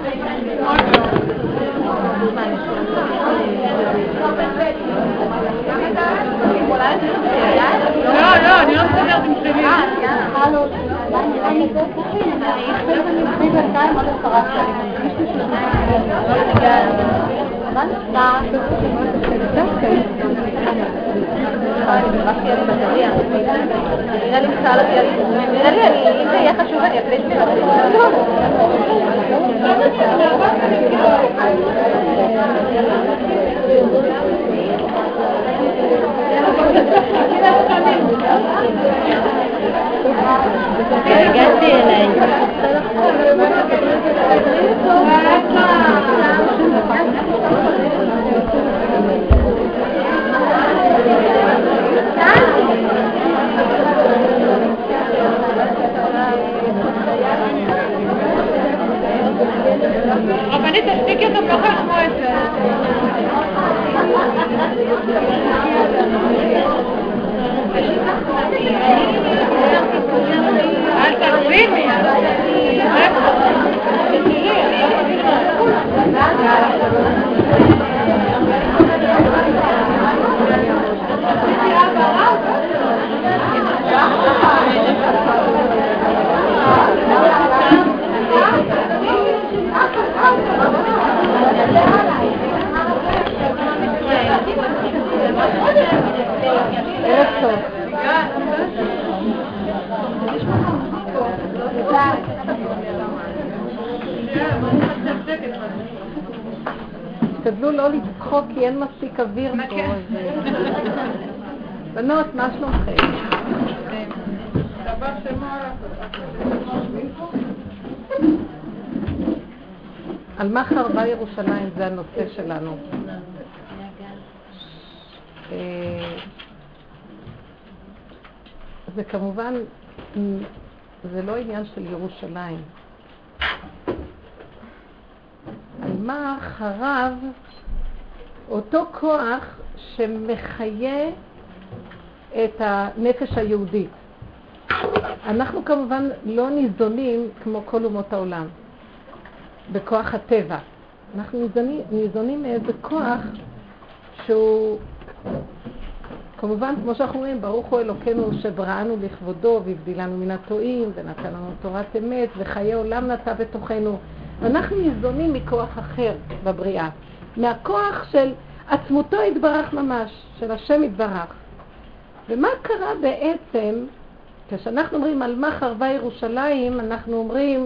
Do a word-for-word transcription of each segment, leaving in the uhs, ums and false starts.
לא, לא, אני לא מסתדרת עם שלי. אני חושבת אני מחזיק בינתיים עוד עשרה שנים. מה נשמע? נראה לי מצא על הביאלי. נראה לי, אם זה יהיה חשוב, אני אקליט לי. הגעתי אליי. רבנית, תשתיקי אותו ככה כמו את זה. אל תגזימי. ערב טוב. תשתדלו לא לצחוק כי אין מספיק אוויר פה. בנות, מה שלומכם? על מה חרבה ירושלים זה הנושא שלנו. זה כמובן, זה לא עניין של ירושלים. על מה חרב אותו כוח שמחיה את הנפש היהודית. אנחנו כמובן לא ניזונים כמו כל אומות העולם בכוח הטבע. אנחנו ניזונים, ניזונים מאיזה כוח שהוא כמובן, כמו שאנחנו אומרים, ברוך הוא אלוקינו שבראנו לכבודו והבדילנו מן הטועים ונתן לנו תורת אמת וחיי עולם נטע בתוכנו. אנחנו ניזונים מכוח אחר בבריאה, מהכוח של עצמותו התברך ממש, של השם התברך. ומה קרה בעצם, כשאנחנו אומרים על מה חרבה ירושלים, אנחנו אומרים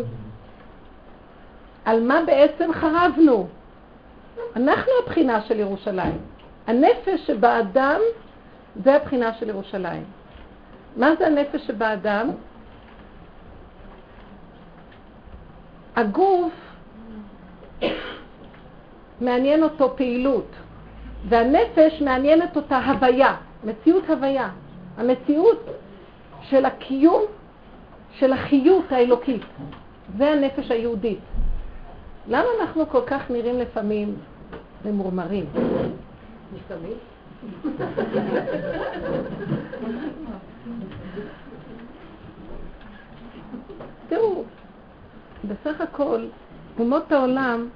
על מה בעצם חרבנו. אנחנו הבחינה של ירושלים. הנפש שבאדם זה הבחינה של ירושלים. מה זה הנפש שבאדם? הגוף מעניין אותו פעילות, והנפש מעניינת אותה הוויה, מציאות הוויה. המציאות של הקיום, של החיות האלוקית. זה הנפש היהודית. למה אנחנו כל כך נראים לפעמים ממורמרים? לפעמים? תראו, בסך הכל, אומות העולם,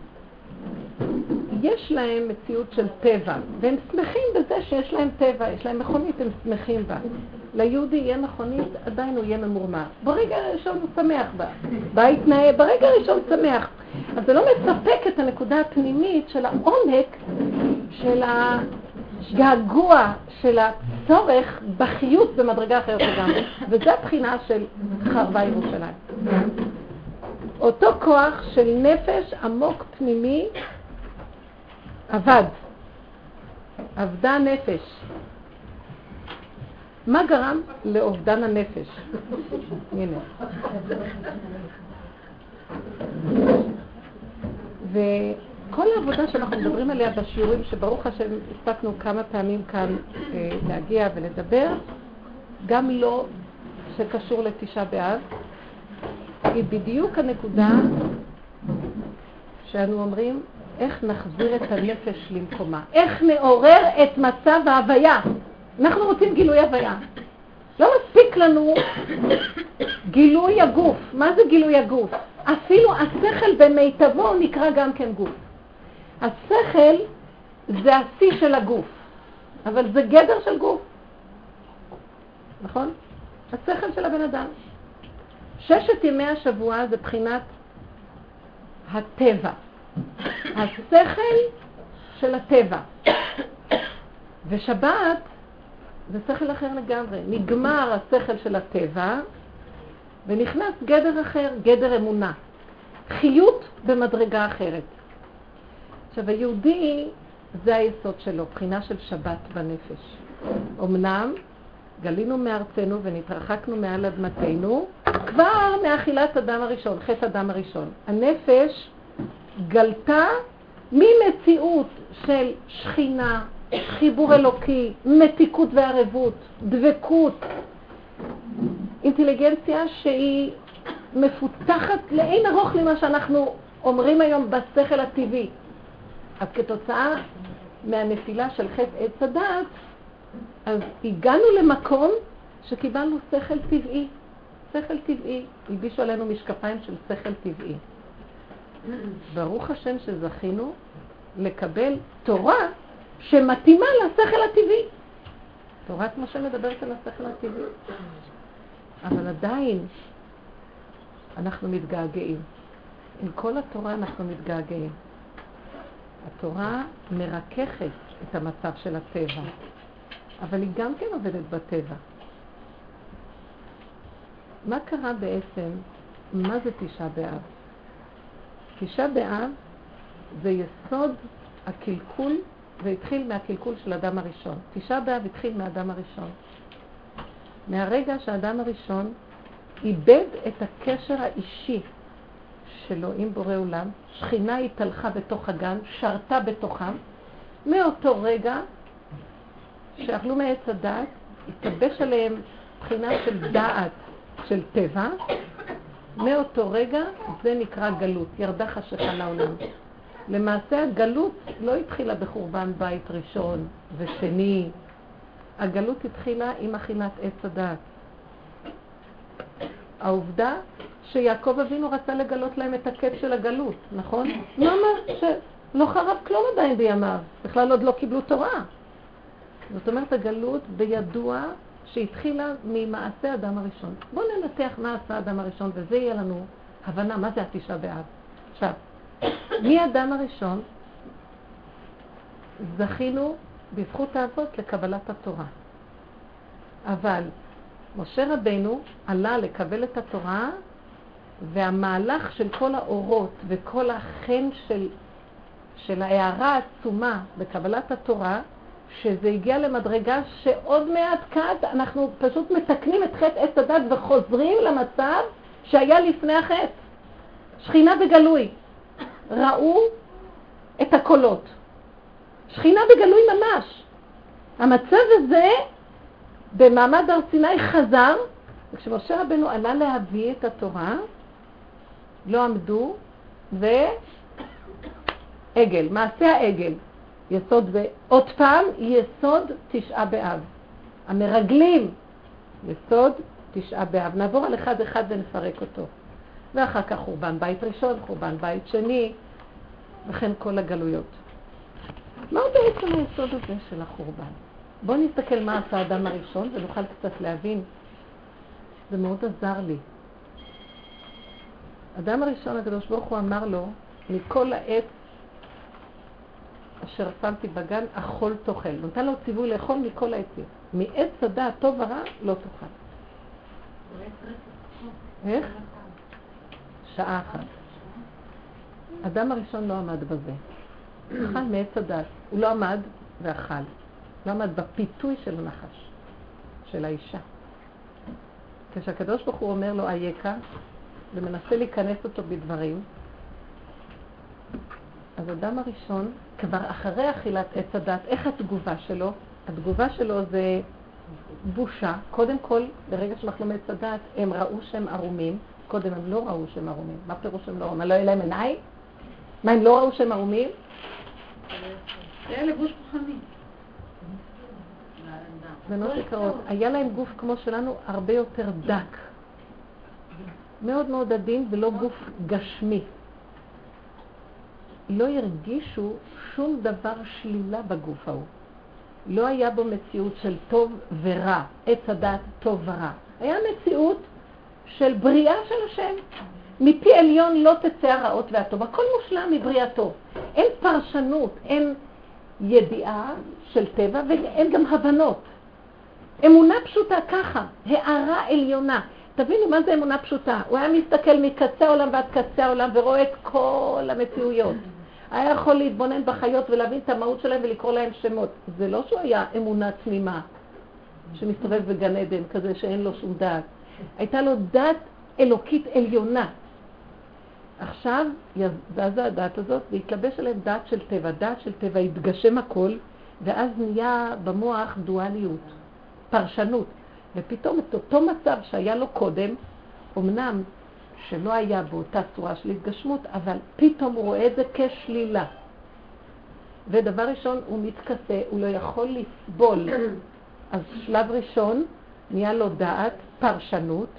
יש להם מציאות של טבע, והם שמחים בזה שיש להם טבע, יש להם מכונית, הם שמחים בה. ליהודי יהיה מכונית, עדיין הוא יהיה ממורמר. ברגע הראשון הוא שמח בה. בהתנאה, ברגע הראשון שמח. אז זה לא מספק את הנקודה הפנימית של העומק, של הגעגוע, של הצורך בחיות במדרגה אחרת לגמרי. וזה הבחינה של חרבה ירושלים. אותו כוח של נפש עמוק פנימי עבד. עבדה נפש. מה גרם לאובדן הנפש? הנה. וכל העבודה שאנחנו מדברים עליה בשיעורים, שברוך השם הספקנו כמה פעמים כאן אה, להגיע ולדבר, גם לא שקשור לתשעה באב, היא בדיוק הנקודה שאנו אומרים, איך נחזיר את הנפש למקומה, איך נעורר את מצב ההוויה. אנחנו רוצים גילוי הוויה. לא מספיק לנו גילוי הגוף. מה זה גילוי הגוף? אפילו השכל במיטבו נקרא גם כן גוף. השכל זה השיא של הגוף, אבל זה גדר של גוף. נכון? השכל של הבן אדם. ששת ימי השבוע זה בחינת הטבע. השכל של הטבע. ושבת זה שכל אחר לגמרי. נגמר השכל של הטבע ונכנס גדר אחר, גדר אמונה. חיות במדרגה אחרת. עכשיו היהודי זה היסוד שלו, בחינה של שבת בנפש. אמנם גלינו מארצנו ונתרחקנו מעל אדמתנו, כבר מאכילת אדם הראשון, חטא אדם הראשון. הנפש גלתה ממציאות של שכינה, חיבור אלוקי, מתיקות וערבות, דבקות, אינטליגנציה שהיא מפותחת לאין ארוך למה שאנחנו אומרים היום בשכל הטבעי. אז כתוצאה מהנפילה של חטא עץ הדעת, אז הגענו למקום שקיבלנו שכל טבעי. שכל טבעי. הלבישו עלינו משקפיים של שכל טבעי. ברוך השם שזכינו לקבל תורה שמתאימה לשכל הטבעי. תורת משה מדברת על השכל הטבעי. אבל עדיין אנחנו מתגעגעים. עם כל התורה אנחנו מתגעגעים. התורה מרככת את המצב של הטבע, אבל היא גם כן עובדת בטבע. מה קרה בעצם? מה זה תשעה באב? תשעה באב זה יסוד הקלקול, והתחיל מהקלקול של האדם הראשון. תשעה באב התחיל מהאדם הראשון. מהרגע שהאדם הראשון איבד את הקשר האישי שלו עם בורא עולם, שכינה התהלכה בתוך הגן, שרתה בתוכם, מאותו רגע שאכלו מעץ הדעת, התלבש עליהם בחינה של דעת של טבע, מאותו רגע זה נקרא גלות, ירדה חשיכה לעולם. למעשה הגלות לא התחילה בחורבן בית ראשון ושני, הגלות התחילה עם אכילת עץ הדעת. העובדה שיעקב אבינו רצה לגלות להם את הקץ של הגלות, נכון? למה? שלא חרב כלום עדיין בימיו, בכלל עוד לא קיבלו תורה. זאת אומרת, הגלות בידוע שהתחילה ממעשה אדם הראשון. בואו ננתח מה עשה אדם הראשון, וזה יהיה לנו הבנה מה זה התשעה באב. עכשיו, מי אדם הראשון? זכינו בזכות האבות לקבלת התורה. אבל משה רבנו עלה לקבל את התורה, והמהלך של כל האורות וכל החן של, של ההערה העצומה בקבלת התורה, שזה הגיע למדרגה שעוד מעט קד אנחנו פשוט מתקנים את חטא עץ הדת וחוזרים למצב שהיה לפני החטא. שכינה בגלוי. ראו את הקולות. שכינה בגלוי ממש. המצב הזה במעמד הר סיני חזר, וכשמשה רבנו עלה להביא את התורה, לא עמדו, ועגל, מעשה העגל, יסוד, ועוד פעם, יסוד תשעה באב. המרגלים, יסוד תשעה באב. נעבור על אחד אחד ונפרק אותו. ואחר כך חורבן בית ראשון, חורבן בית שני, וכן כל הגלויות. מהו בעצם היסוד הזה של החורבן? בואו נסתכל מה עשה האדם הראשון ונוכל קצת להבין. זה מאוד עזר לי. האדם הראשון, הקדוש ברוך הוא אמר לו, מכל העץ אשר שמתי בגן, אכול תאכל. נתן לו ציווי לאכול מכל העצים. מעץ הדעת טוב ורע לא תאכל. איך? שעה אחת. האדם הראשון לא עמד בזה. אכל מעץ הדעת. הוא לא עמד ואכל. לא עמד בפיתוי של הנחש, של האישה. כשהקדוש ברוך הוא אומר לו אייכה, ומנסה להיכנס אותו בדברים, אז האדם הראשון, כבר אחרי אכילת עץ הדת, איך התגובה שלו? התגובה שלו זה בושה. קודם כל, ברגע שאנחנו מעץ הדת, הם ראו שהם ערומים. קודם הם לא ראו שהם ערומים. מה פירוש שהם לא ערומים? לא היה להם עיניים? מה, הם לא ראו שהם ערומים? זה היה לבוש כוחני. בנות יקרות, היה להם גוף כמו שלנו הרבה יותר דק. מאוד מאוד עדין ולא גוף גשמי. לא הרגישו שום דבר שלילה בגוף ההוא. לא היה בו מציאות של טוב ורע, עץ הדעת טוב ורע. היה מציאות של בריאה של השם. מפי עליון לא תצא הרעות והטוב. הכל מושלם מבריאתו. אין פרשנות, אין ידיעה של טבע ואין גם הבנות. אמונה פשוטה ככה, הערה עליונה. תבינו מה זה אמונה פשוטה. הוא היה מסתכל מקצה העולם ועד קצה העולם ורואה את כל המציאויות. היה יכול להתבונן בחיות ולהבין את המהות שלהם ולקרוא להם שמות. זה לא שהוא היה אמונה תמימה שמסתובב בגן עדן כזה שאין לו שום דעת. הייתה לו דעת אלוקית עליונה. עכשיו יזזה הדעת הזאת והתלבש עליהם דעת של טבע. דעת של טבע התגשם הכל ואז נהיה במוח דואליות, פרשנות. ופתאום את אותו מצב שהיה לו קודם, אמנם שלא היה באותה צורה של התגשמות, אבל פתאום הוא רואה את זה כשלילה. ודבר ראשון, הוא מתכסה, הוא לא יכול לסבול. אז שלב ראשון, נהיה לו דעת, פרשנות,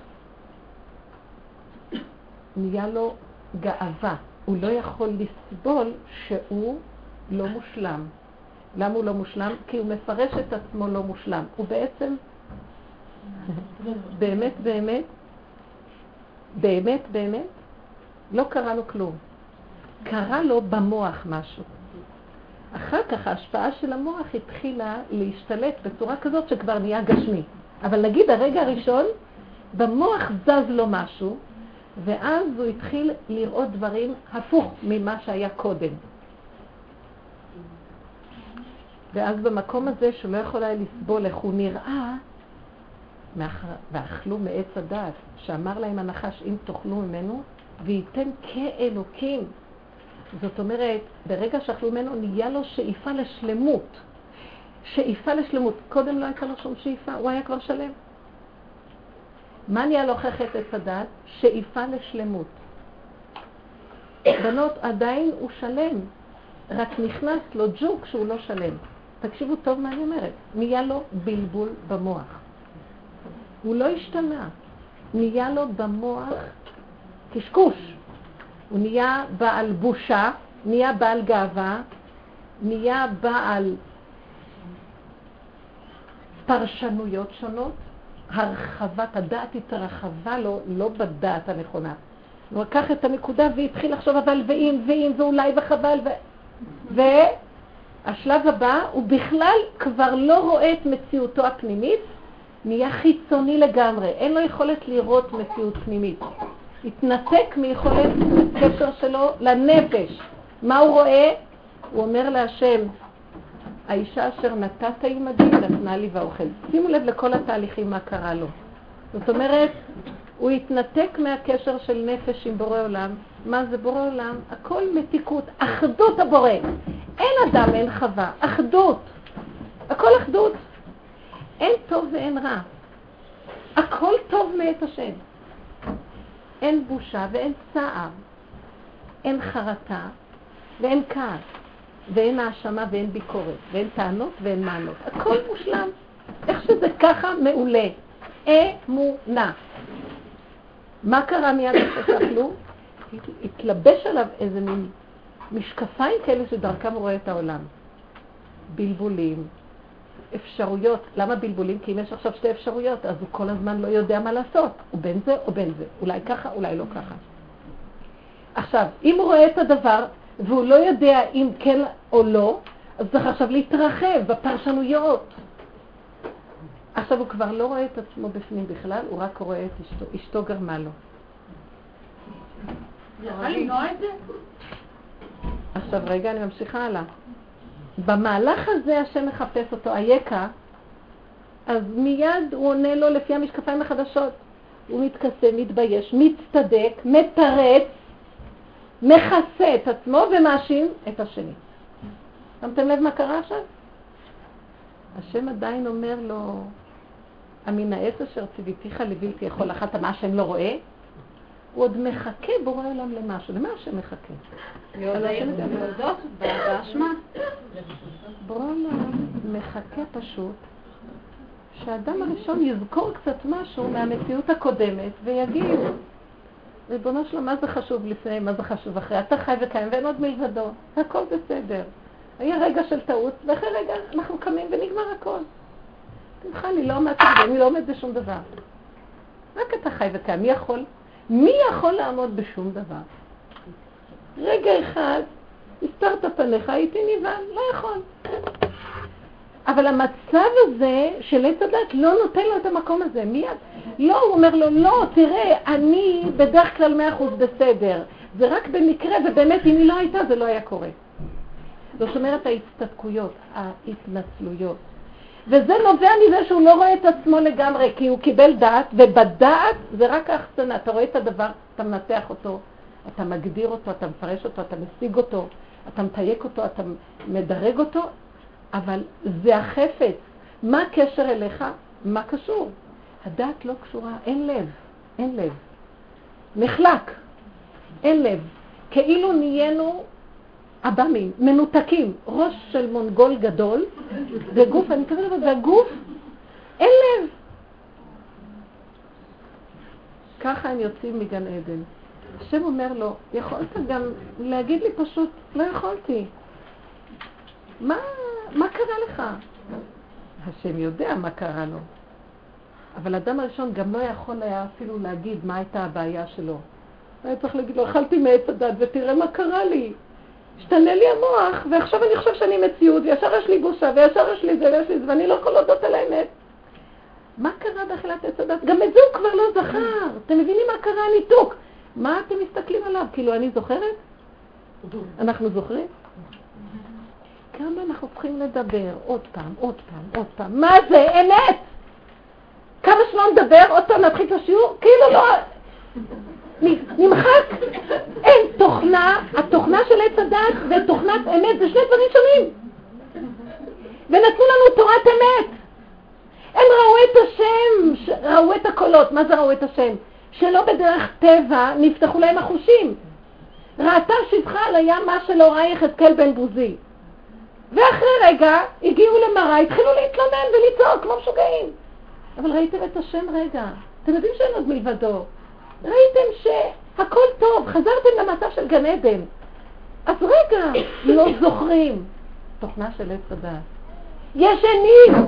נהיה לו גאווה. הוא לא יכול לסבול שהוא לא מושלם. למה הוא לא מושלם? כי הוא מפרש את עצמו לא מושלם. הוא בעצם, באמת, באמת, באמת, באמת, לא קרה לו כלום. קרה לו במוח משהו. אחר כך ההשפעה של המוח התחילה להשתלט בצורה כזאת שכבר נהיה גשמי. אבל נגיד הרגע הראשון, במוח זז לו משהו, ואז הוא התחיל לראות דברים הפוך ממה שהיה קודם. ואז במקום הזה שהוא לא יכול היה לסבול איך הוא נראה, ואכלו מעץ הדעת, שאמר להם הנחש אם תאכלו ממנו, וייתן כאלוקים. זאת אומרת, ברגע שאכלו ממנו נהיה לו שאיפה לשלמות. שאיפה לשלמות. קודם לא הייתה לו שום שאיפה, הוא היה כבר שלם. מה נהיה לו אחרי חטא עץ הדעת? שאיפה לשלמות. בנות, עדיין הוא שלם, רק נכנס לו ג'וק שהוא לא שלם. תקשיבו טוב מה אני אומרת. נהיה לו בלבול במוח. הוא לא השתנה. נהיה לו במוח קשקוש. הוא נהיה בעל בושה, נהיה בעל גאווה, נהיה בעל פרשנויות שונות. הרחבת הדעת התרחבה לו, לא בדעת הנכונה. הוא לקח את הנקודה והתחיל לחשוב אבל ואם ואם ואולי וחבל ו... והשלב הבא הוא בכלל כבר לא רואה את מציאותו הפנימית, נהיה חיצוני לגמרי, אין לו יכולת לראות מציאות פנימית. התנתק מיכולת הקשר שלו לנפש. מה הוא רואה? הוא אומר להשם, האישה אשר נתת עימדי נתנה לי ואוכל. שימו לב לכל התהליכים מה קרה לו. זאת אומרת, הוא התנתק מהקשר של נפש עם בורא עולם. מה זה בורא עולם? הכל מתיקות, אחדות הבורא. אין אדם, אין חווה, אחדות. הכל אחדות. אין טוב ואין רע. הכל טוב מאת השם. אין בושה ואין צער. אין חרטה ואין כעס. ואין האשמה ואין ביקורת. ואין טענות ואין מענות. הכל מושלם. איך שזה ככה מעולה. אמונה. מה קרה מיד ששאכלו? התלבש עליו איזה מין משקפיים כאלה שדרכם הוא רואה את העולם. בלבולים. אפשרויות. למה בלבולים? כי אם יש עכשיו שתי אפשרויות, אז הוא כל הזמן לא יודע מה לעשות. הוא בין זה או בין זה. אולי ככה, אולי לא ככה. עכשיו, אם הוא רואה את הדבר, והוא לא יודע אם כן או לא, אז צריך עכשיו להתרחב בפרשנויות. עכשיו הוא כבר לא רואה את עצמו בפנים בכלל, הוא רק רואה את אשתו. אשתו גרמה לו. יכל למנוע את זה? עכשיו רגע, אני ממשיכה הלאה. במהלך הזה השם מחפש אותו, היקה, אז מיד הוא עונה לו לפי המשקפיים החדשות. הוא מתכסה, מתבייש, מצטדק, מתרץ, מכסה את עצמו ומאשים את השני. שמתם לב מה קרה עכשיו? השם עדיין אומר לו, אמין העץ אשר ציוויתיך לבלתי יכול אחת, מה השם לא רואה? הוא עוד מחכה בורא עולם למשהו. למה השם מחכה? להודות באשמה. בורא עולם מחכה פשוט שהאדם הראשון יזכור קצת משהו מהמציאות הקודמת ויגיד, ריבונו שלום, מה זה חשוב לפני, מה זה חשוב אחרי? אתה חי וקיים ואין עוד מלבדו, הכל בסדר. היה רגע של טעות, ואחרי רגע אנחנו קמים ונגמר הכל. תמך, אני לא עומדת בזה, אני לא עומדת בשום דבר. רק אתה חי וקיים, מי יכול? מי יכול לעמוד בשום דבר? רגע אחד, הסתרת פניך, הייתי ניוון, לא יכול. אבל המצב הזה של עץ הדת לא נותן לו את המקום הזה, מיד. לא, הוא אומר לו, לא, תראה, אני בדרך כלל מאה אחוז בסדר. זה רק במקרה, ובאמת אם היא לא הייתה, זה לא היה קורה. זאת אומרת, ההצטדקויות, ההתנצלויות. וזה נובע מזה שהוא לא רואה את עצמו לגמרי, כי הוא קיבל דעת, ובדעת זה רק ההחצנה. אתה רואה את הדבר, אתה מנתח אותו, אתה מגדיר אותו, אתה מפרש אותו, אתה משיג אותו, אתה מתייק אותו, אתה מדרג אותו, אבל זה החפץ. מה הקשר אליך? מה קשור? הדעת לא קשורה, אין לב, אין לב. נחלק, אין לב. כאילו נהיינו אבמים, מנותקים, ראש של מונגול גדול, וגוף, אני מתכוונת לזה, והגוף, אין לב. ככה הם יוצאים מגן עדן. השם אומר לו, יכולת גם להגיד לי פשוט, לא יכולתי. מה, מה קרה לך? השם יודע מה קרה לו. אבל האדם הראשון גם לא יכול היה אפילו להגיד מה הייתה הבעיה שלו. היה צריך להגיד לו, אכלתי מעץ הדת ותראה מה קרה לי. השתנה לי המוח, ועכשיו אני חושב שאני מציאות, וישר יש לי בושה, וישר יש לי זה ויש לי זה, ואני לא יכול להודות על האמת. מה קרה באכילת עץ הדת? גם את זה הוא כבר לא זכר. אתם מבינים מה קרה? הניתוק. מה אתם מסתכלים עליו? כאילו, אני זוכרת? אנחנו זוכרים? כמה אנחנו צריכים לדבר עוד פעם, עוד פעם, עוד פעם. מה זה? אמת! כמה שלא נדבר, עוד פעם נתחיל את השיעור, כאילו לא... נמחק. אין תוכנה, התוכנה של עץ הדת ותוכנת אמת, זה שני דברים שונים. ונתנו לנו תורת אמת. הם ראו את השם, ראו את הקולות. מה זה ראו את השם? שלא בדרך טבע נפתחו להם החושים. ראתה שפחה על הים מה שלא ראה יחזקאל בן בוזי. ואחרי רגע הגיעו למראה, התחילו להתלונן ולצעוק כמו משוגעים. אבל ראיתם את השם רגע. אתם יודעים שאין עוד מלבדו. ראיתם שהכל טוב, חזרתם למצב של גן עדן. אז רגע, לא זוכרים. תוכנה של עץ הדת. ישנים.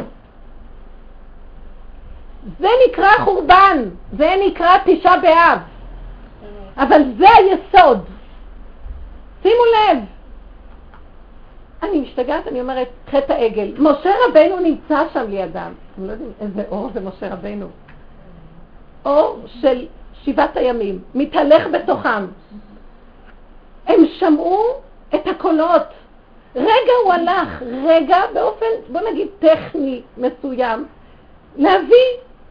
זה נקרא חורבן, זה נקרא תשעה באב. אבל זה היסוד. שימו לב. אני משתגעת, אני אומרת, חטא העגל. משה רבנו נמצא שם לידם. אתם לא יודעים איזה אור זה משה רבנו. אור של שבעת הימים, מתהלך בתוכם. הם שמעו את הקולות. רגע הוא הלך, רגע באופן, בוא נגיד, טכני מסוים, להביא.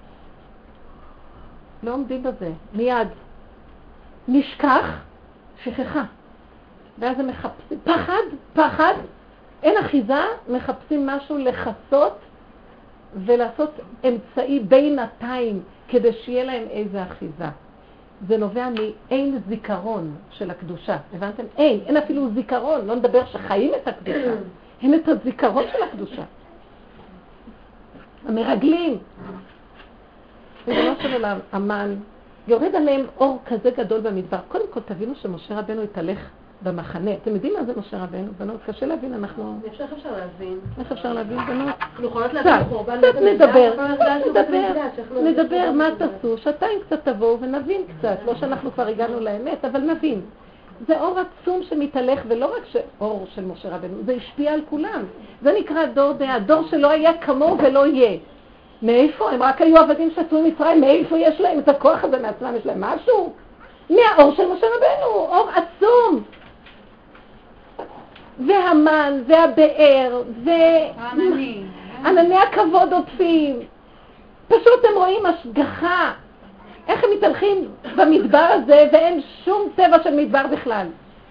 לא עומדים בזה, מיד. נשכח, שכחה. ואז הם מחפשים, פחד, פחד, אין אחיזה, מחפשים משהו לחסות ולעשות אמצעי בינתיים כדי שיהיה להם איזה אחיזה. זה נובע מאין זיכרון של הקדושה. הבנתם? אין, אין אפילו זיכרון, לא נדבר שחיים את הקדושה. אין את הזיכרון של הקדושה. המרגלים. ובנו של עולם, אמן, יורד עליהם אור כזה גדול במדבר. קודם כל תבינו שמשה רבנו התהלך במחנה. אתם יודעים מה זה משה רבנו? בנות, קשה להבין, אנחנו... איך אפשר להבין? איך אפשר להבין, בנות? אנחנו יכולות להבין חורבן. קצת נדבר, נדבר, נדבר מה תעשו, שעתיים קצת תבואו ונבין קצת. לא שאנחנו כבר הגענו לאמת, אבל נבין. זה אור עצום שמתהלך, ולא רק אור של משה רבנו, זה השפיע על כולם. זה נקרא דור דעה, דור שלא היה כמוהו ולא יהיה. מאיפה? הם רק היו עבדים שיצאו ממצרים, מאיפה יש להם את הכוח הזה מעצמם? יש להם משהו? מהאור של משה רבנו, אור עצום. והמן, והבאר, וענני הכבוד עוטפים. פשוט הם רואים השגחה. איך הם מתהלכים במדבר הזה, ואין שום טבע של מדבר בכלל.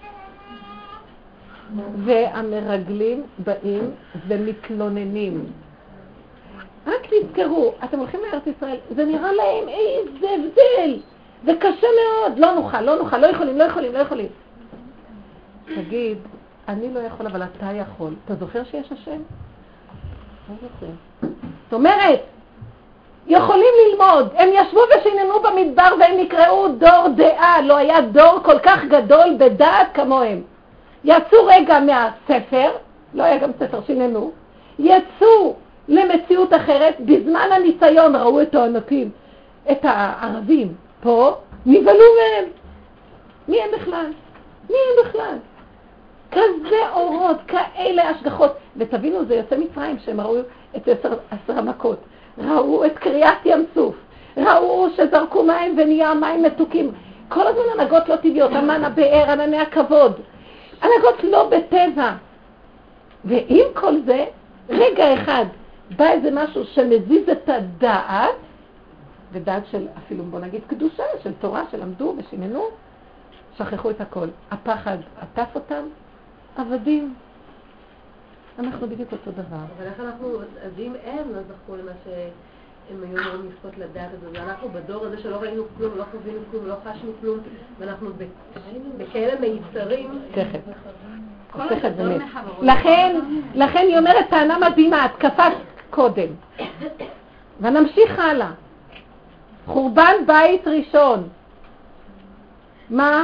והמרגלים באים ומתלוננים. רק תזכרו, אתם הולכים לארץ ישראל, זה נראה להם איזה הבדל. זה קשה מאוד, לא נוכל, לא נוכל, לא יכולים, לא יכולים, לא יכולים. תגיד, אני לא יכול, אבל אתה יכול. אתה זוכר שיש השם? לא זוכר. זאת אומרת, יכולים ללמוד. הם ישבו ושיננו במדבר והם נקראו דור דעה. לא היה דור כל כך גדול בדעת כמוהם. יצאו רגע מהספר, לא היה גם ספר, שיננו, יצאו למציאות אחרת, בזמן הניסיון ראו את הענקים, את הערבים פה, נבלו מהם. מי הם בכלל? מי הם בכלל? כזה אורות, כאלה השגחות. ותבינו, זה יוצא מצרים שהם ראו את עשר, עשר המכות. ראו את קריאת ים סוף. ראו שזרקו מים ונהיה מים מתוקים. כל הזמן הנהגות לא טבעיות, אמן הבאר, ענני הכבוד. הנהגות לא בטבע. ועם כל זה, רגע אחד, בא איזה משהו שמזיז את הדעת, ודעת של אפילו בוא נגיד קדושה, של תורה, שלמדו ושיננו, שכחו את הכל. הפחד עטף אותם, עבדים. אנחנו בדיוק אותו דבר. אבל איך אנחנו, אז אם הם לא זכו למה שהם היו אמורים לזכות לדעת הזאת, ואנחנו בדור הזה שלא ראינו כלום, לא חווינו כלום, לא חשנו כלום, ואנחנו בכאלה מיצרים. תכף. תכף באמת. לכן, לכן היא אומרת טענה מדהימה, התקפת קודם. ונמשיך הלאה. חורבן בית ראשון. מה?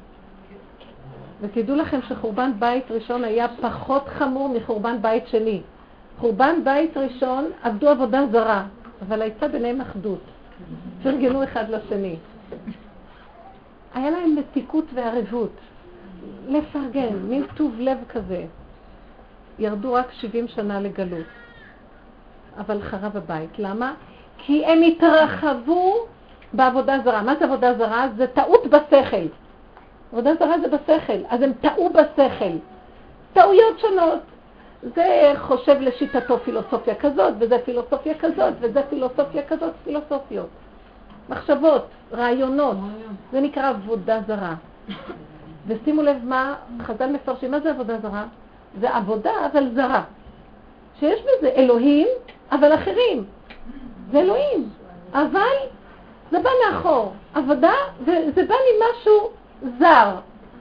ותדעו לכם שחורבן בית ראשון היה פחות חמור מחורבן בית שני. חורבן בית ראשון עבדו עבודה זרה, אבל הייתה ביניהם אחדות. פרגנו אחד לשני. היה להם מתיקות וערבות. לפרגן, מין טוב לב כזה. ירדו רק שבעים שנה לגלות. אבל חרב הבית. למה? כי הם התרחבו בעבודה זרה. מה זה עבודה זרה? זה טעות בשכל. עבודה זרה זה בשכל. אז הם טעו בשכל. טעויות שונות. זה חושב לשיטתו פילוסופיה כזאת, וזה פילוסופיה כזאת, וזה פילוסופיה כזאת, פילוסופיות. מחשבות, רעיונות. זה נקרא עבודה זרה. ושימו לב מה חז"ל מפרשים. מה זה עבודה זרה? זה עבודה אבל זרה. שיש בזה אלוהים, אבל אחרים. זה אלוהים. אבל זה בא מאחור. עבודה, זה, זה בא ממשהו זר.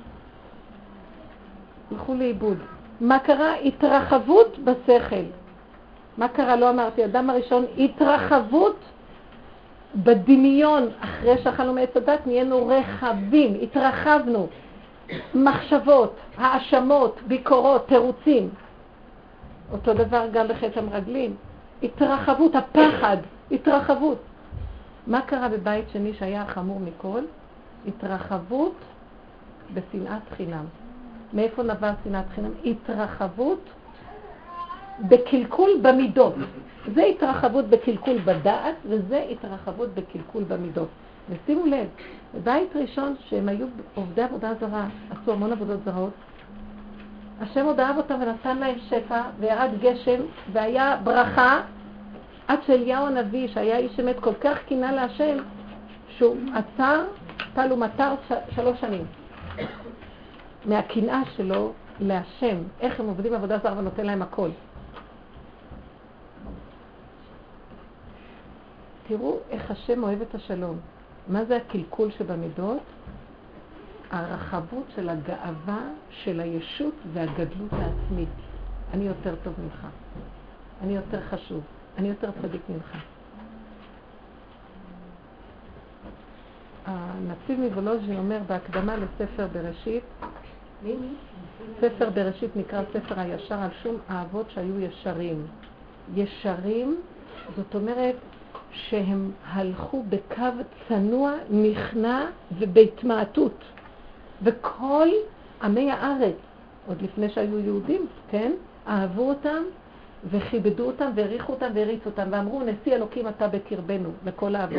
הלכו לאיבוד. מה קרה? התרחבות בשכל. מה קרה? לא אמרתי. אדם הראשון, התרחבות בדמיון. אחרי שאכלנו מעץ הדת, נהיינו רחבים. התרחבנו. מחשבות, האשמות, ביקורות, תירוצים. אותו דבר גם בחטא המרגלים. התרחבות, הפחד, התרחבות. מה קרה בבית שני שהיה החמור מכל? התרחבות בשנאת חינם. מאיפה נבע שנאת חינם? התרחבות בקלקול במידות. זה התרחבות בקלקול בדעת, וזה התרחבות בקלקול במידות. ושימו לב, בבית ראשון שהם היו עובדי עבודה זרה, עשו המון עבודות זרות, השם עוד אהב אותם ונתן להם שפע, וירד גשם, והיה ברכה, עד שאליהו הנביא, שהיה איש אמת כל כך קינה להשם, שהוא עצר, טל ומטר שלוש שנים. מהקנאה שלו להשם, איך הם עובדים עבודה זרה ונותן להם הכל. תראו איך השם אוהב את השלום. מה זה הקלקול שבמידות? הרחבות של הגאווה של הישות והגדלות העצמית. אני יותר טוב ממך. אני יותר חשוב. אני יותר צדיק ממך. הנציב מוולוז'ין אומר בהקדמה לספר בראשית, ספר בראשית נקרא ספר הישר על שום האבות שהיו ישרים. ישרים, זאת אומרת, שהם הלכו בקו צנוע, נכנע ובהתמעטות. וכל עמי הארץ, עוד לפני שהיו יהודים, כן, אהבו אותם וכיבדו אותם והריחו אותם והריצו אותם, ואמרו, נשיא אלוקים אתה בקרבנו, לכל האבות.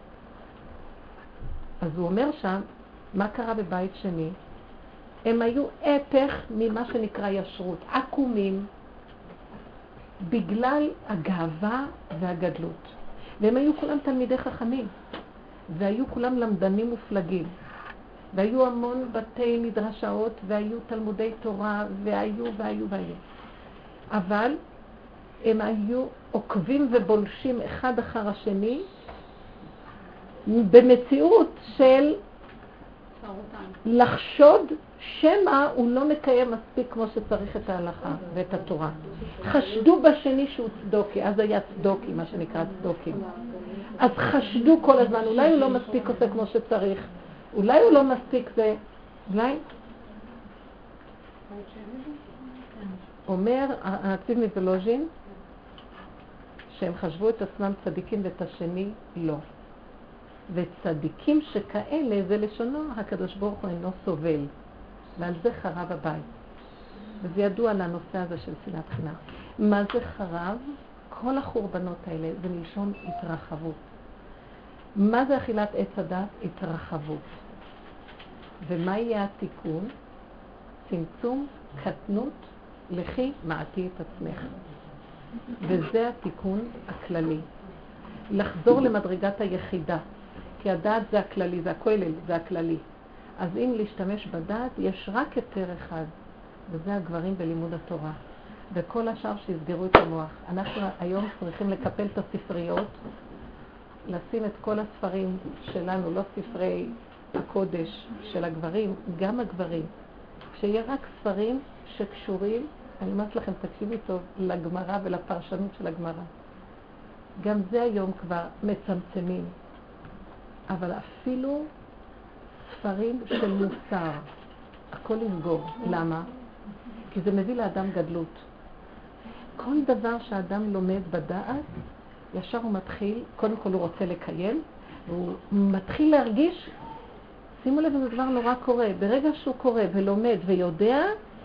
אז הוא אומר שם, מה קרה בבית שני? הם היו הפך ממה שנקרא ישרות, עקומים, בגלל הגאווה והגדלות. והם היו כולם תלמידי חכמים, והיו כולם למדנים מופלגים, והיו המון בתי מדרשאות, והיו תלמודי תורה, והיו והיו והיו. אבל הם היו עוקבים ובולשים אחד אחר השני, במציאות של לחשוד שמה הוא לא מקיים מספיק כמו שצריך את ההלכה ואת התורה. חשדו בשני שהוא צדוקי, אז היה צדוקי, מה שנקרא צדוקים. אז חשדו כל הזמן, אולי הוא לא מספיק עושה כמו שצריך, אולי הוא לא מספיק זה, אולי... אומר הנציב מוולוז'ין, שהם חשבו את עצמם צדיקים ואת השני לא. וצדיקים שכאלה זה לשונו, הקדוש ברוך הוא אינו סובל. ועל זה חרב הבית. וזה ידוע לנושא הזה של שנאת חינם. מה זה חרב? כל החורבנות האלה זה מלשון התרחבות. מה זה אכילת עץ הדת? התרחבות. ומה יהיה התיקון? צמצום, קטנות, לכי מעטי את עצמך. וזה התיקון הכללי. לחזור למדרגת היחידה. כי הדעת זה הכללי, זה הכולל, זה הכללי. אז אם להשתמש בדעת, יש רק יותר אחד. וזה הגברים בלימוד התורה. וכל השאר שיסגרו את המוח. אנחנו היום צריכים לקפל את הספריות, לשים את כל הספרים שלנו, לא ספרי הקודש של הגברים, גם הגברים. שיהיה רק ספרים שקשורים, אני אומרת לכם, תקשיבי טוב, לגמרא ולפרשנות של הגמרא. גם זה היום כבר מצמצמים. אבל אפילו ספרים של מוסר, הכל לסגור. למה? כי זה מביא לאדם גדלות. כל דבר שאדם לומד בדעת, ישר הוא מתחיל, קודם כל הוא רוצה לקיים, והוא מתחיל להרגיש, שימו לב, זה דבר נורא קורה. ברגע שהוא קורא ולומד ויודע,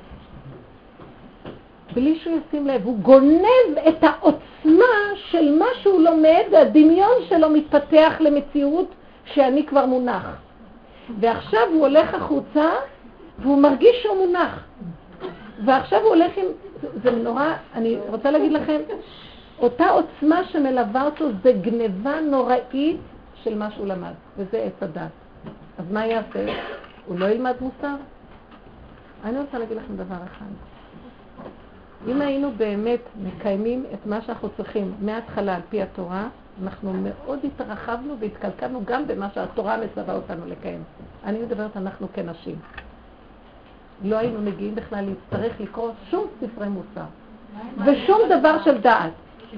בלי שהוא ישים לב, הוא גונב את העוצמה של מה שהוא לומד, והדמיון שלו מתפתח למציאות שאני כבר מונח. ועכשיו הוא הולך החוצה, והוא מרגיש שהוא מונח. ועכשיו הוא הולך עם... זה נורא, אני רוצה להגיד לכם, אותה עוצמה שמלווה אותו זה גניבה נוראית של מה שהוא למד, וזה עץ הדת. אז מה יעשה? הוא לא ילמד מוסר? אני רוצה להגיד לכם דבר אחד. אם היינו באמת מקיימים את מה שאנחנו צריכים מההתחלה על פי התורה, אנחנו מאוד התרחבנו והתקלקלנו גם במה שהתורה מצווה אותנו לקיים. אני מדברת אנחנו כנשים. לא היינו מגיעים בכלל להצטרך לקרוא שום ספרי מוסר. ושום דבר של דעת.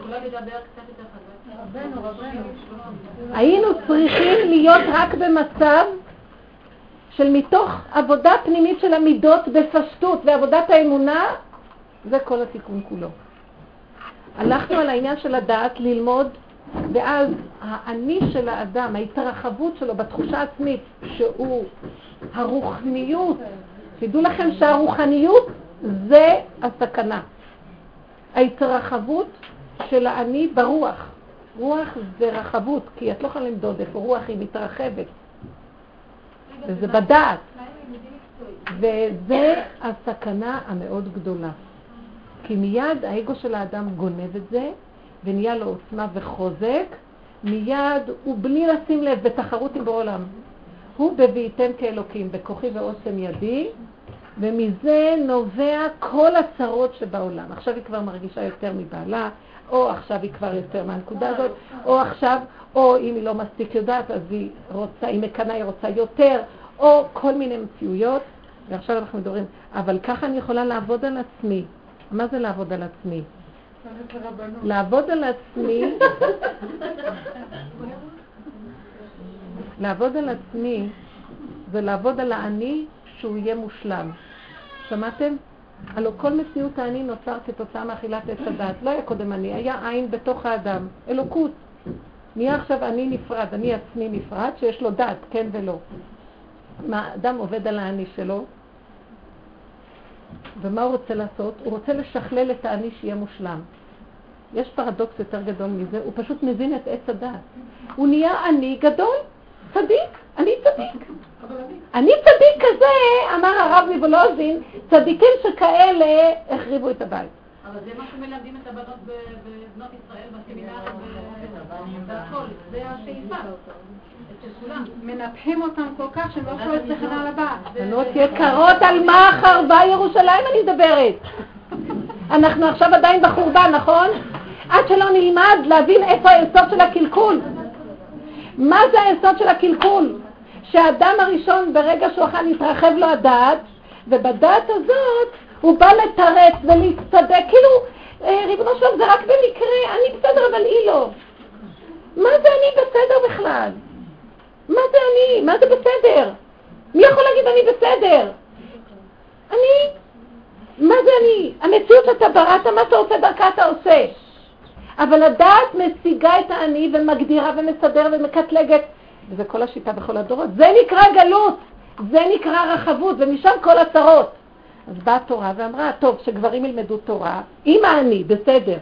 היינו צריכים להיות רק במצב של מתוך עבודה פנימית של המידות בפשטות ועבודת האמונה, זה כל התיקון כולו. הלכנו על העניין של הדעת ללמוד, ואז האני של האדם, ההתרחבות שלו בתחושה עצמית, שהוא הרוחניות, תדעו לכם שהרוחניות זה הסכנה. ההתרחבות של האני ברוח. רוח זה רחבות, כי את לא יכולה למדוד איפה רוח היא מתרחבת. וזה בדעת. וזה הסכנה המאוד גדולה. כי מיד האגו של האדם גונב את זה, ונהיה לו עוצמה וחוזק, מיד הוא בלי לשים לב בתחרות עם בעולם. הוא בביאתם כאלוקים, בכוחי ועוצם ידי, ומזה נובע כל הצרות שבעולם. עכשיו היא כבר מרגישה יותר מבעלה, או עכשיו היא כבר יותר מהנקודה הזאת, או עכשיו, או אם היא לא מספיק יודעת, אז היא רוצה, היא מקנה, היא רוצה יותר, או כל מיני מציאויות, ועכשיו אנחנו מדברים, אבל ככה אני יכולה לעבוד על עצמי. מה זה לעבוד על עצמי? לעבוד על עצמי, לעבוד על עצמי, זה לעבוד על האני שהוא יהיה מושלם. שמעתם? הלוא כל מציאות האני נוצר כתוצאה מאכילת עץ הדת. לא היה קודם אני, היה עין בתוך האדם, אלוקות. נהיה עכשיו אני נפרד, אני עצמי נפרד, שיש לו דת, כן ולא. מה, האדם עובד על האני שלו, ומה הוא רוצה לעשות? הוא רוצה לשכלל את האני שיהיה מושלם. יש פרדוקס יותר גדול מזה, הוא פשוט מבין את עץ הדת. הוא נהיה אני גדול, צדיק, אני צדיק. אני צדיק כזה, אמר הרב מוולוז'ין, צדיקים שכאלה החריבו את הבית. אבל זה מה שמלמדים את הבנות בבנות ישראל, בסמינרים, והכל, זה השאיפה. מנפחים אותם כל כך שהם לא יכולו אצלכם על הבית. בנות יקרות, על מה חרבה ירושלים אני מדברת? אנחנו עכשיו עדיין בחורבן, נכון? עד שלא נלמד להבין איפה היסוד של הקלקול. מה זה היסוד של הקלקול? שהאדם הראשון ברגע שהוא אכל להתרחב לו הדעת, ובדעת הזאת הוא בא לתרץ ולהצטדק, כאילו ריבונו שלום זה רק במקרה, אני בסדר אבל היא לא. מה זה אני בסדר בכלל? מה זה אני? מה זה בסדר? מי יכול להגיד אני בסדר? אני? מה זה אני? המציאות אתה בראת, מה אתה עושה דרכה אתה עושה. אבל הדעת משיגה את האני ומגדירה ומסדר ומקטלגת. וזה כל השיטה בכל הדורות. זה נקרא גלות, זה נקרא רחבות, ומשם כל הצרות. אז באה התורה ואמרה, טוב, שגברים ילמדו תורה, עם האני, בסדר.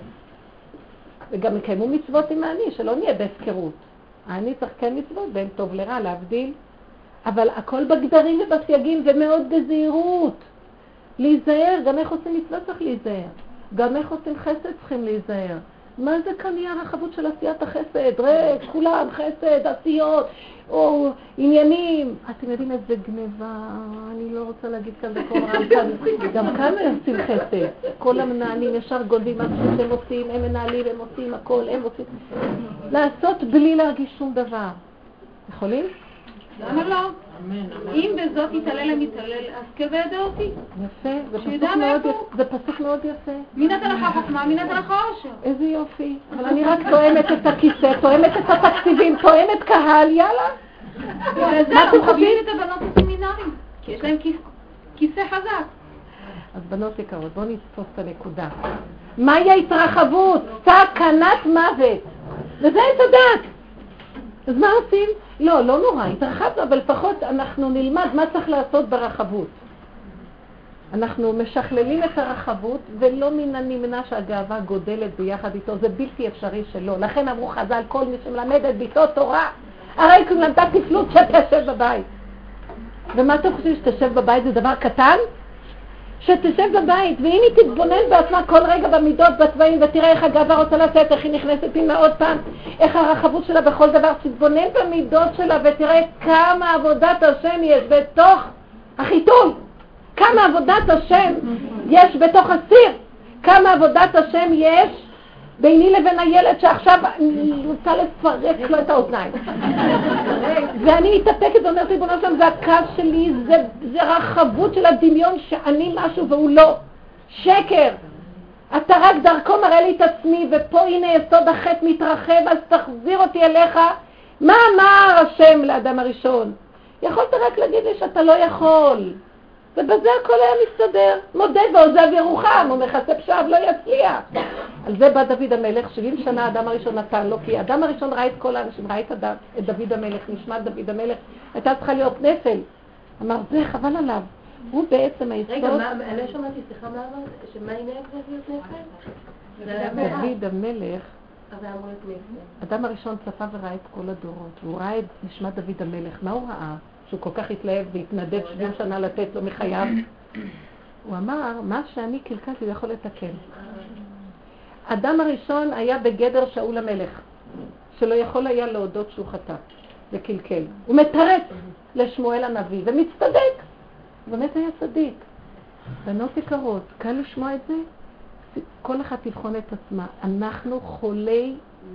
וגם יקיימו מצוות עם האני, שלא נהיה בהפקרות. האני צריך כן מצוות, בין טוב לרע, להבדיל. אבל הכל בגדרים ובסייגים, ומאוד בזהירות. להיזהר, גם איך עושים מצוות צריך להיזהר. גם איך עושים חסד צריכים להיזהר. מה זה כאן יהיה הרחבות של עשיית החסד? ריק, כולם, חסד, עשיות, או עניינים. אתם יודעים איזה גניבה, אני לא רוצה להגיד כאן בכל רם כאן, גם כאן הם עושים חסד. כל המנהלים ישר גונבים מה שהם עושים, הם מנהלים, הם עושים הכל, הם עושים. לעשות בלי להרגיש שום דבר. יכולים? למה לא? אם בזאת יתעלל המתעלל, אז כבד אותי. יפה, זה פסוק מאוד יפה. זה פסוק מאוד יפה. מי נתן לך חוכמה? מי נתן לך עושר? איזה יופי. אבל אני רק תואמת את הכיסא, תואמת את התקציבים, תואמת קהל, יאללה. מה אתם חושבים את הבנות הסמינרים? כי יש להם כיסא חזק. אז בנות יקרות, בואו נתפוס את הנקודה. מהי ההתרחבות? סכנת מוות. וזה את הדעת. אז מה עושים? לא, לא נורא, התרחבנו, אבל לפחות אנחנו נלמד מה צריך לעשות ברחבות. אנחנו משכללים את הרחבות, ולא מן הנמנע שהגאווה גודלת ביחד איתו, זה בלתי אפשרי שלא. לכן אמרו חז"ל, כל מי שמלמד את ביתו תורה, הרי כי למדה תפלות שתשב בבית. ומה אתם חושבים, שתשב בבית זה דבר קטן? שתשב בבית, ואם היא תתבונן בעצמה כל רגע במידות, בצבעים, ותראה איך הגאווה רוצה לצאת, איך היא נכנסת פנימה עוד פעם, איך הרחבות שלה בכל דבר, תתבונן במידות שלה ותראה כמה עבודת השם יש בתוך החיתול, כמה עבודת השם יש בתוך הסיר, כמה עבודת השם יש ביני לבין הילד שעכשיו אני רוצה לפרק לו את האוזניים. ואני מתאפקת ואומרת ריבונו שלם, זה הקו שלי, זה, זה רחבות של הדמיון שאני משהו והוא לא. שקר. אתה רק דרכו מראה לי את עצמי, ופה הנה יסוד החטא מתרחב, אז תחזיר אותי אליך. מה אמר השם לאדם הראשון? יכולת רק להגיד לי שאתה לא יכול. ובזה הכל היה מסתדר. מודד ועוזב ירוחם, הוא מכסה פשעיו, לא יצליח. על זה בא דוד המלך, שבעים שנה האדם הראשון נתן לו, כי האדם הראשון ראה את כל האנשים, ראה את, אדם, את דוד המלך, נשמת דוד המלך, הייתה צריכה להיות נפל. אמר, זה חבל עליו. הוא בעצם היסוד... רגע, מה, אני שמעתי, סליחה מה אמרת? שמה הנה צריך להיות נפל? דוד המלך, אז היה אמור להיות נפל. האדם הראשון צפה וראה את כל הדורות, והוא ראה את נשמת דוד המלך. מה הוא ראה? שהוא כל כך התלהב והתנדב שבעים שנה לתת לו מחייו. הוא אמר, מה שאני קלקלתי הוא יכול לתקן. אדם הראשון היה בגדר שאול המלך, שלא יכול היה להודות שהוא חטא וקלקל. הוא מתרץ לשמואל הנביא ומצטדק. באמת היה צדיק. בנות יקרות, קל לשמוע את זה? כל אחד תבחון את עצמה. אנחנו חולי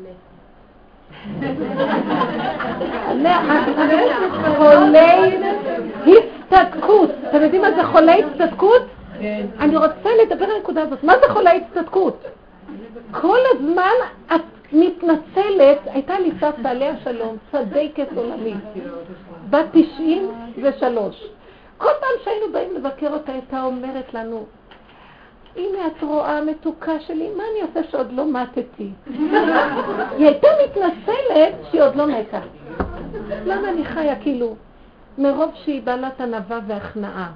חולי הצטדקות. אתם יודעים מה זה חולי הצטדקות? אני רוצה לדבר על הנקודה הזאת. מה זה חולי הצטדקות? כל הזמן את מתנצלת. הייתה לי סבתא עליה שלום, צדקת עולמית, בת תשעים ושלוש. כל פעם שהיינו באים לבקר אותה הייתה אומרת לנו, הנה את רואה המתוקה שלי, מה אני עושה שעוד לא מתתי? היא הייתה מתנצלת שהיא עוד לא מתה. למה אני חיה כאילו? מרוב שהיא בעלת ענווה והכנעה.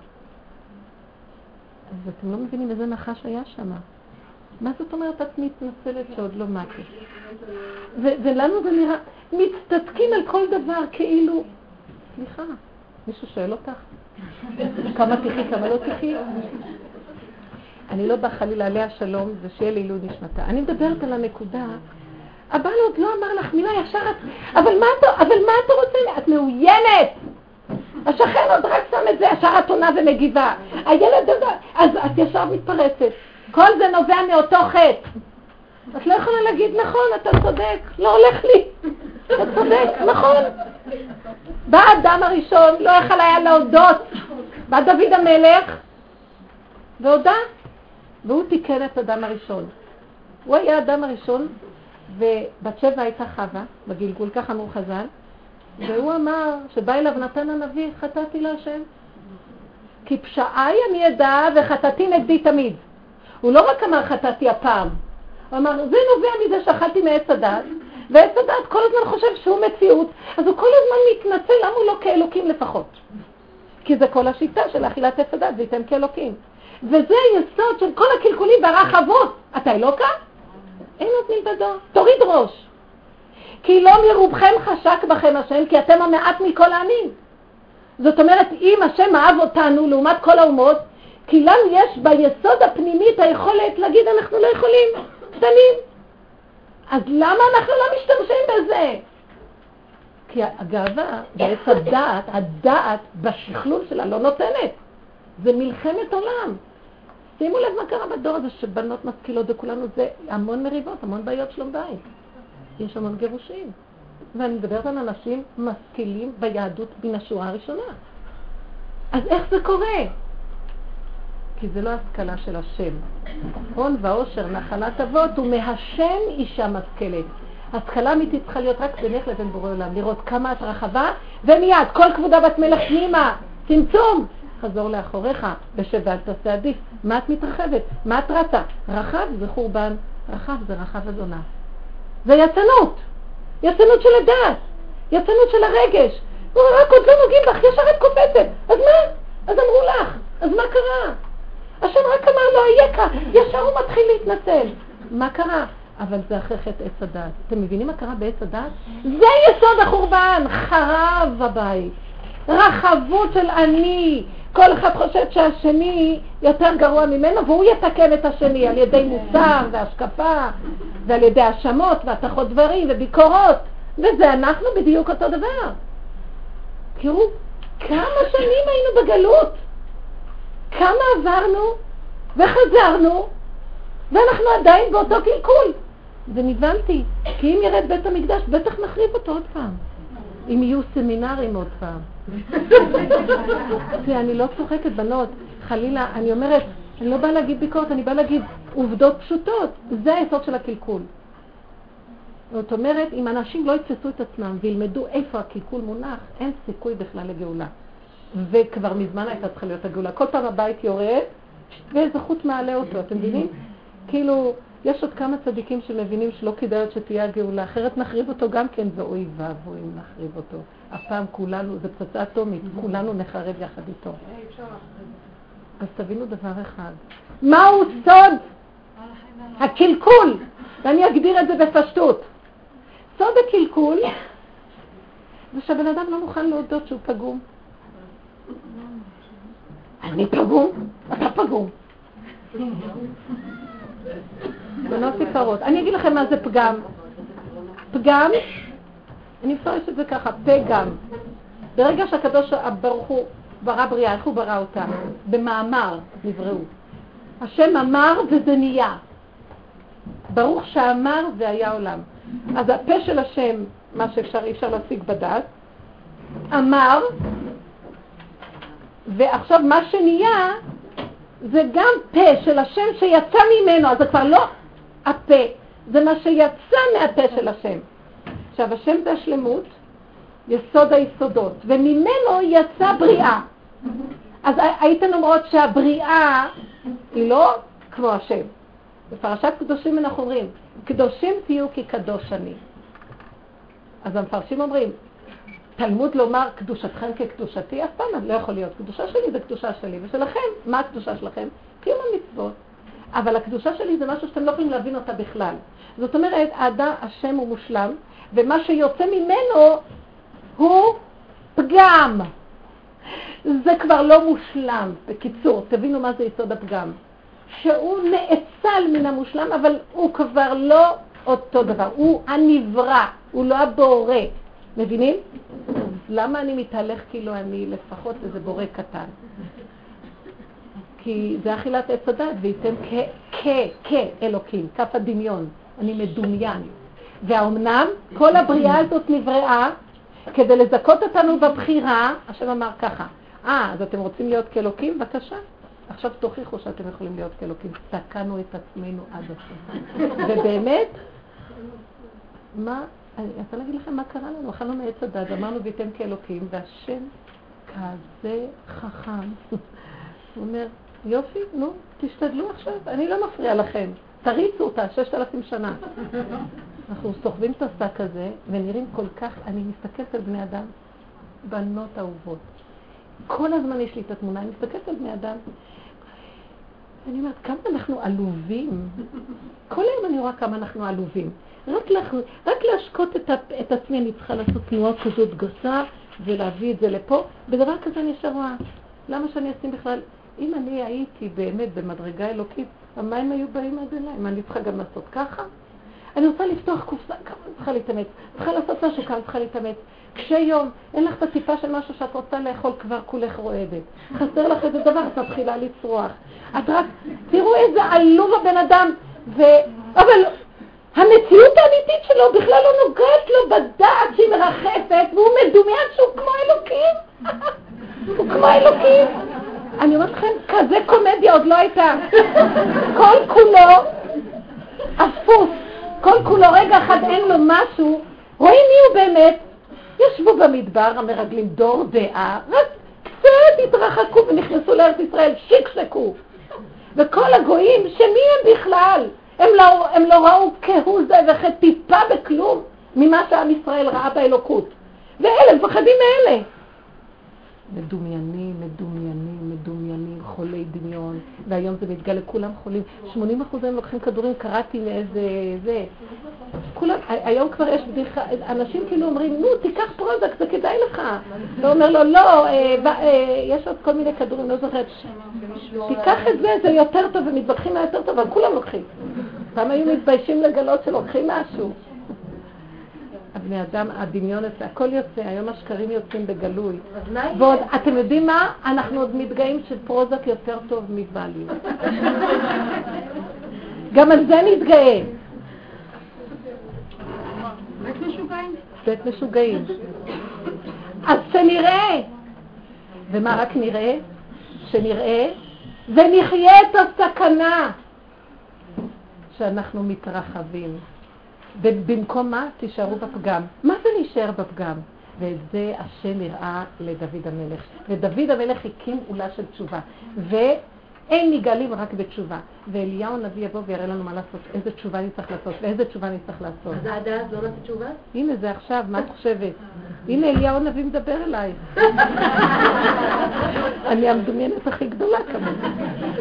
אז אתם לא מבינים איזה נחש היה שם. מה זאת אומרת את מתנצלת שעוד לא מתי? ולנו זה נראה, מצטדקים על כל דבר כאילו, סליחה, מישהו שואל אותך? כמה תחי, כמה לא תחי? אני לא בא חלילה עליה שלום, זה שיהיה לי עילוי נשמתה. אני מדברת על הנקודה. הבעל עוד לא אמר לך מילה ישר, אבל מה אתה, אבל מה אתה רוצה? את מאוינת. השכן עוד רק שם את זה, ישר את עונה ומגיבה. הילד, אז את ישר מתפרצת. כל זה נובע מאותו חטא. את לא יכולה להגיד, נכון, אתה צודק, לא הולך לי. אתה צודק, נכון. בא האדם הראשון, לא יכול היה להודות. בא דוד המלך, והודה. והוא תיקן את האדם הראשון. הוא היה האדם הראשון, ובת שבע הייתה חווה, בגלגול, ככה אמרו חז"ל, והוא אמר שבא אליו נתן הנביא, חטאתי להשם. כי פשעי אני ידע וחטאתי נגדי תמיד. הוא לא רק אמר חטאתי הפעם, הוא אמר זה נובע מזה שאכלתי מעץ הדת, ועץ הדת כל הזמן חושב שהוא מציאות, אז הוא כל הזמן מתנצל, למה הוא לא כאלוקים לפחות? כי זה כל השיטה של אכילת עץ הדת, זה ייתם כאלוקים. וזה היסוד של כל הקלקולים והרחבות. אתה אלוקה? אין עוד מלבדו. תוריד ראש. כי לא מרובכם חשק בכם השם, כי אתם המעט מכל העמים. זאת אומרת, אם השם אהב אותנו לעומת כל האומות, כי לנו יש ביסוד הפנימית היכולת להגיד אנחנו לא יכולים, קטנים. אז למה אנחנו לא משתמשים בזה? כי הגאווה בעץ הדעת, הדעת בשכלול שלה לא נותנת. זה מלחמת עולם. שימו לב מה קרה בדור הזה שבנות משכילות וכולנו, זה המון מריבות, המון בעיות שלום בית. יש המון גירושים. ואני מדברת על אנשים משכילים ביהדות מן השורה הראשונה. אז איך זה קורה? כי זה לא השכלה של השם. הון ועושר, נחלת אבות, ומהשם אישה משכלת. השכלה אמיתית צריכה להיות רק בינך לבין בורא עולם, לראות כמה את רחבה, ומיד, כל כבודה בת מלך פנימה, צמצום. חזור לאחוריך, בשב ואל תעשה עדיף. מה את מתרחבת? מה את רצה? רחב זה חורבן, רחב זה רחב אדונה. זה יצנות, יצנות של הדעת, יצנות של הרגש. הוא רק עוד לא נוגעים לך, ישר את קופצת. אז מה? אז אמרו לך, אז מה קרה? השם רק אמר לו היקה, ישר הוא מתחיל להתנצל. מה קרה? אבל זה אחרי חטא עץ הדת. אתם מבינים מה קרה בעץ הדת? זה יסוד החורבן, חרב הבית. רחבות של אני. כל אחד חושב שהשני יותר גרוע ממנו, והוא יתקן את השני על ידי מוסר והשקפה, ועל ידי האשמות והתחות דברים וביקורות. וזה אנחנו בדיוק אותו דבר. תראו, כמה שנים היינו בגלות. כמה עברנו וחזרנו, ואנחנו עדיין באותו קלקול. ונבנתי, כי אם ירד בית המקדש, בטח נחריב אותו עוד פעם. אם יהיו סמינרים עוד פעם. אני לא צוחקת בנות, חלילה, אני אומרת, אני לא באה להגיד ביקורת, אני באה להגיד עובדות פשוטות. זה היסוד של הקלקול. זאת אומרת, אם אנשים לא יתפסו את עצמם וילמדו איפה הקלקול מונח, אין סיכוי בכלל לגאולה. וכבר מזמן הייתה צריכה להיות הגאולה. כל פעם הבית יורד, ואיזה חוט מעלה אותו, אתם מבינים? כאילו, יש עוד כמה צדיקים שמבינים שלא כדאי שתהיה הגאולה, אחרת נחריב אותו גם כן, ואוי ואבוי אם נחריב אותו. הפעם כולנו, זה פצצה אטומית, כולנו נחרב יחד איתו. אז תבינו דבר אחד. מהו סוד הקלקול? ואני אגדיר את זה בפשטות. סוד הקלקול זה שהבן אדם לא מוכן להודות שהוא פגום. אני פגום, אתה פגום. בנות יקרות. אני אגיד לכם מה זה פגם. פגם, אני מפרש את זה ככה, פגם. ברגע שהקדוש ברוך הוא ברא בריאה, איך הוא ברא אותה? במאמר נבראו. השם אמר וזה נהיה. ברוך שאמר והיה עולם. אז הפה של השם, מה שאפשר, אי אפשר להשיג בדעת, אמר, ועכשיו מה שנהיה, זה גם פה של השם שיצא ממנו, אז זה כבר לא הפה, זה מה שיצא מהפה של השם. עכשיו, השם זה השלמות, יסוד היסודות, וממנו יצא בריאה. אז הייתן אומרות שהבריאה היא לא כמו השם. בפרשת קדושים אנחנו אומרים, קדושים תהיו כי קדוש אני. אז המפרשים אומרים, תלמוד לומר קדושתכם כקדושתי, אף פעם לא יכול להיות. קדושה שלי זה קדושה שלי, ושלכם, מה הקדושה שלכם? קיום המצוות. אבל הקדושה שלי זה משהו שאתם לא יכולים להבין אותה בכלל. זאת אומרת, האדם, השם הוא מושלם, ומה שיוצא ממנו הוא פגם. זה כבר לא מושלם. בקיצור, תבינו מה זה יסוד הפגם. שהוא נאצל מן המושלם, אבל הוא כבר לא אותו דבר. הוא הנברא, הוא לא הבורא. מבינים? למה אני מתהלך כאילו אני לפחות איזה בורא קטן? כי זה אכילת עץ הדת, וייתם כ, כ, כ, אלוקים, כף הדמיון. אני מדומיין. והאומנם, כל הבריאה הזאת נבראה, כדי לזכות אותנו בבחירה, השם אמר ככה, אה, אז אתם רוצים להיות כאלוקים? בבקשה. עכשיו תוכיחו שאתם יכולים להיות כאלוקים. תקנו את עצמנו עד הסוף. ובאמת, מה, אני רוצה להגיד לכם מה קרה לנו, אכלנו מעץ הדת, אמרנו ויתם כאלוקים, והשם כזה חכם. הוא אומר, יופי, נו, תשתדלו עכשיו, אני לא מפריע לכם, תריצו אותה, ששת אלפים שנה. אנחנו סוחבים את השק הזה, ונראים כל כך, אני מסתכלת על בני אדם, בנות אהובות. כל הזמן יש לי את התמונה, אני מסתכלת על בני אדם, אני אומרת, כמה אנחנו עלובים. כל היום אני רואה כמה אנחנו עלובים. רק, לח... רק להשקוט את, ה... את עצמי, אני צריכה לעשות תנועה כזאת גסה, ולהביא את זה לפה. בדבר כזה אני שרואה. למה שאני אשים בכלל? אם אני הייתי באמת במדרגה אלוקית, המים היו באים עד אליי. מה, אני צריכה גם לעשות ככה? אני רוצה לפתוח קופסה, כמה אני צריכה להתאמץ? צריכה לעשות משהו, כמה צריכה להתאמץ? כשיום, אין לך בטיפה של משהו שאת רוצה לאכול, כבר כולך רועדת. חסר לך איזה דבר, את מתחילה לצרוח. את רק, תראו איזה עלוב הבן אדם, ו... אבל המציאות האמיתית שלו בכלל לא נוגעת לו בדעת שהיא מרחפת, והוא מדומיין שהוא כמו אלוקים. הוא כמו אלוקים. אני אומרת לכם, כזה קומדיה עוד לא הייתה. כל כולו אפוס, כל כולו רגע אחד אין לו משהו. רואים מי הוא באמת? ישבו במדבר המרגלים דור דעה, רק קצת התרחקו ונכנסו לארץ ישראל, שיקשקו. וכל הגויים, שמי הם בכלל? הם לא, הם לא ראו כהוא זה וחטיפה בכלום ממה שעם ישראל ראה באלוקות. ואלה מפחדים מאלה. מדומיינים, מדומיינים, מדומיינים, חולי דמיון. והיום זה מתגלה, כולם חולים. שמונים אחוז הם לוקחים כדורים, קראתי מאיזה זה. כולם, היום כבר יש בדיחה, אנשים כאילו אומרים, נו, תיקח פרוזק, זה כדאי לך. הוא אומר לו, לא, אה, אה, יש עוד כל מיני כדורים, לא זוכרת. תיקח את זה, זה יותר טוב, ומתווכחים מה יותר טוב, אבל כולם לוקחים. פעם היו מתביישים לגלות שלוקחים משהו. הבני אדם, הדמיון הזה, הכל יוצא, היום השקרים יוצאים בגלוי. ועוד, אתם יודעים מה? אנחנו עוד מתגאים שפרוזק יותר טוב מבעלי. גם על זה נתגאה. בית משוגעים. בית משוגעים. אז שנראה. ומה רק נראה? שנראה ונחיה את הסכנה שאנחנו מתרחבים. במקום מה? תישארו בפגם. מה זה להישאר בפגם? ואת זה השם הראה לדוד המלך. ודוד המלך הקים עולה של תשובה. ואין נגאלים רק בתשובה. ואליהו הנביא יבוא ויראה לנו מה לעשות. איזה תשובה אני צריך לעשות ואיזה תשובה אני צריך לעשות. אז עד אז לא נעשה תשובה? הנה זה עכשיו, מה את חושבת? הנה אליהו הנביא מדבר אליי. אני המדומיינת הכי גדולה כמובן.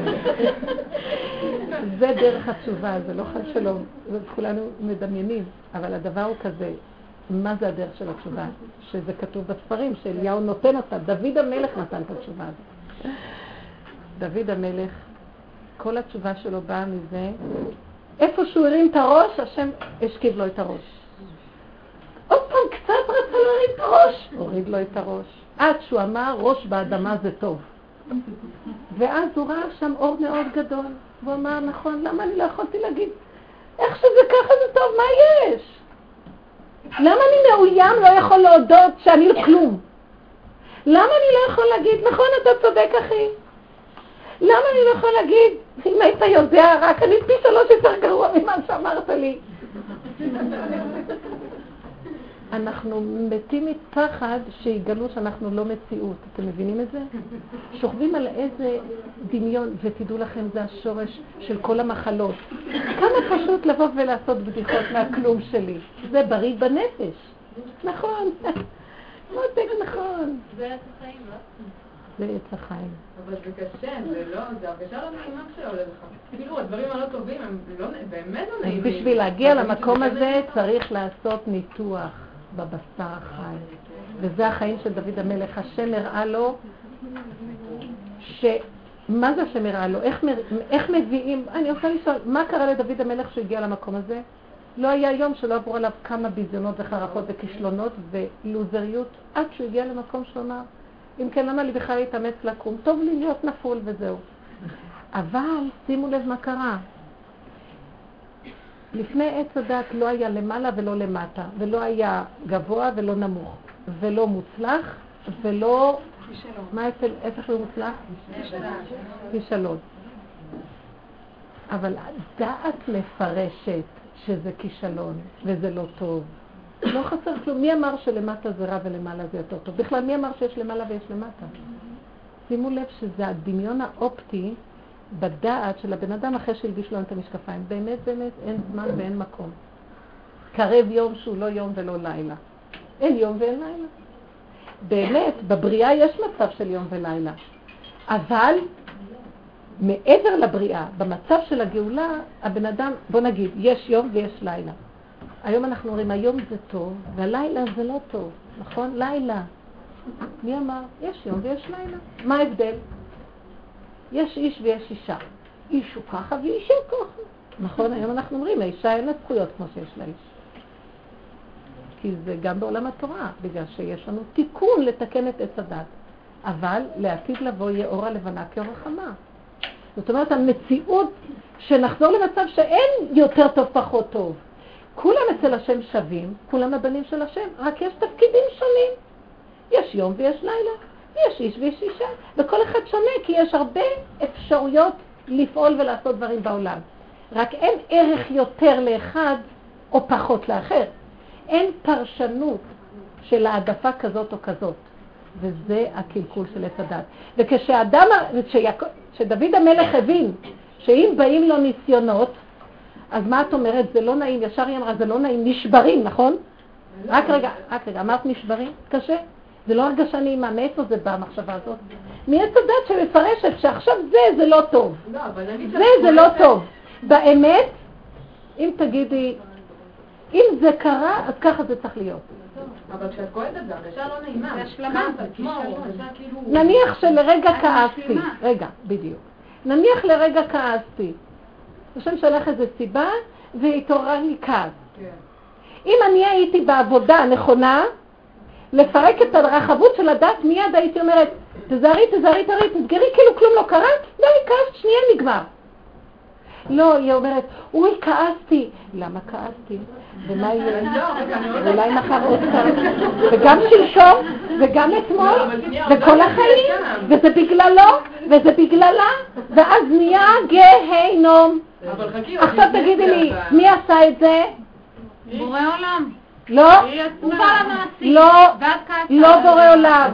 זה דרך התשובה, זה לא חד שלום, כולנו מדמיינים, אבל הדבר הוא כזה, מה זה הדרך של התשובה? שזה כתוב בספרים, שאליהו נותן אותה, דוד המלך נתן את התשובה הזאת. דוד המלך, כל התשובה שלו באה מזה, איפה שהוא הרים את הראש, השם השכיב לו את הראש. עוד פעם קצת רצה להרים את הראש, הוריד לו את הראש. עד שהוא אמר, ראש באדמה זה טוב. ואז הוא ראה שם אור מאוד גדול. והוא אמר, נכון, למה אני לא יכולתי להגיד? איך שזה ככה זה טוב, מה יש? למה אני מאוים לא יכול להודות שאני לא כלום? למה אני לא יכול להגיד, נכון, אתה צודק אחי? למה אני לא יכול להגיד, אם היית יודע רק, אני פי שלוש יותר גרוע ממה שאמרת לי. אנחנו מתים מפחד שיגלו שאנחנו לא מציאות. אתם מבינים את זה? שוכבים על איזה דמיון, ותדעו לכם, זה השורש של כל המחלות. כמה פשוט לבוא ולעשות בדיחות מהכלום שלי. זה בריא בנפש. נכון. מותק, נכון. זה עץ החיים, לא? זה עץ החיים. אבל זה קשה, זה לא, זה הרגשה לא נעימה שעולה לך. כאילו, הדברים הלא טובים הם לא, באמת לא נעימים. בשביל להגיע למקום הזה צריך לעשות ניתוח בבשר החי. וזה החיים של דוד המלך. השם הראה לו ש... מה זה השם הראה לו? איך, איך מביאים... אני רוצה לשאול, מה קרה לדוד המלך שהגיע למקום הזה? לא היה יום שלא עברו עליו כמה ביזיונות וחרפות וכישלונות ולוזריות, עד שהוא הגיע למקום שאומר, אם כן, למה לי בכלל להתאמץ לקום? טוב לי להיות נפול וזהו. אבל שימו לב מה קרה. לפני עץ הדת לא היה למעלה ולא למטה, ולא היה גבוה ולא נמוך, ולא מוצלח ולא... מה איפה לא מוצלח? כישלון. אבל דעת מפרשת שזה כישלון וזה לא טוב. לא חסר כלום. מי אמר שלמטה זה רע ולמעלה זה יותר טוב? בכלל מי אמר שיש למעלה ויש למטה? שימו לב שזה הדמיון האופטי בדעת של הבן אדם אחרי שהלביש לו את המשקפיים. באמת באמת אין זמן ואין מקום. קרב יום שהוא לא יום ולא לילה. אין יום ואין לילה. באמת, בבריאה יש מצב של יום ולילה. אבל מעבר לבריאה, במצב של הגאולה, הבן אדם, בוא נגיד, יש יום ויש לילה. היום אנחנו אומרים, היום זה טוב, והלילה זה לא טוב. נכון? לילה. מי אמר? יש יום ויש לילה. מה ההבדל? יש איש ויש אישה. איש הוא ככה ואיש הוא ככה. נכון? היום אנחנו אומרים, האישה אין לה זכויות כמו שיש לאיש. כי זה גם בעולם התורה, בגלל שיש לנו תיקון לתקן את עץ הדת. אבל לעתיד לבוא יהיה אור הלבנה כאור החמה. זאת אומרת, המציאות שנחזור למצב שאין יותר טוב פחות טוב. כולם אצל השם שווים, כולם הבנים של השם, רק יש תפקידים שונים. יש יום ויש לילה, יש איש ויש אישה, וכל אחד שונה כי יש הרבה אפשרויות לפעול ולעשות דברים בעולם. רק אין ערך יותר לאחד או פחות לאחר. אין פרשנות של העדפה כזאת או כזאת. וזה הקלקול של עץ הדת. וכשאדם, כשדוד המלך הבין שאם באים לו ניסיונות, אז מה את אומרת? זה לא נעים, ישר היא אמרה, זה לא נעים, נשברים, נכון? רק רגע, רק רגע, אמרת נשברים? קשה? זה לא הרגשה נעימה, מאיפה זה בא המחשבה הזאת? מעץ הדת שמפרשת שעכשיו זה, זה לא טוב. זה, זה לא טוב. באמת, אם תגידי, אם זה קרה, אז ככה זה צריך להיות. אבל כשאת קוראת את זה, הרגשה לא נעימה. זה השלמה. נניח שלרגע כעסתי, רגע, בדיוק. נניח לרגע כעסתי. השם שלח איזו סיבה, והתעורר לי כעס. אם אני הייתי בעבודה נכונה, לפרק את הרחבות של הדת, מיד הייתי אומרת, תזהרי, תזהרי, תזהרי, תסגרי, כאילו כלום לא קרה, די, כעס, שנייה נגמר. לא, היא אומרת, אוי, כעסתי. למה כעסתי? ומה יהיה? אולי מחר עוד כעס. וגם שלשום, וגם אתמול, וכל החיים, וזה בגללו, וזה בגללה, ואז נהיה גיהינום. עכשיו תגידי לי, מי עשה את זה? בורא עולם. לא, לא, לא בורא עולם.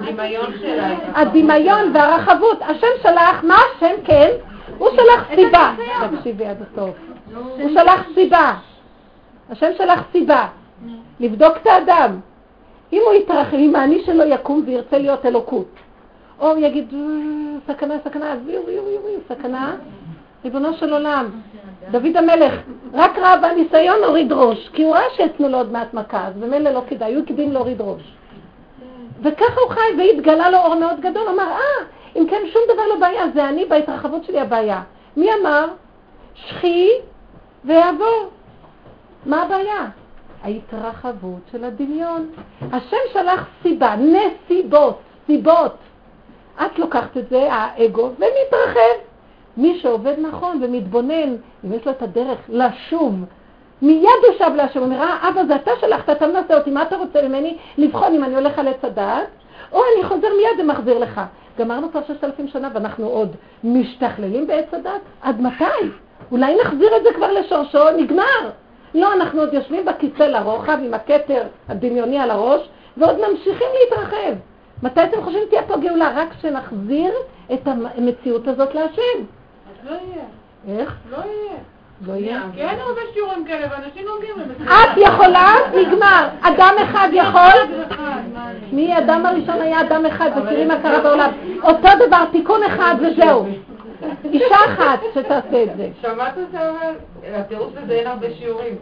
הדמיון והרחבות. השם שלח, מה השם כן? הוא שלח סיבה. תקשיבי עד הסוף. הוא שלח סיבה. השם שלח סיבה. לבדוק את האדם. אם הוא יתרחב, אם העני שלו יקום וירצה להיות אלוקות. או הוא יגיד, סכנה, סכנה, ויו, ויו, ויו, סכנה. ריבונו של עולם. דוד המלך, רק ראה בניסיון הוריד ראש. כי הוא ראה שיתנו לו עוד מעט מכה. אז במילא לא כדאי, הוא הקדים להוריד ראש. וככה הוא חי והתגלה לו אור מאוד גדול. אמר, אה, אם כן שום דבר לא בעיה, זה אני בהתרחבות שלי הבעיה. מי אמר? שכי ויעבור. מה הבעיה? ההתרחבות של הדמיון. השם שלח סיבה, נסיבות, סיבות. את לוקחת את זה, האגו, ומתרחב. מי שעובד נכון ומתבונן, אם יש לו את הדרך לשוב, מיד הוא שב להשם, הוא אומר, אה, אבא, זה אתה שלחת, אתה מנסה אותי, מה אתה רוצה ממני? לבחון אם אני הולך על עץ הדעת, או אני חוזר מיד ומחזיר לך. גמרנו כבר ששת אלפים שנה ואנחנו עוד משתכללים בעץ הדת. עד מתי? אולי נחזיר את זה כבר לשורשו, נגמר. לא, אנחנו עוד יושבים בכיסא לרוחב עם הכתר הדמיוני על הראש, ועוד ממשיכים להתרחב. מתי אתם חושבים תהיה פה גאולה? רק שנחזיר את המציאות הזאת להשם. אז לא יהיה. איך? לא יהיה. לא יהיה. כן, הרבה שיעורים כאלה, ואנשים נוגעים לזה. את יכולה? נגמר. אדם אחד יכול? מי? אדם הראשון היה אדם אחד, ותראי מה קרה בעולם. אותו דבר, תיקון אחד וזהו. אישה אחת שתעשה את זה. שמעת את זה? התירוץ לזה אין הרבה שיעורים.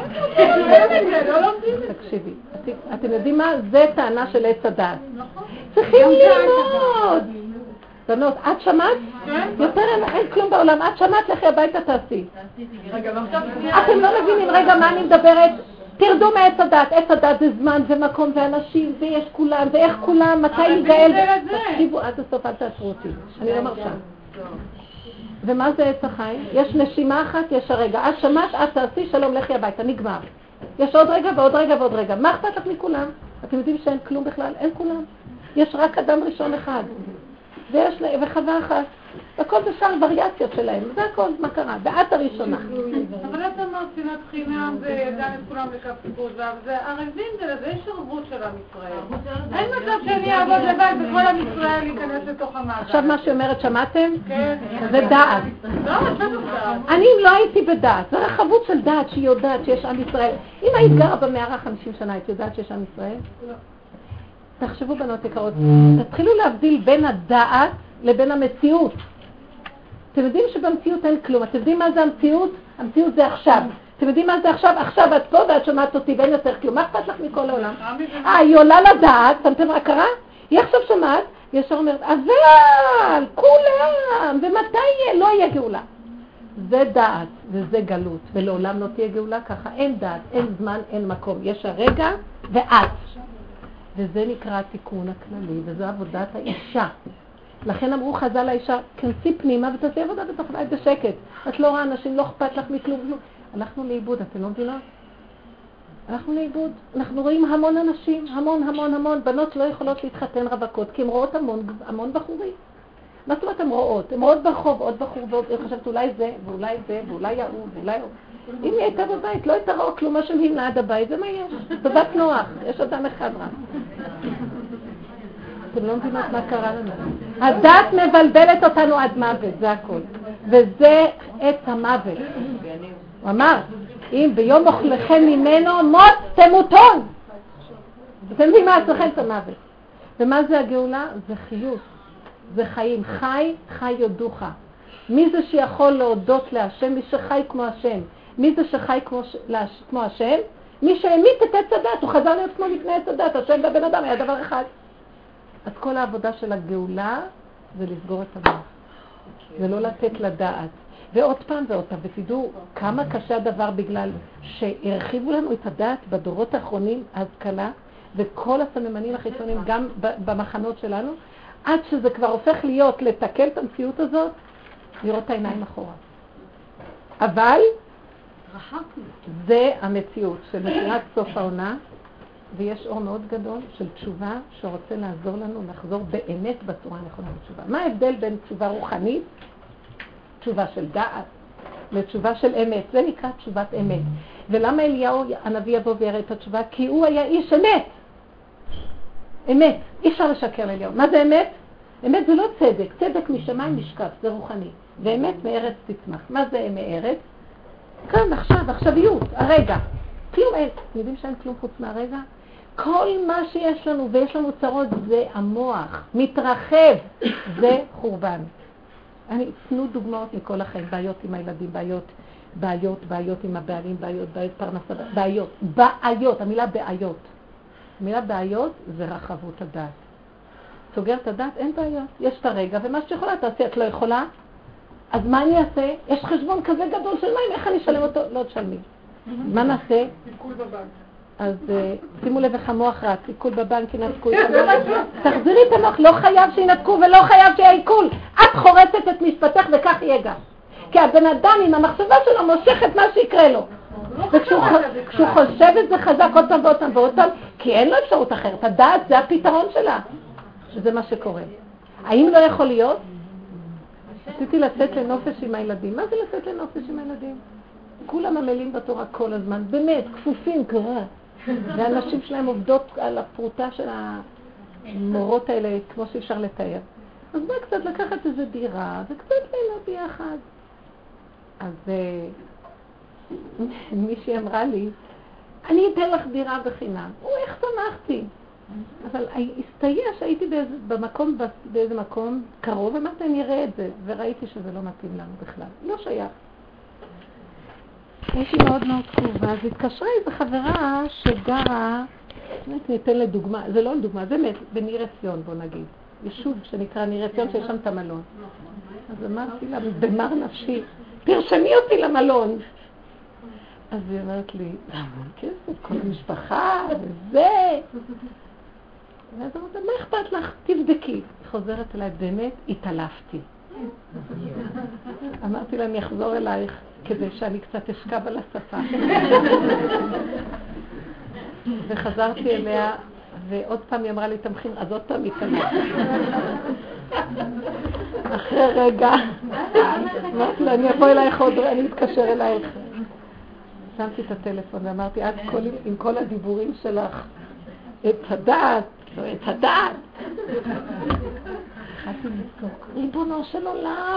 תקשיבי, אתם יודעים מה? זה טענה של עץ הדת. צריכים ללמוד. בנות, את שמעת? יותר אין כלום בעולם. את שמעת, לכי הביתה תעשי. אתם לא מבינים, רגע, מה אני מדברת? תרדו מעץ הדת. עץ הדת זה זמן ומקום ואנשים, ויש כולם, ואיך כולם, מתי ייגאל. תקשיבו עד הסוף, אל תעצרו אותי. אני לא מרשה. ומה זה עץ החיים? יש נשימה אחת, יש הרגע. את שמעת, את תעשי, שלום, לכי הביתה, נגמר. יש עוד רגע ועוד רגע ועוד רגע. מה אכפת לך מכולם? אתם יודעים שאין כלום בכלל? אין כולם. יש רק אדם ראשון אחד. ויש לה, וחווה אחת. וכל זה שאר וריאציות שלהם, זה הכל, מה קרה? ואת הראשונה. אבל את אמרת שנאת חינם וידענו את כולם לקו סיפור זהב, זה ערבים זה לזה, יש ערבות של עם ישראל. אין מצב שאני אעבוד לבד וכל עם ישראל ייכנס לתוך המעגל. עכשיו מה שאומרת, שמעתם? כן. זה דעת. לא, זה דעת. אני אם לא הייתי בדעת, זה רחבות של דעת שהיא יודעת שיש עם ישראל. אם היית גרה במערה חמישים שנה, היית יודעת שיש עם ישראל? לא. תחשבו בנות יקרות, תתחילו להבדיל בין הדעת לבין המציאות. אתם יודעים שבמציאות אין כלום, אתם יודעים מה זה המציאות? המציאות זה עכשיו. אתם יודעים מה זה עכשיו? עכשיו את פה ואת שומעת אותי ואין יותר כלום. מה אכפת לך מכל העולם? אה, היא עולה לדעת, שמתם מה קרה? היא עכשיו שומעת, היא ישר אומרת, אבל, כולם, ומתי יהיה? לא יהיה גאולה. זה דעת וזה גלות, ולעולם לא תהיה גאולה ככה. אין דעת, אין זמן, אין מקום. יש הרגע ואת. וזה נקרא התיקון הכללי, וזו עבודת האישה. לכן אמרו חז"ל לאישה, כנסי פנימה ותעשי עבודה בתוך בית בשקט. את לא רואה אנשים, לא אכפת לך מכלום. הלכנו לאיבוד, אתם לא מבינות? הלכנו לאיבוד. אנחנו רואים המון אנשים, המון המון המון. בנות לא יכולות להתחתן רווקות, כי הן רואות המון, המון בחורים. מה זאת אומרת הן רואות? הן רואות ברחוב, עוד בחור ועוד, אני חושבת אולי זה, ואולי זה, ואולי יאו, ואולי יאו. אם היא הייתה בבית, לא הייתה רואה כלום, מה שמהם ליד הבית, זה מה יש? בבת נוח, יש אדם אחד רע. אתם לא מבינות מה קרה לנו. הדת מבלבלת אותנו עד מוות, זה הכל. וזה עץ המוות. הוא אמר, אם ביום אוכלכם ממנו מות תמותון. אתם יודעים מה אצלכם את המוות. ומה זה הגאולה? זה חיות. זה חיים. חי, חי יודוך. מי זה שיכול להודות להשם? מי שחי כמו השם. מי זה שחי כמו, כמו השם? מי שהעמיד את עץ הדת. הוא חזר להיות כמו לפני עץ הדת. השם והבן אדם היה דבר אחד. אז כל העבודה של הגאולה זה לסגור את המוח. זה לא לתת לדעת. ועוד פעם ועוד פעם. ותדעו כמה קשה הדבר בגלל שהרחיבו לנו את הדעת בדורות האחרונים, ההשכלה, וכל הסממנים החיצוניים גם במחנות שלנו, עד שזה כבר הופך להיות לתקל את המציאות הזאת, לראות את העיניים אחורה. אבל זה המציאות של מסירת סוף העונה, ויש אור מאוד גדול של תשובה שרוצה לעזור לנו לחזור באמת בצורה הנכונה לתשובה. מה ההבדל בין תשובה רוחנית, תשובה של דעת, לתשובה של אמת? זה נקרא תשובת אמת. ולמה אליהו הנביא יבוא ויראה את התשובה? כי הוא היה איש אמת. אמת. אי אפשר לשקר לאליהו. מה זה אמת? אמת זה לא צדק. צדק משמיים נשקף, זה רוחני. ואמת מארץ תצמח. מה זה מארץ? כאן, עכשיו, עכשוויות, הרגע. כלום אין. יודעים שאין כלום חוץ מהרגע? כל מה שיש לנו, ויש לנו צרות, זה המוח. מתרחב. זה חורבן. אני אתנו דוגמאות מכל החיים. בעיות עם הילדים, בעיות, בעיות, בעיות עם הבעלים, בעיות, בעיות פרנסה, בעיות. בעיות, המילה בעיות. המילה בעיות זה רחבות הדעת. סוגר את הדעת, אין בעיות. יש את הרגע, ומה שיכולה תעשי, את לא יכולה. אז מה אני אעשה? יש חשבון כזה גדול של מים, איך אני אשלם אותו? לא תשלמי. מה נעשה? עיקול בבנק. אז שימו לב איך המוח רץ, עיקול בבנק, ינתקו את המוח. תחזירי את המוח, לא חייב שינתקו ולא חייב שיהיה עיקול. את חורצת את משפטך וכך יהיה גם. כי הבן אדם עם המחשבה שלו מושך את מה שיקרה לו. וכשהוא חושב את זה חזק עוד פעם ועוד פעם ועוד פעם, כי אין לו אפשרות אחרת. הדעת זה הפתרון שלה. שזה מה שקורה. האם לא יכול להיות? רציתי לצאת לנופש עם הילדים. מה זה לצאת לנופש עם הילדים? כולם עמלים בתורה כל הזמן, באמת, כפופים, קרה. והאנשים שלהם עובדות על הפרוטה של המורות האלה, כמו שאפשר לתאר. אז בא קצת לקחת איזו דירה, וקצת לילות ביחד. אז מישהי אמרה לי, אני אתן לך דירה בחינם. או, איך שמחתי. אבל הסתייע שהייתי באיזה, במקום, באיזה מקום קרוב, אמרתי, אני אראה את זה, וראיתי שזה לא מתאים לנו בכלל. לא שייך. יש לי מאוד מאוד תקובה, אז התקשרה איזו חברה שגרה, ניתן לדוגמה, זה לא לדוגמה, זה בניר עציון, בוא נגיד. יישוב שנקרא ניר עציון, שיש שם את המלון. אז אמרתי לה, במר נפשי, תרשמי אותי למלון. אז היא אומרת לי, המון כסף, כל המשפחה, וזה. ואז אמרתי, מה אכפת לך? תבדקי. היא חוזרת אליי, באמת, התעלפתי. אמרתי לה, אני אחזור אלייך, כדי שאני קצת אשכב על השפה. וחזרתי אליה, ועוד פעם היא אמרה לי, תמכין, אז עוד פעם התעלפתי. אחרי רגע, אמרתי לה, אני אבוא אלייך עוד, אני אתקשר אלייך. שמתי את הטלפון ואמרתי, את עם כל הדיבורים שלך, את הדעת, לא את הדעת. התחלתי לצעוק, ריבונו של עולם,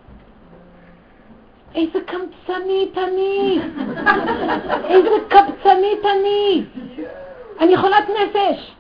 איזה קמצנית אני, איזה קבצנית אני, אני חולת נפש.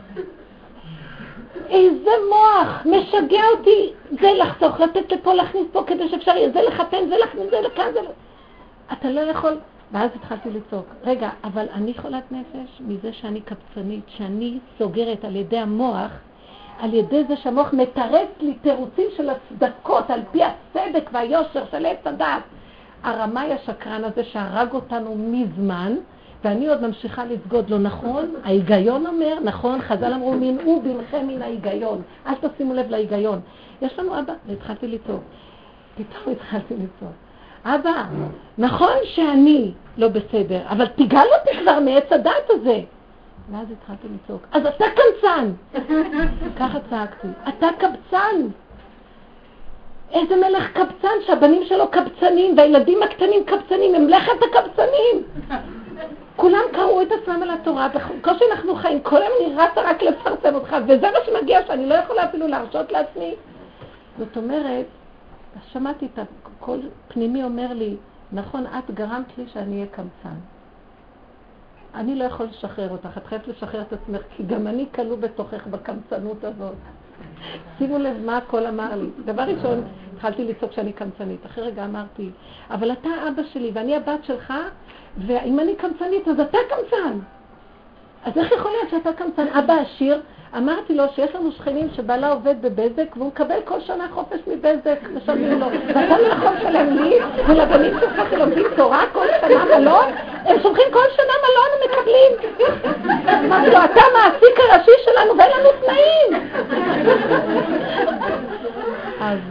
איזה מוח, משגע אותי, זה לחסוך, לתת לפה, להכניס פה כדי שאפשר יהיה, זה לחתן, זה להכניס, זה לכאן, זה לא... אתה לא יכול... ואז התחלתי לצעוק, רגע, אבל אני חולת נפש מזה שאני קבצנית, שאני סוגרת על ידי המוח, על ידי זה שהמוח מתרץ לי תירוצים של הצדקות, על פי הצדק והיושר של עץ הדעת. הרמאי השקרן הזה שהרג אותנו מזמן, ואני עוד ממשיכה לסגוד לו, נכון? ההיגיון אומר, נכון, חז"ל אמרו, מנעו בנכם מן ההיגיון, אל תשימו לב להיגיון. יש לנו אבא, והתחלתי לצעוק, פתאום התחלתי לצעוק. אבא, נכון שאני לא בסדר, אבל תיגל אותי כבר מעץ הדעת הזה. ואז התחלתי לצעוק, אז אתה קמצן. ככה צעקתי, אתה קבצן. איזה מלך קבצן, שהבנים שלו קבצנים, והילדים הקטנים קבצנים, הם מלאכת הקבצנים. כולם קראו את עצמם על התורה, בקושי אנחנו חיים, כל היום אני רצה רק לפרסם אותך, וזה מה שמגיע שאני לא יכולה אפילו להרשות לעצמי. זאת אומרת, שמעתי את הקול פנימי אומר לי, נכון, את גרמת לי שאני אהיה קמצן. אני לא יכול לשחרר אותך, את חייבת לשחרר את עצמך, כי גם אני כלוא בתוכך בקמצנות הזאת. שימו לב מה הכל אמר לי. דבר ראשון, התחלתי לצעוק שאני קמצנית. אחרי רגע אמרתי, אבל אתה אבא שלי ואני הבת שלך, ואם אני קמצנית אז אתה קמצן. אז איך יכול להיות שאתה קמצן? אבא עשיר, אמרתי לו שיש לנו שכנים שבעלה עובד בבזק, והוא מקבל כל שנה חופש מבזק, משלמים לו. ואתה לא יכול לשלם לי, ולבנים שלך שלומדים תורה כל שנה מלון, הם שומחים כל שנה מלון ומקבלים. אמרתי לו, אתה מעסיק הראשי שלנו ואין לנו תנאים. אז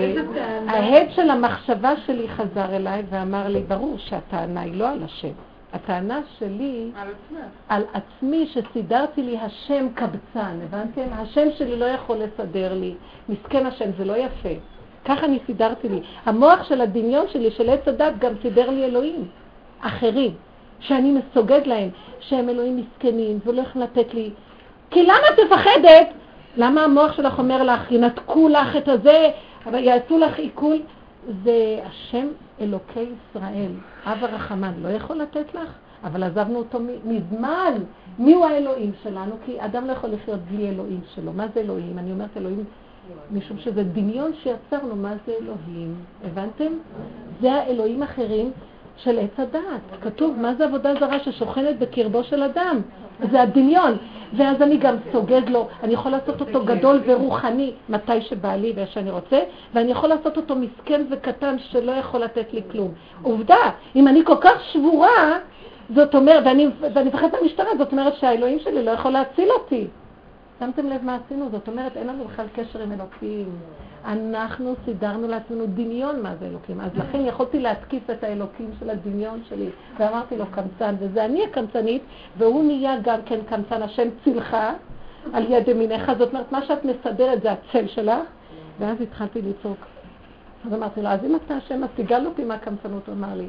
ההד של המחשבה שלי חזר אליי ואמר לי, ברור שהטענה היא לא על השם. הטענה שלי על, על עצמי שסידרתי לי השם קבצן, הבנתם? השם שלי לא יכול לסדר לי, מסכן השם, זה לא יפה. ככה אני סידרתי לי. המוח של הדמיון שלי, של עץ הדת, גם סידר לי אלוהים אחרים, שאני מסוגד להם, שהם אלוהים מסכנים, ולא יכולים לתת לי. כי למה תפחדת? למה המוח שלך אומר לך, ינתקו לך את הזה, אבל יעשו לך עיכול? זה השם אלוקי ישראל, אב הרחמן, לא יכול לתת לך, אבל עזבנו אותו מזמן. מי הוא האלוהים שלנו? כי אדם לא יכול לחיות בלי אלוהים שלו. מה זה אלוהים? אני אומרת אלוהים משום שזה דמיון שיצרנו. מה זה אלוהים? הבנתם? זה האלוהים אחרים של עץ הדעת. כתוב מה זה עבודה זרה ששוכנת בקרבו של אדם. זה הדמיון. ואז אני גם סוגד לו, אני יכול לעשות אותו גדול ורוחני מתי שבא לי ושאני רוצה, ואני יכול לעשות אותו מסכן וקטן שלא יכול לתת לי כלום. עובדה, אם אני כל כך שבורה, זאת אומרת, ואני, ואני מפחדת מהמשטרה, זאת אומרת שהאלוהים שלי לא יכול להציל אותי. שמתם לב מה עשינו? זאת אומרת, אין לנו בכלל קשר עם אלוקים. אנחנו סידרנו לעצמנו דמיון מה זה אלוקים. אז לכן יכולתי להתקיף את האלוקים של הדמיון שלי. ואמרתי לו קמצן, וזה אני הקמצנית, והוא נהיה גם כן קמצן, השם צילך על יד ימינך. זאת אומרת, מה שאת מסדרת זה הצל שלך. ואז התחלתי לצעוק. אז אמרתי לו, אז אם אתה השם, אז תיגל אותי מהקמצנות. הוא אמר לי,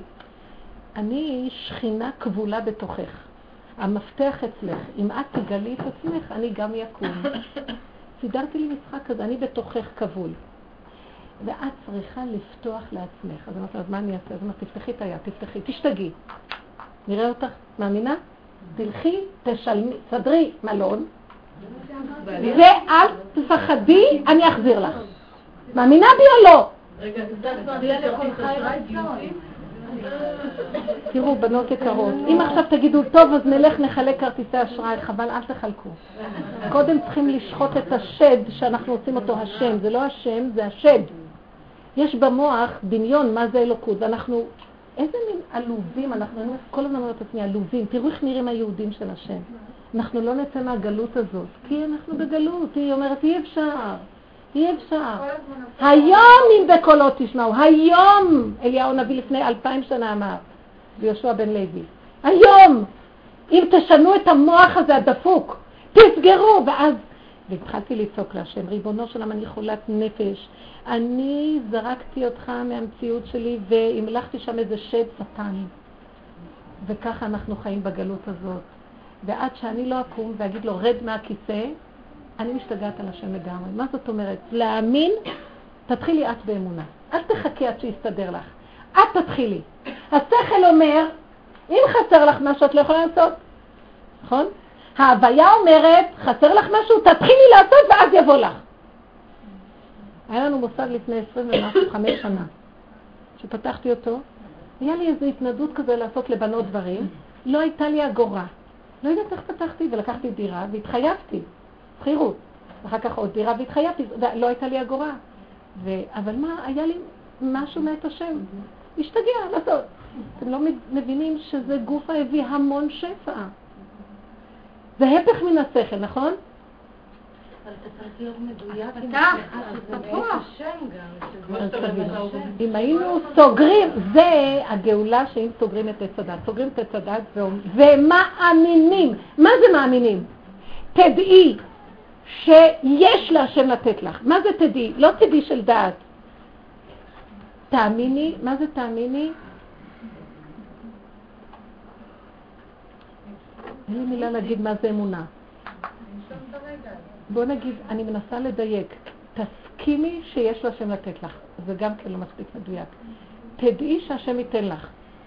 אני שכינה כבולה בתוכך. המפתח אצלך, אם את תגלי את עצמך, אני גם יקום. סידרתי לי משחק כזה, אני בתוכך כבול. ואת צריכה לפתוח לעצמך. אז אמרתי, אז מה אני אעשה? אז אמרתי, תפתחי את היד, תפתחי, תשתגי. נראה אותך, מאמינה? תלכי, תשלמי, סדרי מלון, ואל תפחדי, אני אחזיר לך. מאמינה בי או לא? רגע, תפתח לכל חי רצון. תראו, בנות יקרות, אם עכשיו תגידו, טוב, אז נלך נחלק כרטיסי אשראי, חבל, אל תחלקו. קודם צריכים לשחוט את השד שאנחנו עושים אותו השם. זה לא השם, זה השד. יש במוח דמיון מה זה אלוקות, ואנחנו, איזה מין עלובים, אנחנו כל הזמן אומרת את עצמי, עלובים. תראו איך נראים היהודים של השם. אנחנו לא נצא מהגלות הזאת, כי אנחנו בגלות. היא אומרת, אי אפשר. אי אפשר. היום אם בקולות תשמעו, היום אליהו נביא לפני אלפיים שנה אמר, ויהושע בן לוי, היום אם תשנו את המוח הזה הדפוק, תסגרו, ואז והתחלתי לצעוק להשם, ריבונו של עולם, אני חולת נפש, אני זרקתי אותך מהמציאות שלי והמלכתי שם איזה שד שטני. וככה אנחנו חיים בגלות הזאת. ועד שאני לא אקום ואגיד לו, רד מהכיסא, אני משתגעת על השם לגמרי. מה זאת אומרת? להאמין, תתחילי את באמונה. אל תחכי עד שיסתדר לך. את תתחילי. השכל אומר, אם חסר לך משהו, את לא יכולה לעשות. נכון? ההוויה אומרת, חסר לך משהו, תתחילי לעשות ואז יבוא לך. היה לנו מוסד לפני עשרים וחמש שנה, שפתחתי אותו, היה לי איזו התנדות כזה לעשות לבנות דברים, לא הייתה לי אגורה. לא יודעת איך פתחתי ולקחתי דירה והתחייבתי, שכירות. אחר כך עוד דירה והתחייבתי, לא הייתה לי אגורה. ו... אבל מה, היה לי משהו מאת השם. השתגע לעשות. אתם לא מבינים שזה גוף הביא המון שפע. זה הפך מן השכל, נכון? אבל אתה צריך להיות מדויק. אתה פתוח. אם היינו סוגרים, זה הגאולה שאם סוגרים את עץ הדת. סוגרים את עץ הדת ומאמינים. מה זה מאמינים? תדעי שיש לה השם לתת לך. מה זה תדעי? לא תדעי של דעת. תאמיני. מה זה תאמיני? אין לי מילה להגיד מה זה אמונה. בוא נגיד, אני מנסה לדייק. תסכימי שיש לו השם לתת לך. זה גם כן לא מספיק מדויק. תדעי שהשם ייתן לך.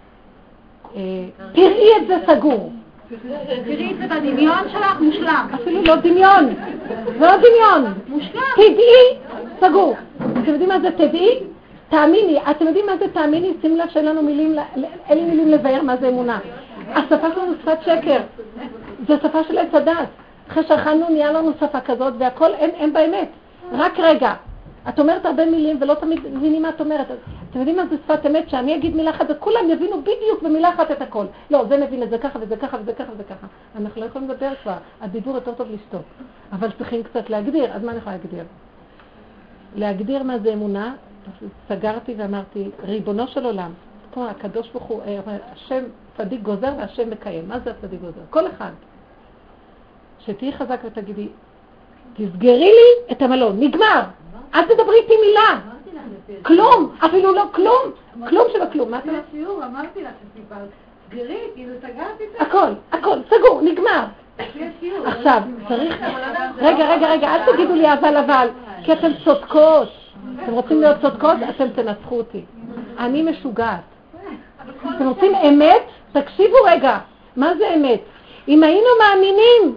תראי את זה סגור. תראי את זה בדמיון שלך מושלם. אפילו לא דמיון. זה לא דמיון. מושלם. תדעי, סגור. אתם יודעים מה זה תדעי? תאמיני. אתם יודעים מה זה תאמיני? שים לב שאין לנו מילים, אין לי מילים לבאר מה זה אמונה. השפה שלנו שפת שקר. זו שפה של עץ הדת. אחרי שאכלנו נהיה לנו שפה כזאת והכל אין, אין באמת. רק רגע. את אומרת הרבה מילים ולא תמיד מבינים מה את אומרת. אתם יודעים מה זה שפת אמת? שאני אגיד מילה אחת וכולם יבינו בדיוק במילה אחת את הכל. לא, זה מבין את זה ככה וזה ככה וזה ככה וזה ככה. אנחנו לא יכולים לדבר כבר. הדיבור יותר טוב לשתוק. אבל צריכים קצת להגדיר. אז מה אני יכולה להגדיר? להגדיר מה זה אמונה. סגרתי ואמרתי, ריבונו של עולם. פה הקדוש ברוך הוא, השם צדיק גוזר והשם מקיים. מה זה הצדיק גוזר? כל אחד. שתהי חזק ותגידי, תסגרי לי את המלון, נגמר. אל תדברי איתי מילה. כלום, אפילו לא כלום. כלום שלא כלום. מה אתה? בשיעור אמרתי לך שסיפרת. סגרי, כאילו סגרתי את זה. הכל, הכל, סגור, נגמר. עכשיו, צריך... רגע, רגע, רגע, אל תגידו לי אבל אבל, כי אתם צודקות. אתם רוצים להיות צודקות? אתם תנצחו אותי. אני משוגעת. אתם רוצים אמת? תקשיבו רגע. מה זה אמת? אם היינו מאמינים,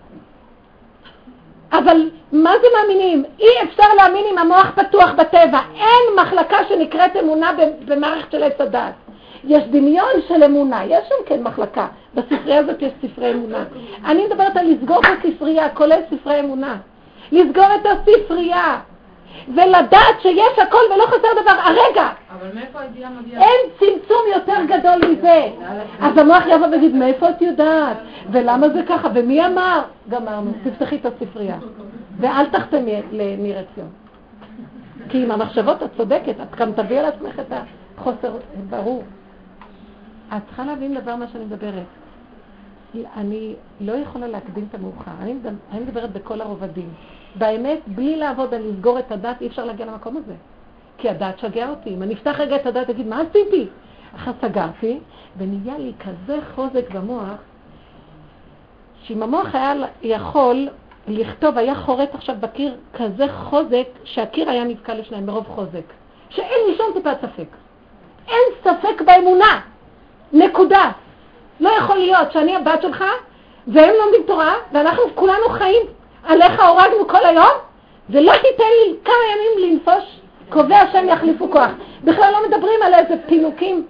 אבל מה זה מאמינים? אי אפשר להאמין אם המוח פתוח בטבע. אין מחלקה שנקראת אמונה במערכת של עץ הדת. יש דמיון של אמונה. יש שם כן מחלקה. בספרייה הזאת יש ספרי אמונה. אני מדברת על לסגור את הספרייה, כולל ספרי אמונה. לסגור את הספרייה. ולדעת שיש הכל ולא חסר דבר. הרגע. אבל מאיפה הידיעה מגיעה? אין צמצום יותר גדול מזה. אז המוח יבוא ויגיד, מאיפה את יודעת? ולמה זה ככה? ומי אמר? גמרנו, תפתחי את הספרייה. ואל תחתמי לניר עציון. כי עם המחשבות את צודקת, את גם תביא על עצמך את החוסר ברור. את צריכה להבין דבר מה שאני מדברת. אני לא יכולה להקדים את המאוחר. אני, אני מדברת בכל הרובדים. באמת, בלי לעבוד על לסגור את הדת, אי אפשר להגיע למקום הזה. כי הדת שגע אותי. אם אני אפתח רגע את הדת, אגיד, מה עשיתי? אחת סגרתי, ונהיה לי כזה חוזק במוח, שאם המוח היה יכול לכתוב, היה חורט עכשיו בקיר כזה חוזק, שהקיר היה נבקע לשניים מרוב חוזק. שאין לי שום טיפת ספק. אין ספק באמונה. נקודה. לא יכול להיות שאני הבת שלך, והם לומדים תורה, ואנחנו כולנו חיים עליך הורגנו כל היום, ולא תיתן לי כמה ימים לנפוש, קובע שהם יחליפו כוח. בכלל לא מדברים על איזה פינוקים.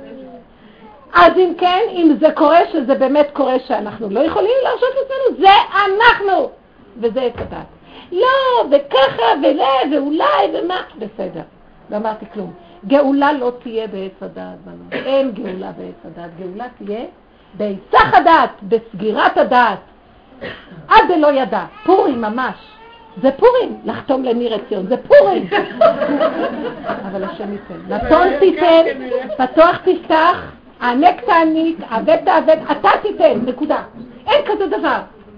אז אם כן, אם זה קורה, שזה באמת קורה שאנחנו לא יכולים להרשות לעצמנו, זה אנחנו. וזה את הדת. לא, וככה, ולא, ואולי, ומה. בסדר. לא אמרתי כלום. גאולה לא תהיה בעץ הדת. אין גאולה בעץ הדת. גאולה תהיה בהיסח הדת, בסגירת הדת. עד דלא ידע. פורים ממש. זה פורים. לחתום לניר עציון. זה פורים. אבל השם ייתן. נתון תיתן, פתוח תפתח, הענק תעניק, עבד תעבד, אתה תיתן. נקודה. אין כזה דבר.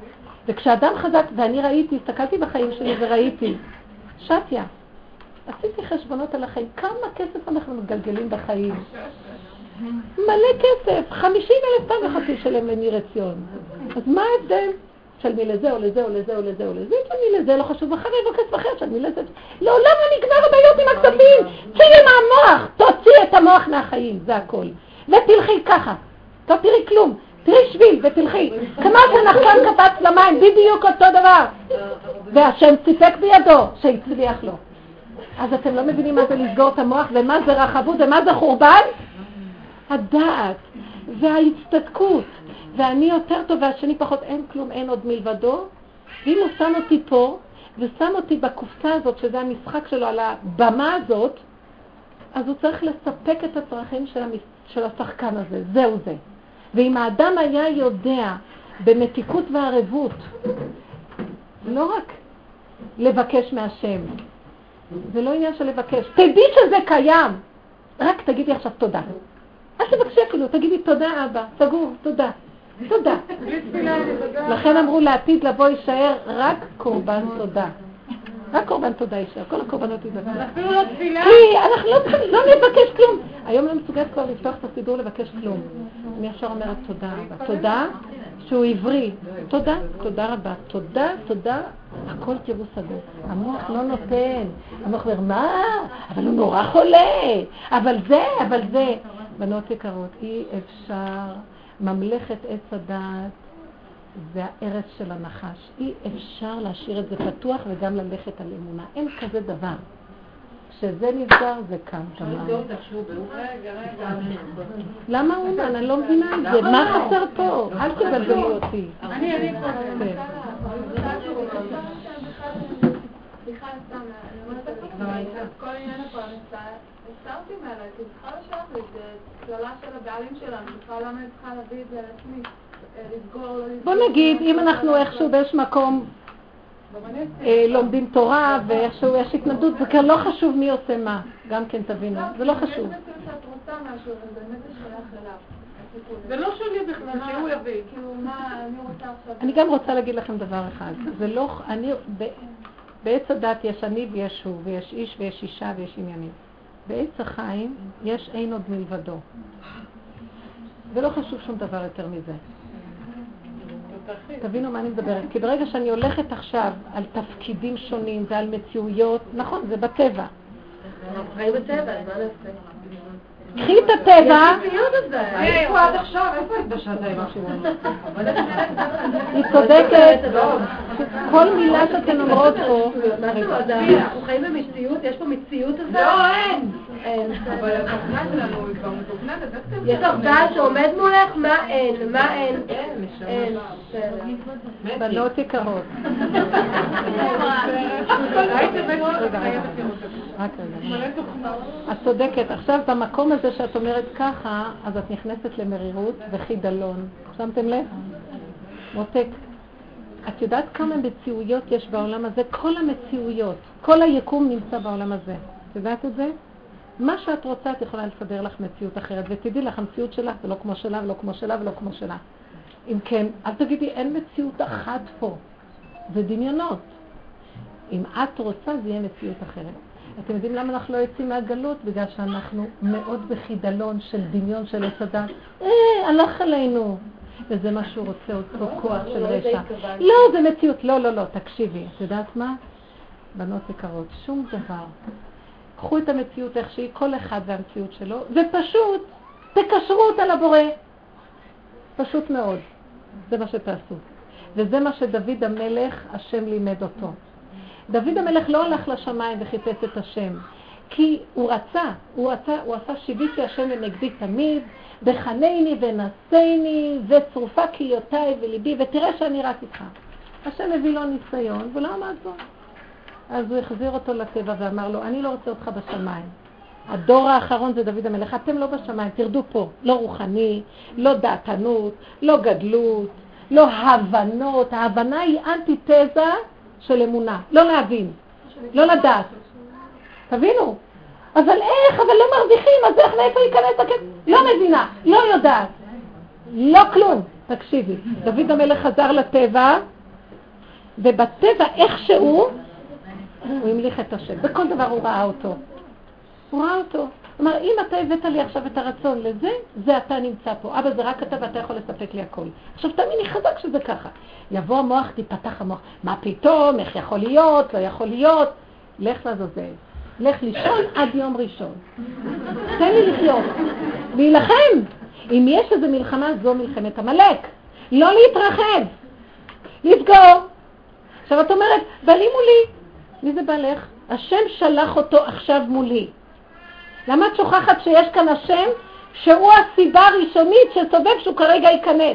וכשאדם חזק, ואני ראיתי, הסתכלתי בחיים שלי וראיתי, שטיה, עשיתי חשבונות על החיים, כמה כסף אנחנו מגלגלים בחיים? מלא כסף, חמישים אלף פעם יכולתי לשלם לניר עציון. אז מה ההבדל? שלמי לזה או לזה או לזה או לזה או לזה, שלמי לזה, לא חשוב, אחרי וכסף אחר, שלמי לזה. לעולם לא נגמר הבעיות עם הכספים, צאי עם המוח, תוציא את המוח מהחיים, זה הכל. ותלכי ככה, לא תראי כלום, תראי שביל ותלכי. כמה שנחשון קפץ למים, בדיוק אותו דבר. והשם סיפק בידו, שהצליח לו. אז אתם לא מבינים מה זה לסגור את המוח, ומה זה רחבות, ומה זה חורבן? הדעת, וההצטדקות. ואני יותר טוב והשני פחות, אין כלום, אין עוד מלבדו. ואם הוא שם אותי פה, ושם אותי בקופסה הזאת, שזה המשחק שלו על הבמה הזאת, אז הוא צריך לספק את הצרכים של, המס... של השחקן הזה, זהו זה. ואם האדם היה יודע במתיקות וערבות, לא רק לבקש מהשם, זה לא עניין של לבקש, תדעי שזה קיים, רק תגידי עכשיו תודה. אל תבקשי אפילו, תגידי תודה אבא, סגור, תודה, תודה. לכן אמרו לעתיד לבוא יישאר רק קורבן תודה. רק קורבן תודה יישאר, כל הקורבנות יידבר. אפילו לא תפילה. כי אנחנו לא נבקש כלום. היום לא מסוגלת כבר לפתוח את הסידור לבקש כלום. אני עכשיו אומרת תודה רבה. תודה שהוא עברי. תודה, תודה רבה. תודה, תודה. הכל תראו סגור. המוח לא נותן. המוח אומר, מה? אבל הוא נורא חולה. אבל זה, אבל זה. בנות יקרות, אי אפשר ממלכת עץ הדעת. זה הערס של הנחש. אי אפשר להשאיר את זה פתוח וגם ללכת על אמונה. אין כזה דבר. כשזה נסגר זה כאן. למה הוא אומר? אני לא מבינה את זה. מה חסר פה? אל תבלבלי אותי. אני, אני פה. סליחה, סתם, אני אומרת את כל עניין הפרנסה, הסתרתי מעלה, כי צריכה לשלח לי, זה כללה של הבעלים שלנו, צריכה למה אני צריכה להביא את זה לעצמי, לסגור, לא לסגור. בוא נגיד, אם אנחנו איכשהו באיש מקום לומדים תורה, ואיכשהו יש התנדות, זה כאן לא חשוב מי עושה מה, גם כן תבינו, זה לא חשוב. יש מצב שאת רוצה משהו, אבל באמת זה שייך אליו. זה לא שלי בכלל, שהוא יביא. כאילו, מה, אני רוצה עכשיו... אני גם רוצה להגיד לכם דבר אחד, זה לא, אני... בעץ הדת יש אני ויש הוא, ויש איש ויש אישה ויש עניינים. בעץ החיים יש אין עוד מלבדו. ולא חשוב שום דבר יותר מזה. תבינו מה אני מדברת. כי ברגע שאני הולכת עכשיו על תפקידים שונים ועל מציאויות, נכון, זה בטבע. אנחנו חיים בטבע, אז מה נעשה? קחי את הטבע. איפה עד עכשיו? איפה היית בשעתיים? היא צודקת. כל מילה שאתן אומרות פה. אנחנו חיים במציאות, יש פה מציאות הזאת? לא, אין. אבל התוכנה שלנו היא כבר מתוכנת, יש לך בעל שעומד מולך? מה אין? מה אין? אין. בנות יקרות. רק רגע. את צודקת. עכשיו במקום הזה שאת אומרת ככה, אז את נכנסת למרירות וחידלון. שמתם לב? מותק. את יודעת כמה מציאויות יש בעולם הזה? כל המציאויות. כל היקום נמצא בעולם הזה. את יודעת את זה? מה שאת רוצה את יכולה לסדר לך מציאות אחרת. ותדעי לך, המציאות שלך זה לא כמו שלה ולא כמו שלה ולא כמו שלה. אם כן, אל תגידי, אין מציאות אחת פה. זה דמיונות. אם את רוצה, זה יהיה מציאות אחרת. אתם יודעים למה אנחנו לא יוצאים מהגלות? בגלל שאנחנו מאוד בחידלון של דמיון של הצדה. אה, הלך עלינו. וזה מה שהוא רוצה, אותו כוח של רשע. לא, זה מציאות. לא, לא, לא, תקשיבי. את יודעת מה? בנות יקרות, שום דבר. קחו את המציאות איך שהיא, כל אחד והמציאות שלו, ופשוט תקשרו אותה לבורא. פשוט מאוד. זה מה שתעשו. וזה מה שדוד המלך, השם לימד אותו. דוד המלך לא הלך לשמיים וחיפש את השם, כי הוא רצה, הוא רצה, הוא עשה שיביתי השם ונגדי תמיד, בחנני ונשני וצרופה כליותיי וליבי, ותראה שאני רק איתך. השם הביא לו ניסיון ולא עמד בו. אז הוא החזיר אותו לטבע ואמר לו, אני לא רוצה אותך בשמיים. הדור האחרון זה דוד המלך, אתם לא בשמיים, תרדו פה. לא רוחני, לא דעתנות, לא גדלות, לא הבנות. ההבנה היא אנטיתזה של אמונה, לא להבין, לא לדעת. תבינו. אבל איך, אבל לא מרוויחים, אז איך מאיפה ייכנס הכסף? לא מבינה, לא יודעת. לא כלום. תקשיבי, דוד המלך חזר לטבע, ובטבע איכשהו, הוא המליך את השם. בכל דבר הוא ראה אותו. הוא ראה אותו. הוא אמר, אם אתה הבאת לי עכשיו את הרצון לזה, זה אתה נמצא פה. אבא, זה רק אתה ואתה יכול לספק לי הכל. עכשיו תאמיני חזק שזה ככה. יבוא המוח, תיפתח המוח. מה פתאום? איך יכול להיות? לא יכול להיות? לך לזוזל. לך לישון עד יום ראשון. תן לי לחיות. להילחם. אם יש איזו מלחמה, זו מלחמת המלאק. לא להתרחב. לסגור. עכשיו את אומרת, בלי מולי. מי זה בלך? השם שלח אותו עכשיו מולי. למה את שוכחת שיש כאן השם שהוא הסיבה הראשונית שסובב שהוא כרגע ייכנס?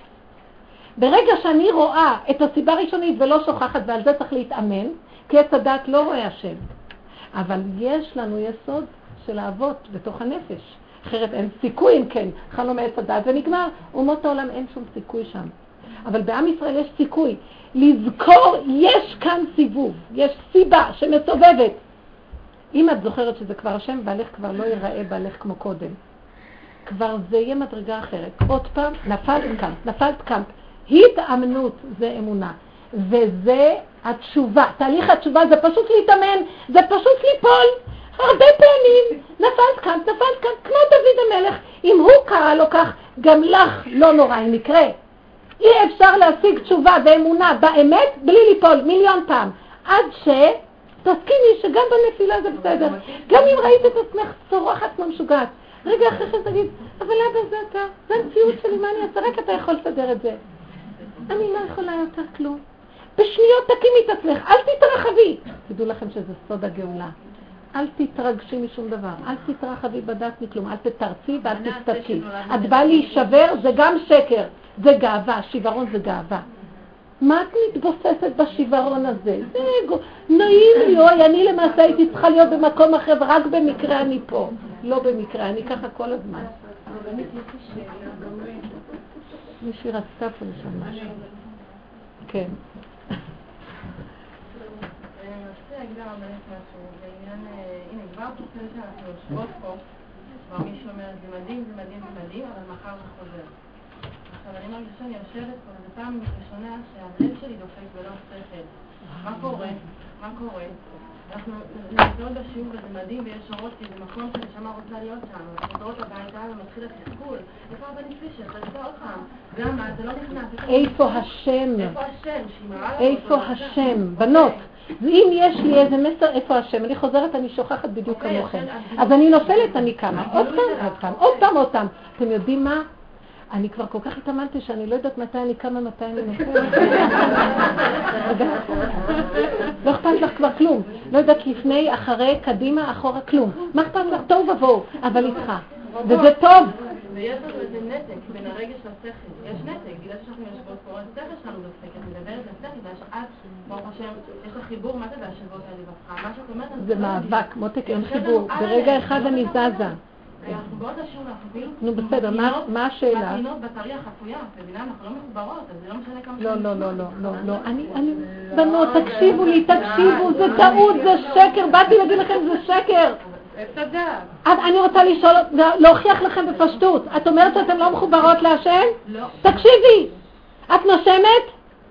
ברגע שאני רואה את הסיבה הראשונית ולא שוכחת, ועל זה צריך להתאמן, כי עץ הדת לא רואה השם. אבל יש לנו יסוד של האבות בתוך הנפש. אחרת אין סיכוי אם כן. חלום מעץ הדת ונגמר. אומות העולם אין שום סיכוי שם. אבל בעם ישראל יש סיכוי. לזכור, יש כאן סיבוב. יש סיבה שמסובבת. אם את זוכרת שזה כבר השם, בעלך כבר לא ייראה בעלך כמו קודם. כבר זה יהיה מדרגה אחרת. עוד פעם, נפלת כאן, נפלת כאן. התאמנות זה אמונה. וזה התשובה. תהליך התשובה זה פשוט להתאמן, זה פשוט ליפול. הרבה פעמים נפלת כאן, נפלת כאן, כמו דוד המלך. אם הוא קרא לו כך, גם לך לא נורא אם יקרה. אי אפשר להשיג תשובה ואמונה באמת בלי ליפול מיליון פעם. עד ש... תסכימי שגם בנפילה זה בסדר. גם אם ראית את עצמך צורחת כמו משוגעת. רגע אחרי כן תגיד, אבל אבא זה אתה, זה המציאות שלי, מה אני אעשה? רק אתה יכול לסדר את זה. אני לא יכולה יותר כלום. בשניות תקימי את עצמך, אל תתרחבי. תדעו לכם שזה סוד הגאולה. אל תתרגשי משום דבר, אל תתרחבי בדעת מכלום, אל תתרצי ואל תסתכי. את באה להישבר, זה גם שקר, זה גאווה, שיוורון זה גאווה. מה את מתבוססת בשיוורון הזה? זה נעים לי, אוי, אני למעשה הייתי צריכה להיות במקום אחר, ורק במקרה אני פה. לא במקרה, אני ככה כל הזמן. מישהי רצתה פה לשם משהו. כן. אני רוצה להגיד הרבה משהו, בעניין, הנה, כבר תוצאה שאנחנו יושבות פה, כבר מישהו אומר, זה מדהים, זה מדהים, זה מדהים, אבל מחר זה חוזר. עכשיו, אני מרגישה שאני יושבת פה, וזו פעם ראשונה שהלב שלי דופק ולא שכל. מה קורה? מה קורה? אנחנו נמצאות בשיעור וזה מדהים, ויש שרות כי זה מקום שנשמה רוצה להיות שם. אנחנו חוזרות הביתה ומתחיל התסכול. איפה הבנית פישר? תרצה עוד פעם. למה? זה לא נכנס. איפה השם? איפה השם? איפה השם? בנות. ואם יש לי איזה מסר, איפה השם? אני חוזרת, אני שוכחת בדיוק כמוכם. אז אני נופלת, אני קמה. עוד פעם, עוד פעם, עוד פעם, עוד פעם. אתם יודעים מה? אני כבר כל כך התאמנתי שאני לא יודעת מתי אני קמה, מתי אני נופלת. לא אכפת לך כבר כלום. לא יודעת לפני, אחרי, קדימה, אחורה, כלום. מה אכפת לך? טוב ובואו, אבל איתך. וזה טוב. ויש לנו איזה נתק בין הרגש לשכל. יש נתק, בגלל שאנחנו יושבות פה, אז השכל שלנו דופק. את מדברת על שכל, ויש את, ברוך השם, יש לך חיבור, מה זה והשבות האלה בפחה? מה שאת אומרת... זה מאבק, מותק, אין חיבור. ברגע אחד אני זזה. אנחנו בעוד השיעור, אנחנו כאילו... נו בסדר, מה השאלה? מטעינות בטריה חפויה, בבינה אנחנו לא מחוברות, אז זה לא משנה כמה... לא, לא, לא, לא, לא, לא, אני, אני... בנות, תקשיבו לי, תקשיבו, זה טעות, זה שקר, באתי להגיד לכם, זה שקר. אני רוצה לשאול, להוכיח לכם בפשטות. את אומרת שאתם לא מחוברות להשם? לא. תקשיבי, את נושמת?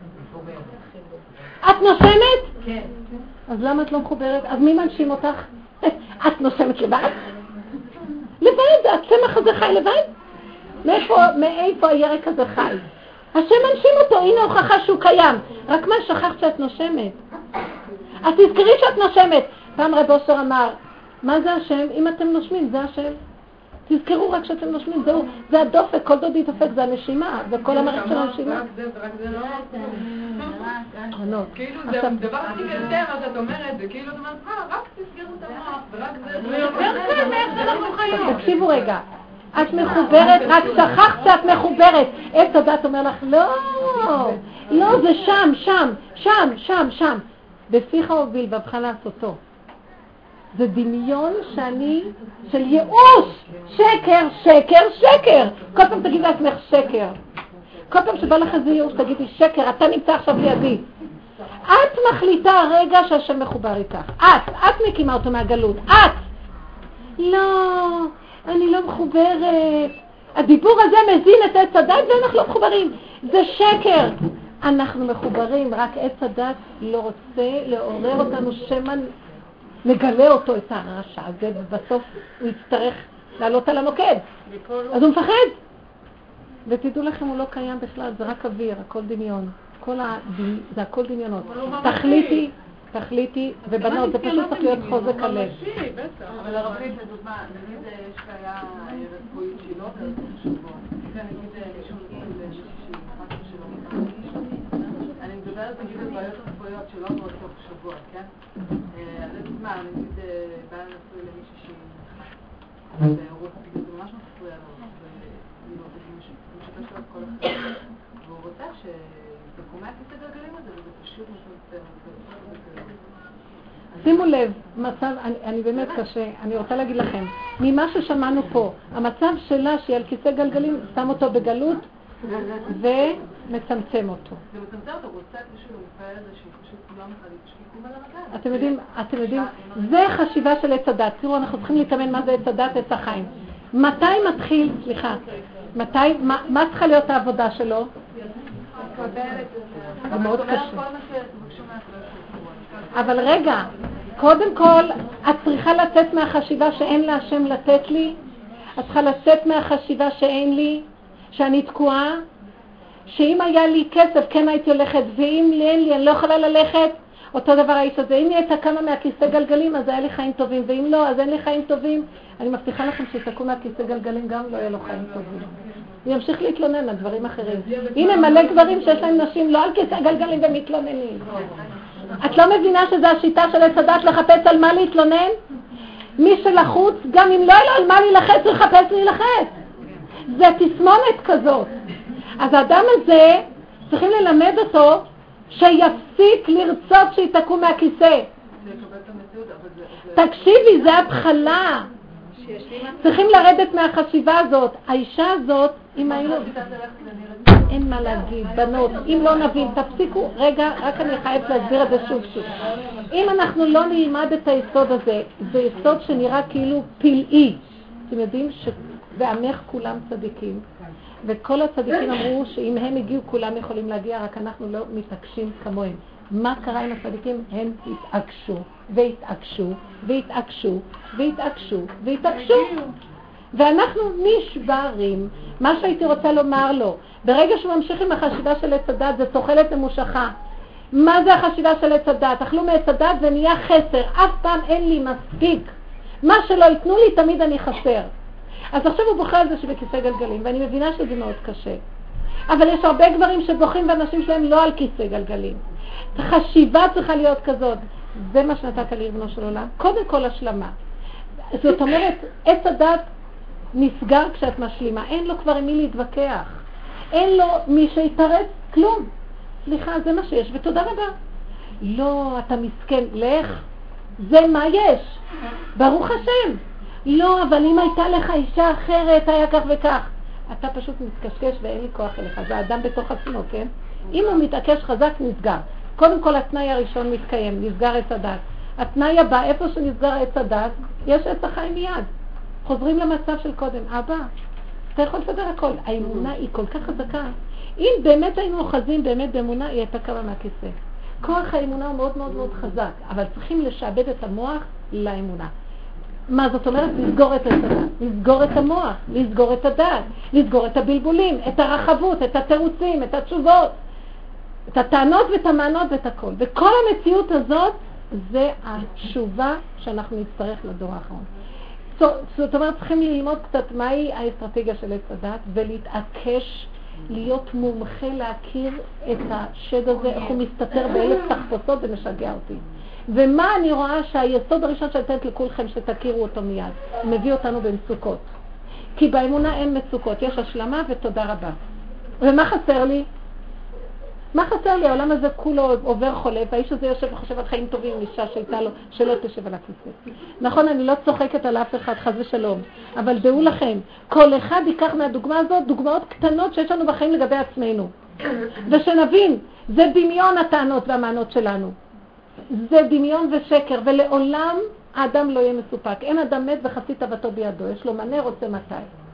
את נושמת? כן. אז למה את לא מחוברת? אז מי מנשים אותך? את נושמת לבד? לבד, הצמח הזה חי לבד? מאיפה, מאיפה הירק הזה חי? השם מנשים אותו, הנה הוכחה שהוא קיים. רק מה, שכחת שאת נושמת. אז תזכרי שאת נושמת. פעם רב אושר אמר, מה זה השם? אם אתם נושמים, זה השם. תזכרו רק שאתם נושמים, זהו, זה הדופק, כל דודי דופק, זה הנשימה, זה כל המערכת של הנשימה. רק זה, רק זה לא... כאילו זה דבר הכי יותר, מה שאת אומרת, זה כאילו, את אומרת, אה, רק תסגרו את המוח, ורק זה... זה יותר כאן, איך שאנחנו חיים. תקשיבו רגע, את מחוברת, רק שכחת שאת מחוברת. עץ הדת אומר לך, לא, לא, זה שם, שם, שם, שם, שם. בפיך הוביל, בבך לעשותו. זה דמיון שאני, של ייאוש, שקר, שקר, שקר. כל פעם תגיד לעצמך שקר. כל פעם שבא לך איזה ייאוש, תגידי שקר, אתה נמצא עכשיו לידי. את מחליטה הרגע שהשם מחובר איתך. את, את מקימה אותו מהגלות. את. לא, אני לא מחוברת. הדיבור הזה מזין את עץ הדת ואנחנו לא מחוברים. זה שקר. אנחנו מחוברים, רק עץ הדת לא רוצה לעורר אותנו שמא נגלה אותו את הרשע הזה, ובסוף הוא יצטרך לעלות על המוקד. אז הוא מפחד. ותדעו לכם, הוא לא קיים בכלל, זה רק אוויר, הכל דמיון. כל הדמ... זה הכל דמיונות. תחליטי, תחליטי, ובנות, זה פשוט צריך להיות חוזק הלב. אבל הרבנית, לדוגמה, נגיד יש בעיה רפואית שהיא לא עוברת בשבוע. זה נגיד מישהו נגיד שישי, משהו שלא מתחיל. אני מדברת נגיד על בעיות רפואיות שלא עוברות טוב בשבוע, כן? לדוגמה, נגיד באה נשוי למישהו שהיא נחה, והוא רוצה, זה ממש מפריע לו, והיא רוצה שמשתף לו את כל החיים, והוא רוצה שיתקעו מהכיסא גלגלים הזה, וזה פשוט משהו מצטער. שימו לב, מצב, אני, אני באמת קשה, אני רוצה להגיד לכם, ממה ששמענו פה, המצב שלה שהיא על כיסא גלגלים, שם אותו בגלות ומצמצם אותו. זה מצמצם אותו, הוא רוצה משהו למפעל הזה שהיא פשוט כולם אחד שיקום על המגן. אתם יודעים, אתם יודעים, זה חשיבה של עץ הדת. תראו, אנחנו צריכים להתאמן מה זה עץ הדת, עץ החיים. מתי מתחיל, סליחה, מתי, מה, מה צריכה להיות העבודה שלו? זה מאוד קשה. אבל רגע, קודם כל, את צריכה לצאת מהחשיבה שאין לה השם לתת לי, את צריכה לצאת מהחשיבה שאין לי, שאני תקועה, שאם היה לי כסף כן הייתי הולכת, ואם לי אין לי אני לא יכולה ללכת, אותו דבר האיש הזה. אם היא הייתה כמה מהכיסא גלגלים אז היה לי חיים טובים, ואם לא אז אין לי חיים טובים. אני מבטיחה לכם שתקום מהכיסא גלגלים גם לא יהיה לו חיים טובים. הוא ימשיך להתלונן על דברים אחרים. הנה מלא גברים שיש להם נשים לא על כיסא גלגלים ומתלוננים. את לא מבינה שזה השיטה של עץ הדת לחפש על מה להתלונן? מי שלחוץ, גם אם לא יהיה לו על מה להילחץ, הוא יחפש להילחץ. זה תסמונת כזאת. אז האדם הזה, צריכים ללמד אותו שיפסיק לרצות שיתקום מהכיסא. תקשיבי, זה התחלה. צריכים לרדת מהחשיבה הזאת. האישה הזאת, אם היינו... אין מה להגיד, בנות, אם לא נבין, תפסיקו, רגע, רק אני חייבת להסביר את זה שוב שוב. אם אנחנו לא נלמד את היסוד הזה, זה יסוד שנראה כאילו פלאי. אתם יודעים שבעמך כולם צדיקים, וכל הצדיקים אמרו שאם הם הגיעו כולם יכולים להגיע, רק אנחנו לא מתעקשים כמוהם. מה קרה עם הצדיקים? הם התעקשו, והתעקשו, והתעקשו, והתעקשו, והתעקשו. ואנחנו נשברים. מה שהייתי רוצה לומר לו, ברגע שהוא ממשיך עם החשיבה של עץ הדת, זה תוחלת ממושכה. מה זה החשיבה של עץ הדת? אכלו מעץ הדת ונהיה חסר. אף פעם אין לי מספיק. מה שלא ייתנו לי, תמיד אני חסר. אז עכשיו הוא בוכה על זה שבכיסא גלגלים, ואני מבינה שזה מאוד קשה. אבל יש הרבה גברים שבוכים ואנשים שלהם לא על כיסא גלגלים. חשיבה צריכה להיות כזאת. זה מה שנתת לי ריבונו של עולם. קודם כל השלמה. זאת אומרת, עץ הדת נסגר כשאת משלימה. אין לו כבר עם מי להתווכח. אין לו מי שיתרץ כלום. סליחה, זה מה שיש, ותודה רבה. לא, אתה מסכן, לך. זה מה יש. ברוך השם. לא, אבל אם הייתה לך אישה אחרת, היה כך וכך. אתה פשוט מתקשקש ואין לי כוח אליך. זה האדם בתוך עצמו, כן? אם הוא מתעקש חזק, נסגר. קודם כל, התנאי הראשון מתקיים, נסגר עץ הדת. התנאי הבא, איפה שנסגר עץ הדת, יש עץ החיים מיד. חוזרים למצב של קודם. אבא, אתה יכול לסדר הכל. האמונה היא כל כך חזקה. אם באמת היינו אוחזים באמת באמונה, היא הייתה קמה מהכיסא. כוח האמונה הוא מאוד מאוד מאוד חזק, אבל צריכים לשעבד את המוח לאמונה. מה זאת אומרת? לסגור את הדת, לסגור את המוח, לסגור את הדת, לסגור את הבלבולים, את הרחבות, את התירוצים, את התשובות, את הטענות ואת המענות ואת הכל. וכל המציאות הזאת זה התשובה שאנחנו נצטרך לדור האחרון. זאת אומרת, צריכים ללמוד קצת מהי האסטרטגיה של עץ הדת ולהתעקש, להיות מומחה להכיר את השד הזה, איך הוא מסתתר באלף תחפושות, זה משגע אותי. ומה אני רואה שהיסוד הראשון שנתת לכולכם שתכירו אותו מיד, מביא אותנו במצוקות. כי באמונה אין מצוקות, יש השלמה ותודה רבה. ומה חסר לי? מה חסר לי? העולם הזה כולו עובר חולה, והאיש הזה יושב וחושב על חיים טובים עם אישה שהייתה לו, שלא תשב על הכיסא. נכון, אני לא צוחקת על אף אחד, חס ושלום, אבל דעו לכם, כל אחד ייקח מהדוגמה הזאת דוגמאות קטנות שיש לנו בחיים לגבי עצמנו. ושנבין, זה דמיון הטענות והמענות שלנו. זה דמיון ושקר, ולעולם האדם לא יהיה מסופק. אין אדם מת וחצי תאוותו בידו, יש לו מנה רוצה מתי.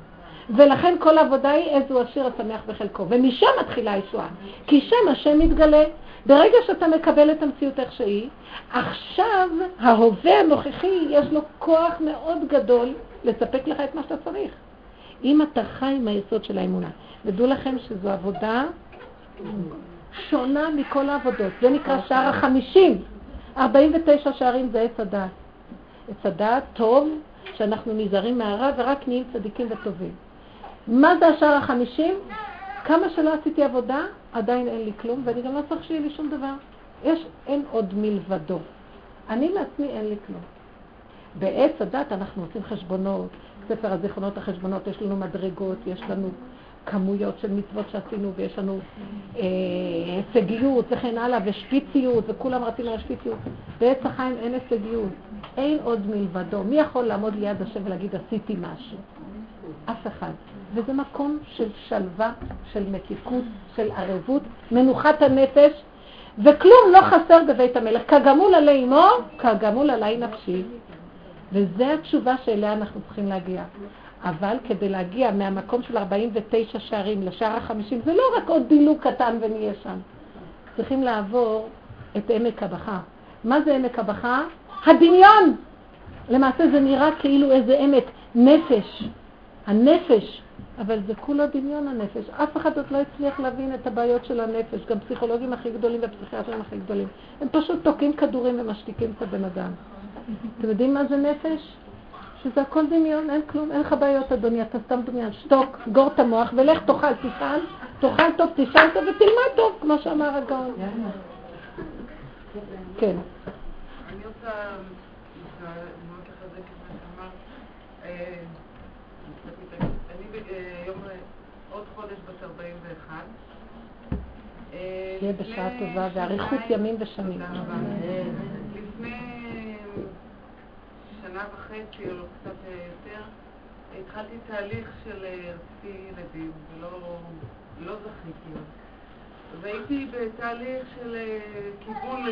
ולכן כל העבודה היא איזו עשיר השמח בחלקו, ומשם מתחילה הישועה, כי שם השם מתגלה. ברגע שאתה מקבל את המציאות איך שהיא, עכשיו ההווה הנוכחי יש לו כוח מאוד גדול לספק לך את מה שאתה צריך. אם אתה חי עם היסוד של האמונה. ודעו לכם שזו עבודה שונה מכל העבודות. זה נקרא שער החמישים. ארבעים ותשע שערים זה עץ הדעת. עץ הדעת טוב, שאנחנו נזהרים מהרע ורק נהיים צדיקים וטובים. מה זה השער החמישים? כמה שלא עשיתי עבודה, עדיין אין לי כלום, ואני גם לא צריך שיהיה לי שום דבר. יש, אין עוד מלבדו. אני לעצמי אין לי כלום. בעץ הדת אנחנו עושים חשבונות, ספר הזיכרונות החשבונות, יש לנו מדרגות, יש לנו כמויות של מצוות שעשינו, ויש לנו אה, הישגיות וכן הלאה, ושפיציות, וכולם רצים על השפיציות. בעץ החיים אין הישגיות, אין עוד מלבדו. מי יכול לעמוד ליד השם ולהגיד עשיתי משהו? אף אחד. וזה מקום של שלווה, של מתיקות, של ערבות, מנוחת הנפש, וכלום לא חסר בבית המלך. כגמול עלי אמו, כגמול עלי נפשי. וזו התשובה שאליה אנחנו צריכים להגיע. אבל כדי להגיע מהמקום של ארבעים ותשע שערים לשער החמישים, זה לא רק עוד דילוג קטן ונהיה שם. צריכים לעבור את עמק הבכה. מה זה עמק הבכה? הדמיון! למעשה זה נראה כאילו איזה עמק נפש. הנפש, אבל זה כולו דמיון הנפש. אף אחד עוד לא הצליח להבין את הבעיות של הנפש. גם פסיכולוגים הכי גדולים והפסיכיאטרים הכי גדולים. הם פשוט תוקעים כדורים ומשתיקים את הבן אדם. אתם יודעים מה זה נפש? שזה הכל דמיון, אין כלום, אין לך בעיות אדוני, אתה סתם דמיון. שתוק, גור את המוח ולך תאכל, תשאל, תאכל טוב, תשאל טוב ותלמד טוב, כמו שאמר הגאון. כן. אני רוצה מאוד לחזק את מה שאמרת. אני יום עוד חודש בת ארבעים ואחת. תהיה בשעה טובה ואריכות ימים ושנים. לפני שנה וחצי או קצת יותר התחלתי תהליך של רציתי ילדים ולא לא זכיתי. והייתי בתהליך של כיוון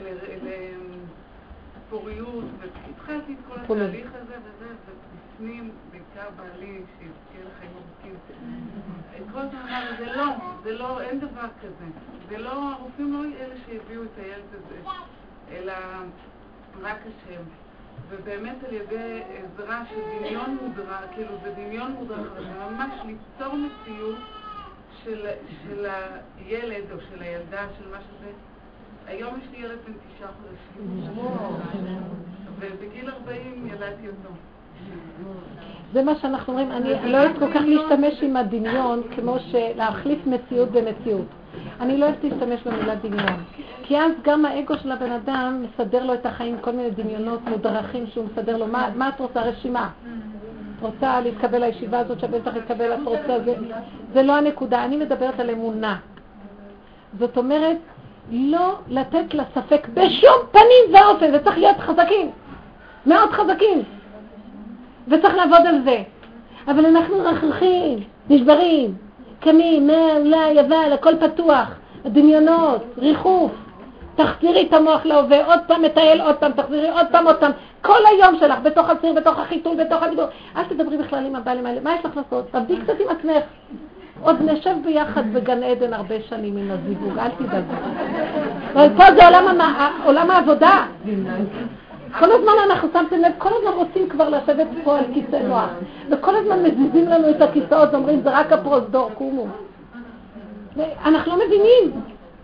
לפוריות, והתחלתי את כל התהליך הזה וזה, ובפנים בעיקר בעלי שהזכיר לחיים ארוכים. כל הזמן אמר, זה לא, זה לא, אין דבר כזה. זה לא, הרופאים לא אלה שהביאו את הילד הזה, אלא רק השם. ובאמת על ידי עזרה של דמיון מודרך, כאילו זה דמיון מודרך, זה ממש ליצור מציאות של, של הילד או של הילדה, של מה שזה. היום יש לי ילד בן תשעה חודשים. ובגיל ארבעים ילדתי אותו. זה מה שאנחנו אומרים, אני לא אוהבת כל כך להשתמש עם הדמיון כמו להחליף מציאות במציאות. אני לא אוהבת להשתמש במילה דמיון, כי אז גם האגו של הבן אדם מסדר לו את החיים, כל מיני דמיונות מודרכים שהוא מסדר לו. מה, מה את רוצה? רשימה. את רוצה להתקבל לישיבה הזאת שהבן שלך יתקבל, את רוצה זה. זה לא הנקודה, אני מדברת על אמונה. זאת אומרת, לא לתת לספק בשום פנים ואופן, וצריך להיות חזקים, מאוד חזקים. וצריך לעבוד על זה. אבל אנחנו רכרכים, נשברים, קמים, אולי, אבל, הכל פתוח, הדמיונות, ריחוף. תחזירי את המוח להווה, עוד פעם מטייל, עוד פעם, תחזירי עוד פעם, עוד פעם. כל היום שלך, בתוך הסיר, בתוך החיתול, בתוך הדיבור. אל תדברי בכלל עם הבעלים האלה. מה יש לך לעשות? תעבדי קצת עם עצמך. עוד נשב ביחד בגן עדן הרבה שנים עם הזיווג, אל תדאגו. אבל פה זה עולם, עולם העבודה. כל הזמן אנחנו שמתם לב, כל הזמן רוצים כבר לשבת פה על כיסא נוח, וכל הזמן מזיזים לנו את הכיסאות ואומרים זה רק הפרוזדור, קומו. אנחנו לא מבינים.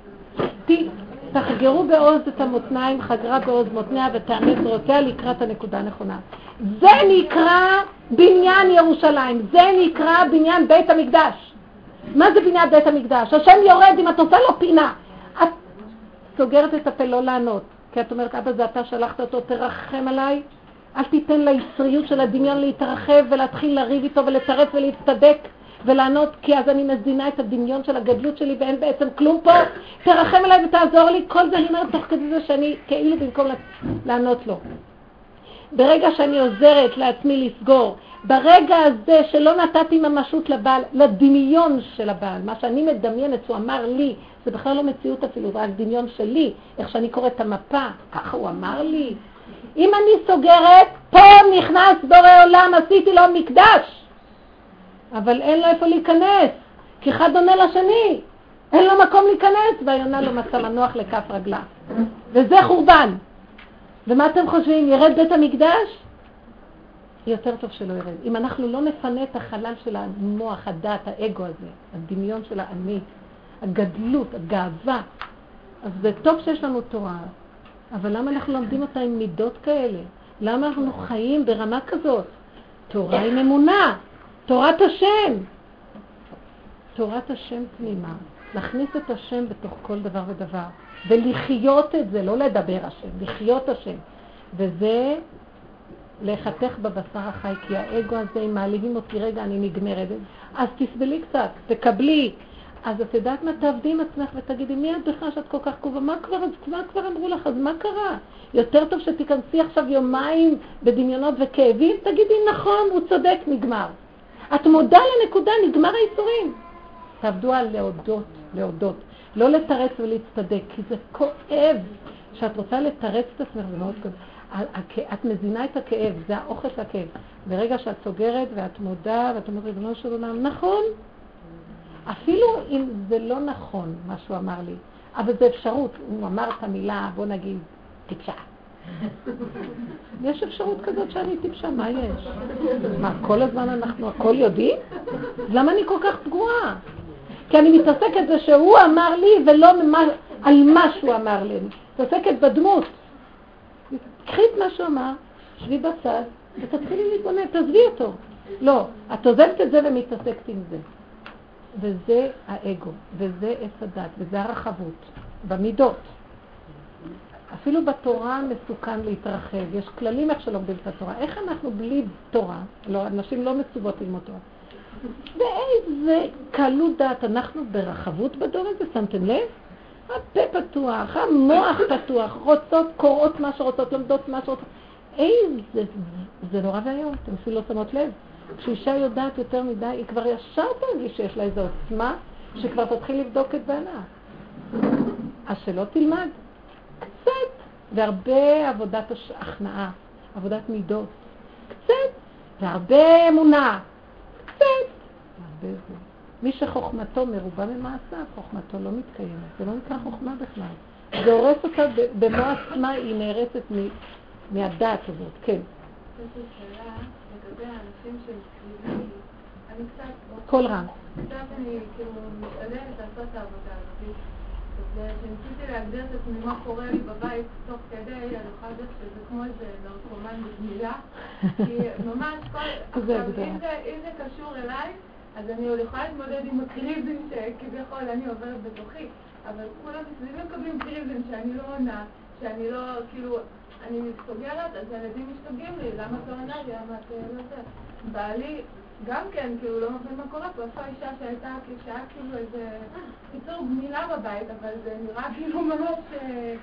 תחגרו בעוז את המותניים, חגרה בעוז מותניה ותאמץ זרועותיה לקראת הנקודה הנכונה. זה נקרא בניין ירושלים, זה נקרא בניין בית המקדש. מה זה בניין בית המקדש? השם יורד אם את עושה לו פינה. את סוגרת את הפה לא לענות. כי את אומרת, אבא זה אתה שלחת אותו, תרחם עליי, אל תיתן ליצריות של הדמיון להתרחב ולהתחיל לריב איתו ולטרף ולהצטדק ולענות, כי אז אני מזינה את הדמיון של הגדלות שלי ואין בעצם כלום פה, תרחם עליי ותעזור לי. כל זה אני אומרת תוך כדי זה שאני כאילו במקום לענות לו. ברגע שאני עוזרת לעצמי לסגור, ברגע הזה שלא נתתי ממשות לבעל, לדמיון של הבעל, מה שאני מדמיינת, הוא אמר לי, זה בכלל לא מציאות אפילו, רק דמיון שלי, איך שאני קוראת את המפה, ככה הוא אמר לי. אם אני סוגרת, פה נכנס בורא עולם, עשיתי לו מקדש. אבל אין לו איפה להיכנס, כי אחד עונה לשני, אין לו מקום להיכנס, והיונה לא מצא מנוח לכף רגלה. וזה חורבן. ומה אתם חושבים, ירד בית המקדש? יותר טוב שלא ירד. אם אנחנו לא נפנה את החלל של המוח, הדעת, האגו הזה, הדמיון של האני, הגדלות, הגאווה, אז זה טוב שיש לנו תורה, אבל למה אנחנו לומדים אותה עם מידות כאלה? למה אנחנו חיים ברמה כזאת? תורה עם אמונה, תורת השם. תורת השם פנימה, להכניס את השם בתוך כל דבר ודבר, ולחיות את זה, לא לדבר השם, לחיות השם. וזה לחתך בבשר החי, כי האגו הזה, אם מעליבים אותי רגע, אני נגמרת. אז תסבלי קצת, תקבלי. אז את יודעת מה, תעבדי עם עצמך ותגידי, מי את בכלל שאת כל כך קובה? מה כבר, מה כבר אמרו לך? אז מה קרה? יותר טוב שתיכנסי עכשיו יומיים בדמיונות וכאבים? תגידי, נכון, הוא צודק, נגמר. את מודה לנקודה, נגמר היצורים. תעבדו על להודות, להודות. לא לתרץ ולהצטדק, כי זה כואב. שאת רוצה לתרץ את עצמך, זה מאוד כואב. את מזינה את הכאב, זה האוכל של הכאב. ברגע שאת סוגרת ואת מודה ואת אומרת, ריבונו של עולם, נכון. אפילו אם זה לא נכון מה שהוא אמר לי, אבל זה אפשרות. הוא אמר את המילה, בוא נגיד, טיפשה. יש אפשרות כזאת שאני טיפשה, מה יש? מה, כל הזמן אנחנו הכל יודעים? למה אני כל כך פגועה? כי אני מתעסקת זה שהוא אמר לי ולא ממה, על מה שהוא אמר לי. מתעסקת בדמות. קחי את מה שהוא אמר, שבי בצד, ותתחילי להתבונן, תעזבי אותו. לא, את עוזבת את זה ומתעסקת עם זה. וזה האגו, וזה עץ הדת, וזה הרחבות, במידות. אפילו בתורה מסוכן להתרחב, יש כללים איך שלומדים את התורה. איך אנחנו בלי תורה, לא, אנשים לא מצוות ללמוד תורה. באיזה קלות דעת אנחנו ברחבות בדור הזה, שמתם לב? הפה פתוח, המוח פתוח, רוצות, קוראות מה שרוצות, לומדות מה שרוצות. איזה, זה נורא והיום, אתם אפילו לא שמות לב. כשאישה יודעת יותר מדי, היא כבר ישר תרגיש שיש לה איזו עוצמה, שכבר תתחיל לבדוק את בעלה. אז שלא תלמד. קצת. והרבה עבודת הכנעה, עבודת מידות. קצת. והרבה אמונה. קצת. הרבה זה. מי שחוכמתו מרובה ממעשיו, חוכמתו לא מתקיימת. זה לא נקרא חוכמה בכלל. זה הורס אותה במו עצמה, היא נהרסת מהדעת הזאת. כן. זו שאלה לגבי האנשים שמסביבי, אני קצת... כל רם. קצת אני כאילו משתדלת לעשות את העבודה הזאת. וכשניסיתי להגדיר את עצמי מה קורה לי בבית תוך כדי, אני יכולה לדעת שזה כמו איזה נרקומן בגמילה. כי ממש כל... אם זה קשור אליי, אז אני יכולה להתמודד עם הקריזים שכביכול אני עוברת בתוכי. אבל כולם מסביבי מקבלים קריזים שאני לא עונה, שאני לא, כאילו... אני סוגרת, אז הילדים משתגעים לי, למה את לא עונה לי, למה את לא זה. בעלי גם כן, כאילו לא מבין מה קורה פה, איפה האישה שהייתה, שהיה כאילו איזה קיצור גמילה בבית, אבל זה נראה כאילו ממש...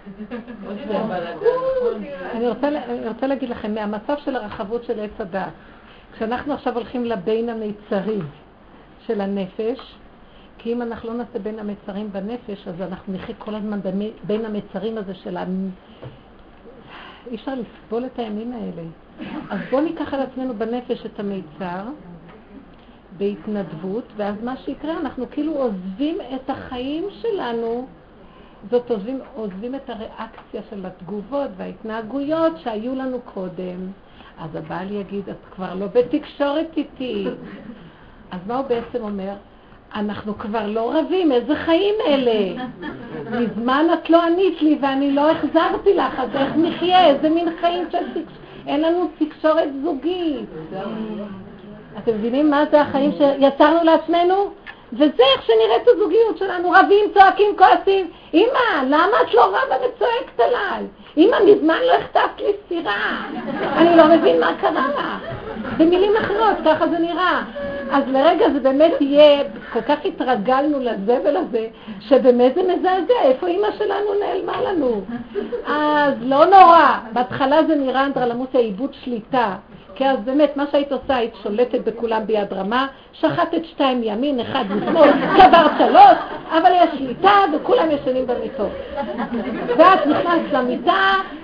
אני רוצה להגיד לכם, מהמצב של הרחבות של עץ הדת, כשאנחנו עכשיו הולכים לבין המיצרים של הנפש, כי אם אנחנו לא נעשה בין המיצרים בנפש, אז אנחנו נחיה כל הזמן בין המיצרים הזה של ה... אי אפשר לסבול את הימים האלה. אז בואו ניקח על עצמנו בנפש את המיצר, בהתנדבות, ואז מה שיקרה, אנחנו כאילו עוזבים את החיים שלנו, זאת עוזבים, עוזבים את הריאקציה של התגובות וההתנהגויות שהיו לנו קודם. אז הבעל יגיד, את כבר לא בתקשורת איתי. אז מה הוא בעצם אומר? אנחנו כבר לא רבים, איזה חיים אלה? מזמן את לא ענית לי ואני לא החזרתי לך, אז איך נחיה? איזה מין חיים של תקשורת? אין לנו תקשורת זוגית. אתם מבינים מה זה החיים שיצרנו לעצמנו? וזה איך שנראית הזוגיות שלנו, רבים, צועקים, כועסים. אמא, למה את לא רבה וצועקת עליי? אמא, מזמן לא הכתבת לי סתירה. אני לא מבין מה קרה לה. במילים אחרות, ככה זה נראה. אז לרגע זה באמת יהיה, כל כך התרגלנו לזה ולזה, שבאמת זה מזעזע, איפה אמא שלנו נעלמה לנו? אז לא נורא, בהתחלה זה נראה אנדרלמוסיה, עיבוד שליטה, כי אז באמת מה שהיית עושה, היית שולטת בכולם ביד רמה, שחטת שתיים ימין, אחד משמאל, קברת שלוש, אבל יש שליטה וכולם ישנים במיטות. ואת נכנס למיטה,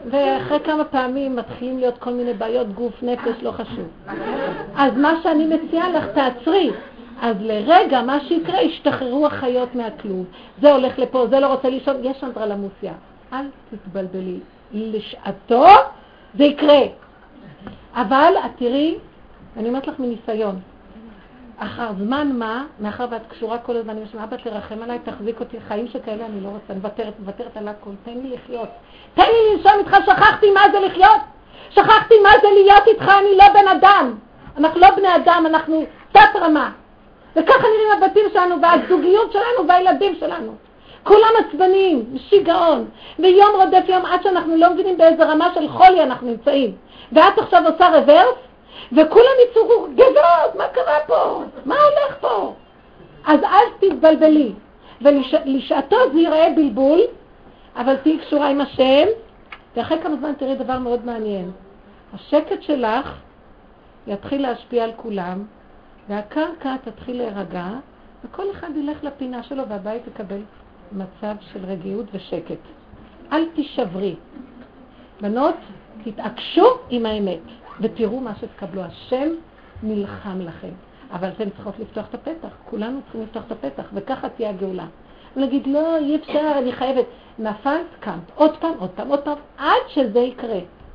ואחרי כמה פעמים מתחילים להיות כל מיני בעיות גוף, נפש, לא חשוב. אז מה שאני מציעה לך, תעצרי. אז לרגע, מה שיקרה, השתחררו החיות מהכלוב. זה הולך לפה, זה לא רוצה לישון, יש אנדרלמוסיה. אל תתבלבלי. לשעתו זה יקרה. אבל את תראי, אני אומרת לך מניסיון, אחר זמן מה, מאחר ואת קשורה כל הזמן, אני משמעה, אבא תרחם עליי, תחזיק אותי, חיים שכאלה אני לא רוצה, אני מוותרת, מוותרת על הכל, תן לי לחיות. תן לי לנשום איתך, שכחתי מה זה לחיות. שכחתי מה זה להיות איתך, אני לא בן אדם. אנחנו לא בני אדם, אנחנו תת רמה. וככה נראים הבתים שלנו, והזוגיות שלנו, והילדים שלנו. כולם עצבניים, שיגעון, ויום רודף יום עד שאנחנו לא מבינים באיזה רמה של חולי אנחנו נמצאים. ואת עכשיו עושה רוורס, וכולם יצורו, גדות, מה קרה פה? מה הולך פה? אז אל תתבלבלי. ולשעתו זה ייראה בלבול, אבל תהי קשורה עם השם, ואחרי כמה זמן תראי דבר מאוד מעניין. השקט שלך יתחיל להשפיע על כולם, והקרקע תתחיל להירגע, וכל אחד ילך לפינה שלו, והבית יקבל מצב של רגיעות ושקט. אל תשברי. בנות, תתעקשו עם האמת, ותראו מה שתקבלו. השם נלחם לכם. אבל אתם צריכות לפתוח את הפתח. כולנו צריכים לפתוח את הפתח, וככה תהיה הגאולה. ונגיד, לא, אי אפשר, אני חייבת. נפלת, קמת. עוד פעם, עוד פעם, עוד פעם, עד שזה יקרה.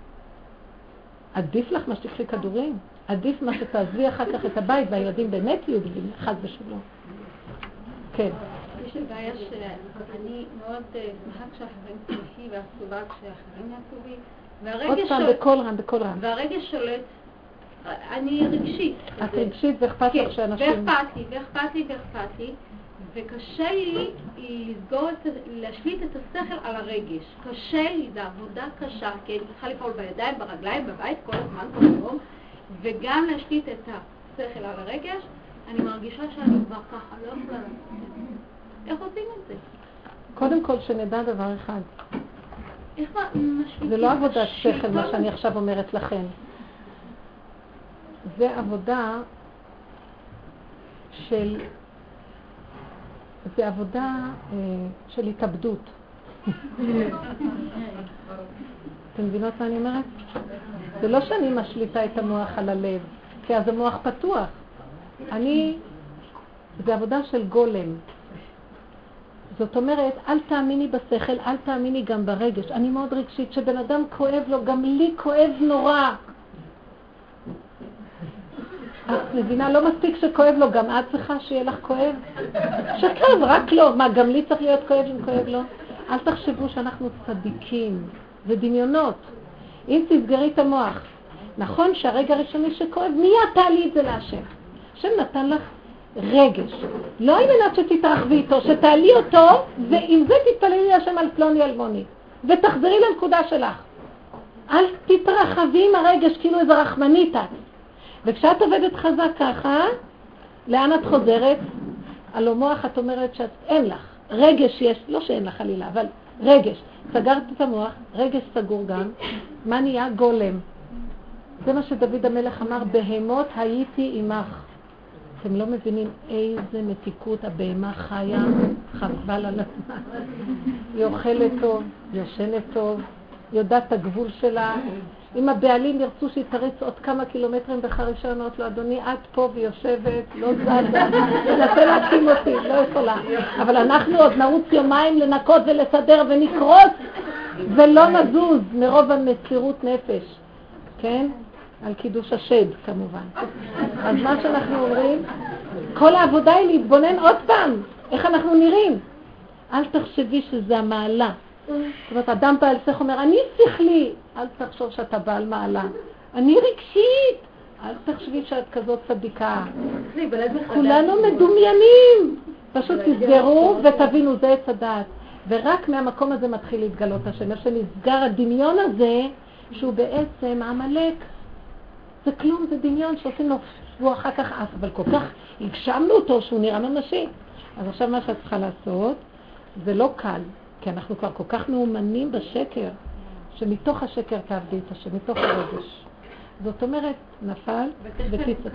עדיף לך מה שתקחי כדורים. עדיף מה שתעזבי אחר כך את הבית, והילדים באמת יהיו בגלל חד ושלום. כן. יש בעיה שאני מאוד שמחה כשאחרים שמחי ועצובה כשאחרים עצובי. עוד פעם, בכל רם, בכל רם. והרגש שולט, אני רגשית. את רגשית ואכפת לך שאנשים... ואכפת לי, ואכפת לי, ואכפת לי. וקשה לי לסגור, להשליט את השכל על הרגש. קשה לי, זה עבודה קשה, כי אני צריכה לפעול בידיים, ברגליים, בבית, כל הזמן, כל היום. וגם להשליט את השכל על הרגש, אני מרגישה שאני כבר ככה, לא יכולה. איך עושים את זה? קודם כל שנדע דבר אחד. איך משליטים? זה לא עבודת שכל, מה שאני עכשיו אומרת לכם. זה עבודה של... זה עבודה אה, של התאבדות. אתם מבינות מה אני אומרת? זה לא שאני משליטה את המוח על הלב, כי אז המוח פתוח. אני, זה עבודה של גולם. זאת אומרת, אל תאמיני בשכל, אל תאמיני גם ברגש. אני מאוד רגשית, שבן אדם כואב לו, גם לי כואב נורא. את מבינה, לא מספיק שכואב לו, גם את צריכה שיהיה לך כואב? שכאב, רק לא. מה, גם לי צריך להיות כואב אם כואב לו? אל תחשבו שאנחנו צדיקים. זה דמיונות. אם תסגרי את המוח. נכון שהרגע הראשוני שכואב, מיד תעלי את זה להשם. השם נתן לך רגש. לא עם מנת שתתרחבי איתו, שתעלי אותו, ועם זה תתפללי להשם על פלוני אלמוני. ותחזרי לנקודה שלך. אל תתרחבי עם הרגש כאילו איזה רחמנית את. וכשאת עובדת חזק ככה, לאן את חוזרת? על המוח את אומרת שאין לך. רגש יש, לא שאין לך חלילה, אבל רגש. סגרת את המוח, רגש סגור גם. מה נהיה? גולם. זה מה שדוד המלך אמר, בהמות הייתי עמך. אתם לא מבינים איזה מתיקות הבהמה חיה, חבל על הזמן. היא אוכלת טוב, יושנת טוב, יודעת את הגבול שלה. אם הבעלים ירצו שהיא תריץ עוד כמה קילומטרים בחרישה, אומרת לו, אדוני, את פה ויושבת, לא זזה, תנסה להקים אותי, לא יכולה. אבל אנחנו עוד נרוץ יומיים לנקות ולסדר ונקרוס, ולא נזוז מרוב המסירות נפש. כן? על קידוש השד, כמובן. אז מה שאנחנו אומרים, כל העבודה היא להתבונן עוד פעם, איך אנחנו נראים. אל תחשבי שזה המעלה. זאת אומרת, אדם בעל שכל אומר, אני שכלי. אל תחשוב שאתה בעל מעלה. אני רגשית. אל תחשבי שאת כזאת צדיקה. כולנו מדומיינים. פשוט תסגרו ותבינו, זה עץ הדעת. ורק מהמקום הזה מתחיל להתגלות השם. איך שנסגר הדמיון הזה, שהוא בעצם עמלק. זה כלום, זה דמיון שעושים לו שבוע אחר כך אף, אבל כל כך הגשמנו אותו שהוא נראה ממשי. אז עכשיו מה שאת צריכה לעשות, זה לא קל, כי אנחנו כבר כל כך מאומנים בשקר, שמתוך השקר תעבדי את השם, מתוך הרגש. זאת אומרת, נפל ותצטרך.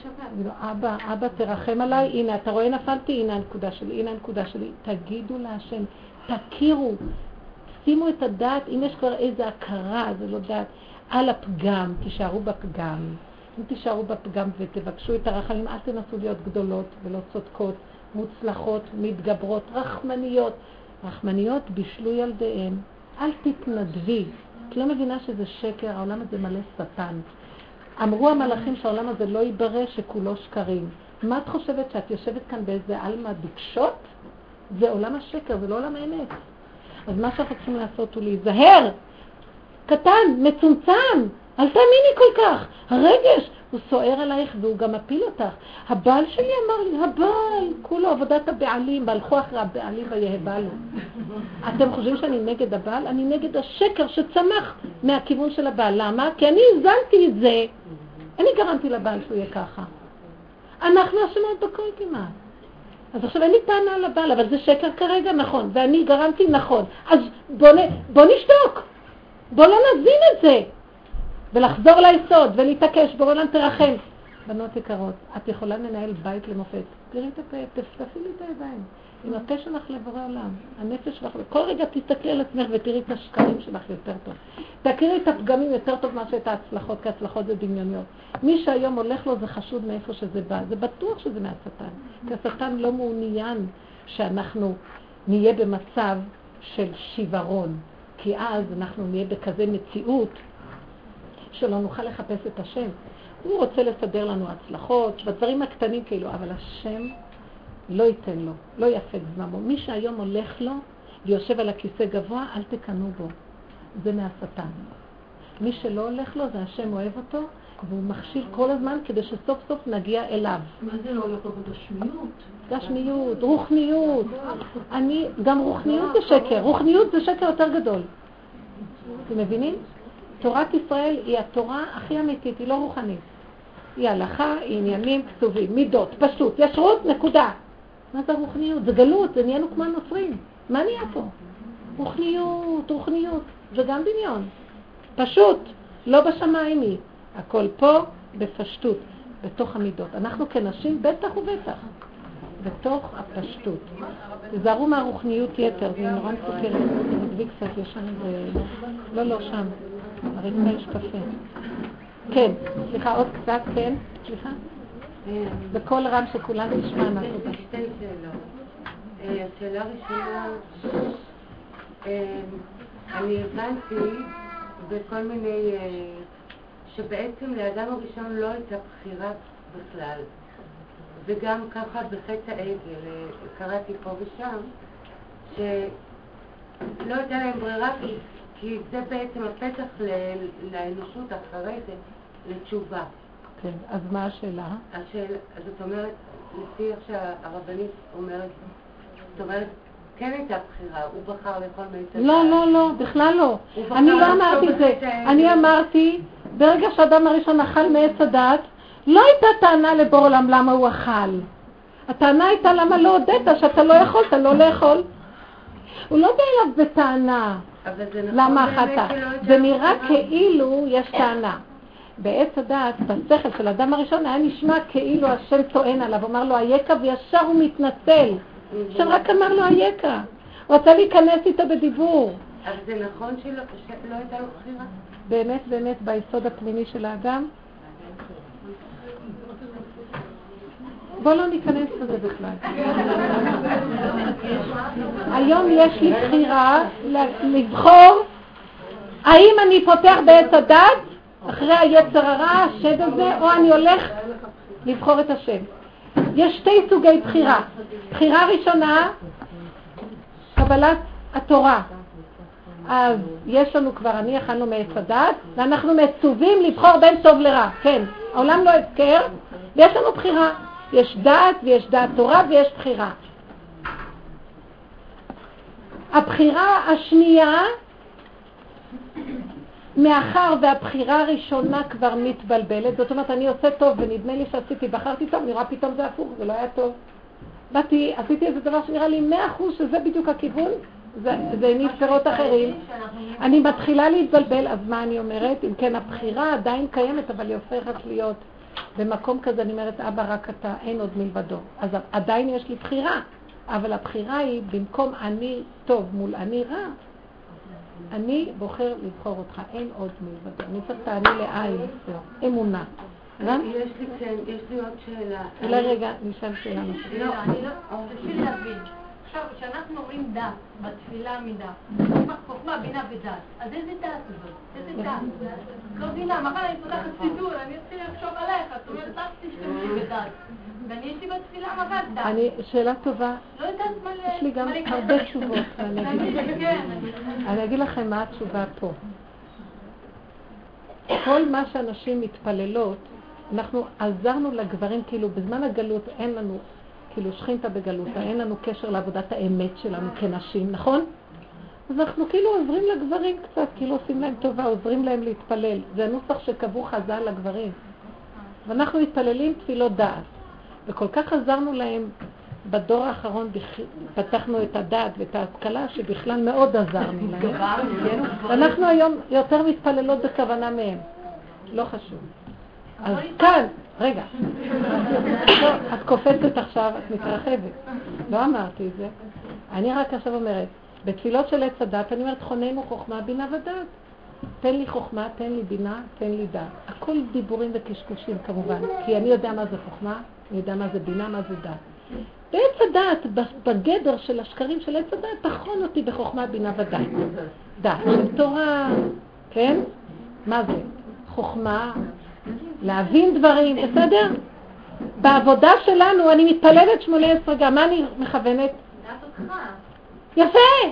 אבא, אבא תרחם עליי, הנה, אתה רואה נפלתי, הנה הנקודה שלי, הנה הנקודה שלי. תגידו להשם, תכירו. שימו את הדעת, אם יש כבר איזו הכרה, זה לא דעת, על הפגם, תישארו בפגם. אם תישארו בפגם ותבקשו את הרחמים, אל תנסו להיות גדולות ולא צודקות, מוצלחות, מתגברות, רחמניות. רחמניות בישלו ילדיהם. אל תתנדבי. את לא מבינה שזה שקר, העולם הזה מלא שטן. אמרו המלאכים שהעולם הזה לא ייברא, שכולו שקרים. מה את חושבת שאת יושבת כאן באיזה אלמה דקשות? זה עולם השקר, זה לא עולם האמת. אז מה שאנחנו צריכים לעשות הוא להיזהר. קטן, מצומצם, אל תאמיני כל כך. הרגש, הוא סוער עלייך והוא גם מפיל אותך. הבעל שלי אמר לי, הבעל, כולו עבודת הבעלים, והלכו אחרי הבעלים ויהבלו. אתם חושבים שאני נגד הבעל? אני נגד השקר שצמח מהכיוון של הבעל. למה? כי אני הזנתי את זה. אני גרמתי לבעל שהוא יהיה ככה. אנחנו אשמות בכל כמעט. אז עכשיו אין לי טענה על הבעל, אבל זה שקר כרגע, נכון. ואני גרמתי, נכון. אז בוא, נ... בוא נשתוק. בוא לא נזין את זה. ולחזור ליסוד ולהתעקש, בוא לא תרחם. בנות יקרות, את יכולה לנהל בית למופת. תראי את הפה, תפתפי לי את הידיים. עם הפה שלך לבורא עולם, הנפש שלך, כל רגע תסתכלי על עצמך ותראי את השקרים שלך יותר טוב. תכירי את הפגמים יותר טוב מה שאת ההצלחות, כי ההצלחות זה דמיוניות. מי שהיום הולך לו זה חשוד מאיפה שזה בא, זה בטוח שזה מהשטן. כי השטן לא מעוניין שאנחנו נהיה במצב של שיוורון, כי אז אנחנו נהיה בכזה מציאות שלא נוכל לחפש את השם. הוא רוצה לסדר לנו הצלחות, בדברים הקטנים כאילו, אבל השם לא ייתן לו, לא יפק זממו. מי שהיום הולך לו ויושב על הכיסא גבוה, אל תקנו בו. זה מהשטן. מי שלא הולך לו, זה השם אוהב אותו, והוא מכשיל כל הזמן כדי שסוף סוף נגיע אליו. מה זה לא הולך לו בגשמיות? גשמיות, רוחניות. אני, גם רוחניות זה שקר. רוחניות זה שקר יותר גדול. אתם מבינים? תורת ישראל היא התורה הכי אמיתית, היא לא רוחנית. היא הלכה, היא עניינים כתובים, מידות, פשוט, ישרות, נקודה. מה זה רוחניות? זה גלות, זה נהיינו כמו הנוצרים. מה נהיה פה? רוחניות, רוחניות, זה גם דמיון. פשוט, לא בשמיים היא. הכל פה בפשטות, בתוך המידות. אנחנו כנשים בטח ובטח, בתוך הפשטות. תזהרו מהרוחניות יתר, זה נורא מסוכרת. נדבי קצת, יש שם איזה... לא, לא, שם. הרצפה יש קפה. כן, סליחה, עוד קצת, כן, סליחה. בכל רם שכולנו נשמע אנחנו. שתי שאלות. השאלה הראשונה, אני הבנתי בכל מיני, שבעצם לאדם הראשון לא הייתה בחירה בכלל. וגם ככה בחטא העגל, קראתי פה ושם, שלא הייתה להם ברירה, כי זה בעצם הפתח לאנושות אחרי זה, לתשובה. כן, אז מה השאלה? השאלה, זאת אומרת, לפי איך שהרבנית אומרת, זאת אומרת, כן הייתה בחירה, הוא בחר לכל מיני... לא, לא, לא, בכלל לא. אני לא אמרתי את זה. אני אמרתי, ברגע שהאדם הראשון אכל מעץ הדעת, לא הייתה טענה לבור עולם למה הוא אכל. הטענה הייתה למה לא הודעת שאתה לא יכולת לא לאכול. הוא לא בא אליו בטענה. למה אכלת? זה נראה כאילו יש טענה. בעץ הדעת, בשכל של האדם הראשון, היה נשמע כאילו השם טוען עליו, אמר לו היקה, וישר הוא מתנצל. השם רק אמר לו היקה. הוא רצה להיכנס איתו בדיבור. אבל זה נכון שלא הייתה לו בחירה? באמת, באמת, ביסוד הפנימי של האדם. בוא לא ניכנס לזה בכלל. היום יש לי בחירה לבחור האם אני פותח בעץ הדת אחרי היצר הרע, השד הזה, או אני הולך לבחור את השם. יש שתי סוגי בחירה. בחירה ראשונה, קבלת התורה. אז יש לנו כבר, אני אכלנו מעץ הדת, ואנחנו מצווים לבחור בין טוב לרע. כן, העולם לא הפקר, ויש לנו בחירה. יש דעת ויש דעת תורה ויש בחירה. הבחירה השנייה, מאחר והבחירה הראשונה כבר מתבלבלת, זאת אומרת אני עושה טוב ונדמה לי שעשיתי, בחרתי טוב, נראה פתאום זה הפוך, זה לא היה טוב. באתי, עשיתי איזה דבר שנראה לי מאה אחוז שזה בדיוק הכיוון, זה, זה נפטרות אחרים. אני מתחילה להתבלבל, אז מה אני אומרת? אם כן, הבחירה עדיין קיימת, אבל היא הופכת להיות במקום כזה, אני אומרת, אבא רק אתה, אין עוד מלבדו. אז עדיין יש לי בחירה, אבל הבחירה היא במקום אני טוב מול אני רע, אני בוחר לבחור אותך, אין עוד מלבדו. אני צריך תעני לעין, אמונה. יש לי כן, יש לי עוד שאלה. אולי רגע, נשאל שאלה נוספת. לא, אני לא, בשביל להבין. עכשיו, כשאנחנו אומרים דת, בתפילה מידה, חוכמה, בינה ודת, אז איזה דת זאת? איזה דת? לא בינה, מחר אני פותחת סידור, אני אתחיל לחשוב עליך, זאת אומרת, אל תשתמשי בדת. ואני יש לי בתפילה מחר דת. אני, שאלה טובה. לא יודעת מה לקרוא. יש לי גם הרבה תשובות. אני אגיד לכם מה התשובה פה. כל מה שאנשים מתפללות, אנחנו עזרנו לגברים, כאילו בזמן הגלות אין לנו, כאילו שכינתה בגלות, אין לנו קשר לעבודת האמת שלנו כנשים, נכון? אז אנחנו כאילו עוזרים לגברים קצת, כאילו עושים להם טובה, עוזרים להם להתפלל. זה הנוסח שקבעו חז"ל לגברים. ואנחנו מתפללים תפילות דעת. וכל כך עזרנו להם בדור האחרון, פתחנו את הדעת ואת ההשכלה שבכלל מאוד עזרנו להם. ואנחנו היום יותר מתפללות בכוונה מהם. לא חשוב. אז כאן, רגע, את קופצת עכשיו, את מתרחבת. לא אמרתי את זה. אני רק עכשיו אומרת, בתפילות של עץ הדת, אני אומרת, חוננו חוכמה, בינה ודעת. תן לי חוכמה, תן לי בינה, תן לי דעת. הכל דיבורים וקשקושים כמובן, כי אני יודע מה זה חוכמה, אני יודע מה זה בינה, מה זה דעת. בעץ הדת, בגדר של השקרים של עץ הדת, תכון אותי בחוכמה, בינה ודעת. דעת של תורה, כן? מה זה? חוכמה, להבין דברים, בסדר? בעבודה שלנו אני מתפללת שמונה עשרה גם, מה אני מכוונת? דעת אותך. יפה!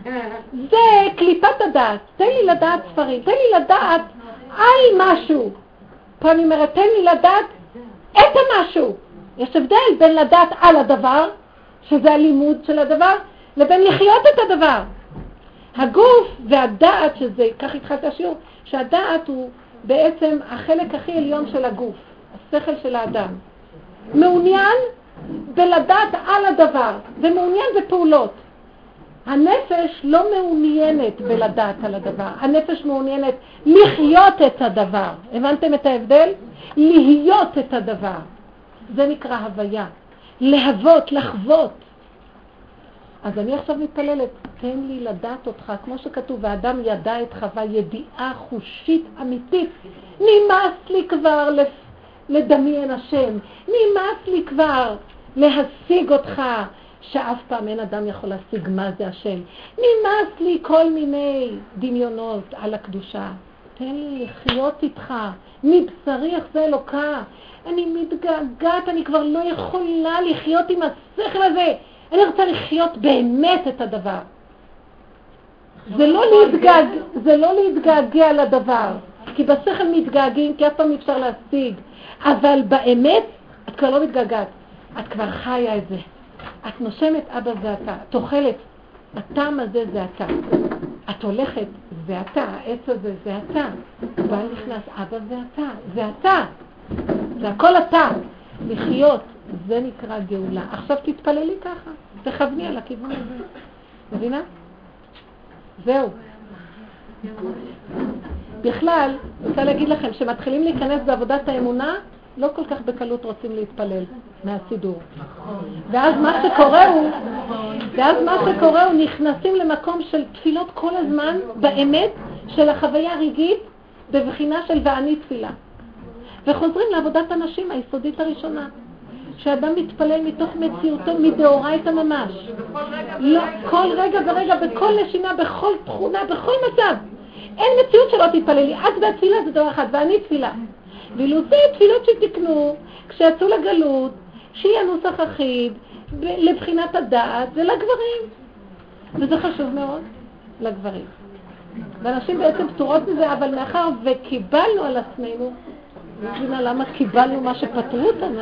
זה קליפת הדעת. תן לי לדעת ספרים, תן לי לדעת על משהו. פה אני אומרת, תן לי לדעת את המשהו. יש הבדל בין לדעת על הדבר, שזה הלימוד של הדבר, לבין לחיות את הדבר. הגוף והדעת, שזה, כך התחלת השיעור, שהדעת הוא בעצם החלק הכי עליון של הגוף, השכל של האדם. מעוניין בלדעת על הדבר, ומעוניין בפעולות. הנפש לא מעוניינת בלדעת על הדבר, הנפש מעוניינת לחיות את הדבר. הבנתם את ההבדל? להיות את הדבר. זה נקרא הוויה. להוות, לחוות. אז אני עכשיו מתפללת, תן לי לדעת אותך, כמו שכתוב, האדם ידע את חווה ידיעה חושית אמיתית. נמאס לי כבר לדמיין השם, נמאס לי כבר להשיג אותך, שאף פעם אין אדם יכול להשיג מה זה השם. נמאס לי כל מיני דמיונות על הקדושה. תן לי לחיות איתך, מבשרי איך זה אלוקה. אני מתגעגעת, אני כבר לא יכולה לחיות עם השכל הזה. אני רוצה לחיות באמת את הדבר. זה לא להתגעגע, זה לא להתגעגע לדבר, כי בשכל מתגעגעים, כי אף פעם אפשר להשיג. אבל באמת, את כבר לא מתגעגעת. את כבר חיה את זה. את נושמת, אבא זה אתה. את אוכלת, הטעם הזה זה אתה. את הולכת, זה אתה. העץ הזה זה אתה. בא נכנס, אבא זה אתה. זה אתה. זה הכל אתה. לחיות, זה נקרא גאולה. עכשיו תתפללי ככה. תכווני על הכיוון הזה. מבינה? זהו. בכלל, רוצה להגיד לכם, שמתחילים להיכנס בעבודת האמונה, לא כל כך בקלות רוצים להתפלל מהסידור. ואז מה שקורה הוא, ואז מה שקורה הוא נכנסים למקום של תפילות כל הזמן, באמת, של החוויה הרגעית, בבחינה של ואני תפילה. וחוזרים לעבודת הנשים היסודית הראשונה. שאדם מתפלל מתוך מציאותו, מדאורייתא ממש. לא, כל רגע ורגע, בכל נשימה, בכל תכונה, בכל מצב. אין מציאות שלא תתפללי. את והתפילה זה דבר אחד, ואני תפילה. ואילו זה תפילות שתקנו, כשיצאו לגלות, שיהיה נוסח אחיד, לבחינת הדעת, זה לגברים. וזה חשוב מאוד, לגברים. ואנשים בעצם פטורות מזה, אבל מאחר וקיבלנו על עצמנו, לא מבינה למה קיבלנו מה שפטרו אותנו.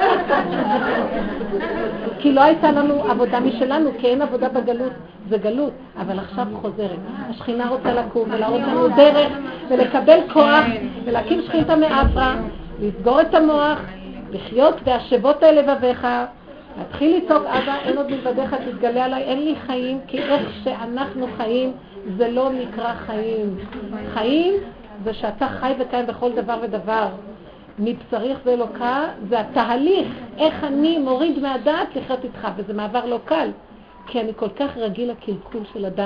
כי לא הייתה לנו עבודה משלנו, כי אין עבודה בגלות, זה גלות, אבל עכשיו חוזרת. השכינה רוצה לקום ולהראות לנו דרך ולקבל כוח ולהקים שכינתה מאפרה, לסגור את המוח, לחיות בהשבות אל לבביך, להתחיל לצעוק אבא, אין עוד מלבדיך, תתגלה עליי, אין לי חיים, כי איך שאנחנו חיים זה לא נקרא חיים. חיים זה שאתה חי וקיים בכל דבר ודבר. מבשריך ואלוקה זה התהליך, איך אני מוריד מהדעת לחיות איתך, וזה מעבר לא קל, כי אני כל כך רגיל לקלקול של הדעת.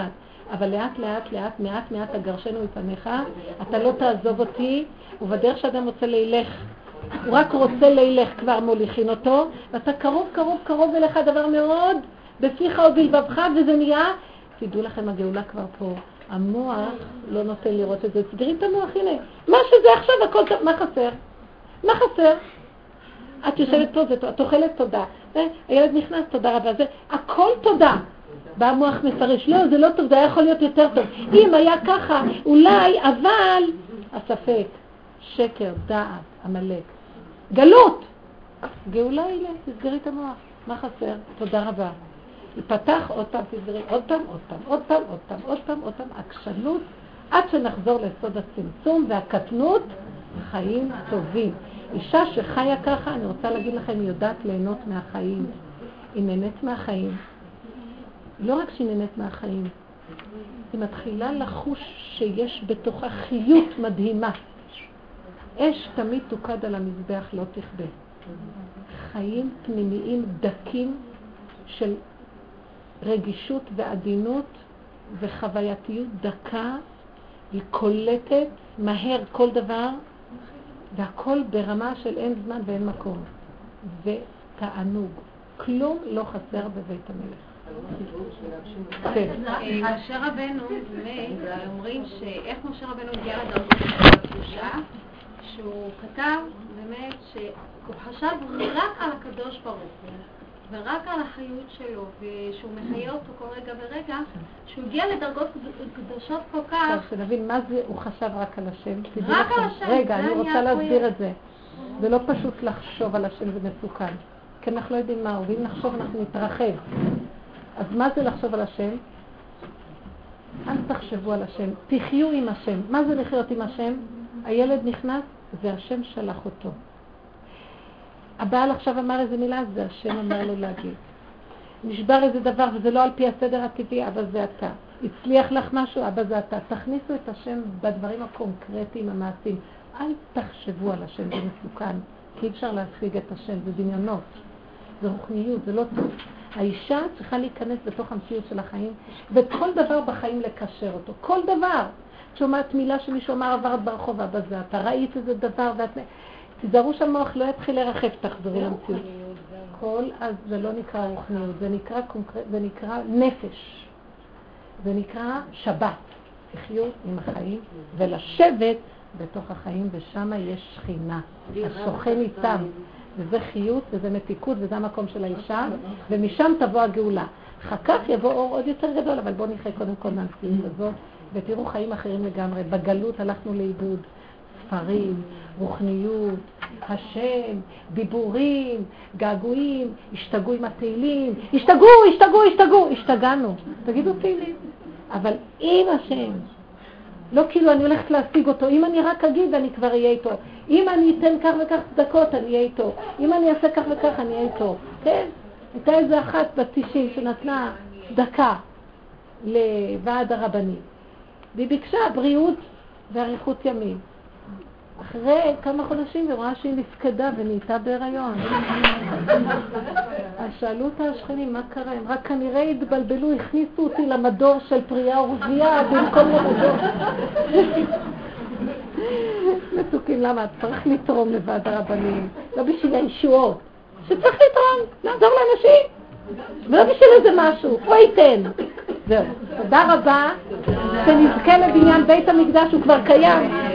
אבל לאט לאט לאט מעט מעט אגרשנו מפניך, אתה לא תעזוב אותי, ובדרך שאדם רוצה לילך, הוא רק רוצה לילך כבר מוליכין אותו, ואתה קרוב קרוב קרוב אליך דבר מאוד בפיך ובלבבך, וזה נהיה, תדעו לכם הגאולה כבר פה, המוח לא נותן לראות את זה, סגרי את המוח, הנה, מה שזה עכשיו הכל טוב, מה חסר? מה חסר? את יושבת פה, את אוכלת תודה, הילד נכנס, תודה רבה, זה הכל תודה. והמוח מפרש, לא, זה לא טוב, זה היה יכול להיות יותר טוב. אם היה ככה, אולי, אבל, הספק, שקר, דעת, עמלק, גלות. גאולה הנה, תסגרי את המוח. מה חסר? תודה רבה. יפתח עוד פעם, תסגרי עוד פעם, עוד פעם, עוד פעם, עוד פעם, עוד פעם, עוד פעם, עקשנות, עד שנחזור לסוד הצמצום והקטנות, חיים טובים. אישה שחיה ככה, אני רוצה להגיד לכם, היא יודעת ליהנות מהחיים. היא נהנית מהחיים. לא רק שהיא נהנית מהחיים, היא מתחילה לחוש שיש בתוכה חיות מדהימה. אש תמיד תוקד על המזבח, לא תכבה. חיים פנימיים דקים של רגישות ועדינות וחווייתיות דקה, היא קולטת מהר כל דבר, והכל ברמה של אין זמן ואין מקום. ותענוג. כלום לא חסר בבית המלך. משה רבנו מת, אומרים שאיך משה רבנו הגיע לדרגות של הקדושה, שהוא כתב באמת שהוא חשב רק על הקדוש ברוך הוא ורק על החיות שלו, ושהוא מחיה אותו כל רגע ורגע, שהוא הגיע לדרגות קדושות כל כך. עכשיו שנבין מה זה הוא חשב רק על השם. רק על השם. רגע, אני רוצה להסביר את זה. זה לא פשוט לחשוב על השם, זה מסוכן. כי אנחנו לא יודעים מהו, ואם נחשוב אנחנו נתרחב. אז מה זה לחשוב על השם? אל תחשבו על השם, תחיו עם השם. מה זה לחיות עם השם? הילד נכנס, זה השם שלח אותו. הבעל עכשיו אמר איזה מילה, זה השם אמר לו להגיד. נשבר איזה דבר, וזה לא על פי הסדר הטבעי, אבל זה אתה. הצליח לך משהו, אבל זה אתה. תכניסו את השם בדברים הקונקרטיים, המעשיים. אל תחשבו על השם, זה מסוכן. כי אי אפשר להשיג את השם, זה דמיונות. זה רוחניות, זה לא טוב. האישה צריכה להיכנס בתוך המציאות של החיים, וכל דבר בחיים לקשר אותו. כל דבר. שומעת מילה שמישהו אמר עברת ברחוב, אבל זה אתה ראית איזה דבר, ואת... תזהרו שהמוח לא יתחיל לרחב, תחזרו למציאות. כל אז זה לא נקרא רוחניות, זה נקרא, קונקרט, זה נקרא נפש. זה נקרא שבת. לחיות עם החיים ולשבת בתוך החיים, ושם יש שכינה. השוכן איתם. וזה חיות, וזה מתיקות, וזה המקום של האישה, ומשם תבוא הגאולה. אחר כך יבוא אור עוד יותר גדול, אבל בואו נחיה קודם כל מהמציאות הזאת, ותראו חיים אחרים לגמרי. בגלות הלכנו לאיבוד, ספרים, רוחניות, השם, דיבורים, געגועים, השתגעו עם התהילים, השתגעו, השתגעו, השתגעו, השתגענו. תגידו תהילים. אבל עם השם, לא כאילו אני הולכת להשיג אותו, אם אני רק אגיד אני כבר אהיה איתו, אם אני אתן כך וכך צדקות אני אהיה איתו, אם אני אעשה כך וכך אני אהיה איתו, כן? הייתה איזה אחת בתשעים שנתנה צדקה לוועד הרבני, והיא ביקשה בריאות ואריכות ימים. אחרי כמה חודשים היא רואה שהיא נפקדה ונהייתה בהיריון. אז שאלו אותה השכנים מה קרה, הם רק כנראה התבלבלו, הכניסו אותי למדור של פרייה ורבייה במקום למדור. מתוקים, למה? צריך לתרום לוועד הרבנים, לא בשביל הישועות, שצריך לתרום, לעזור לאנשים, ולא בשביל איזה משהו, הוא ייתן. זהו, תודה רבה, שנזכה לבניין בית המקדש, הוא כבר קיים.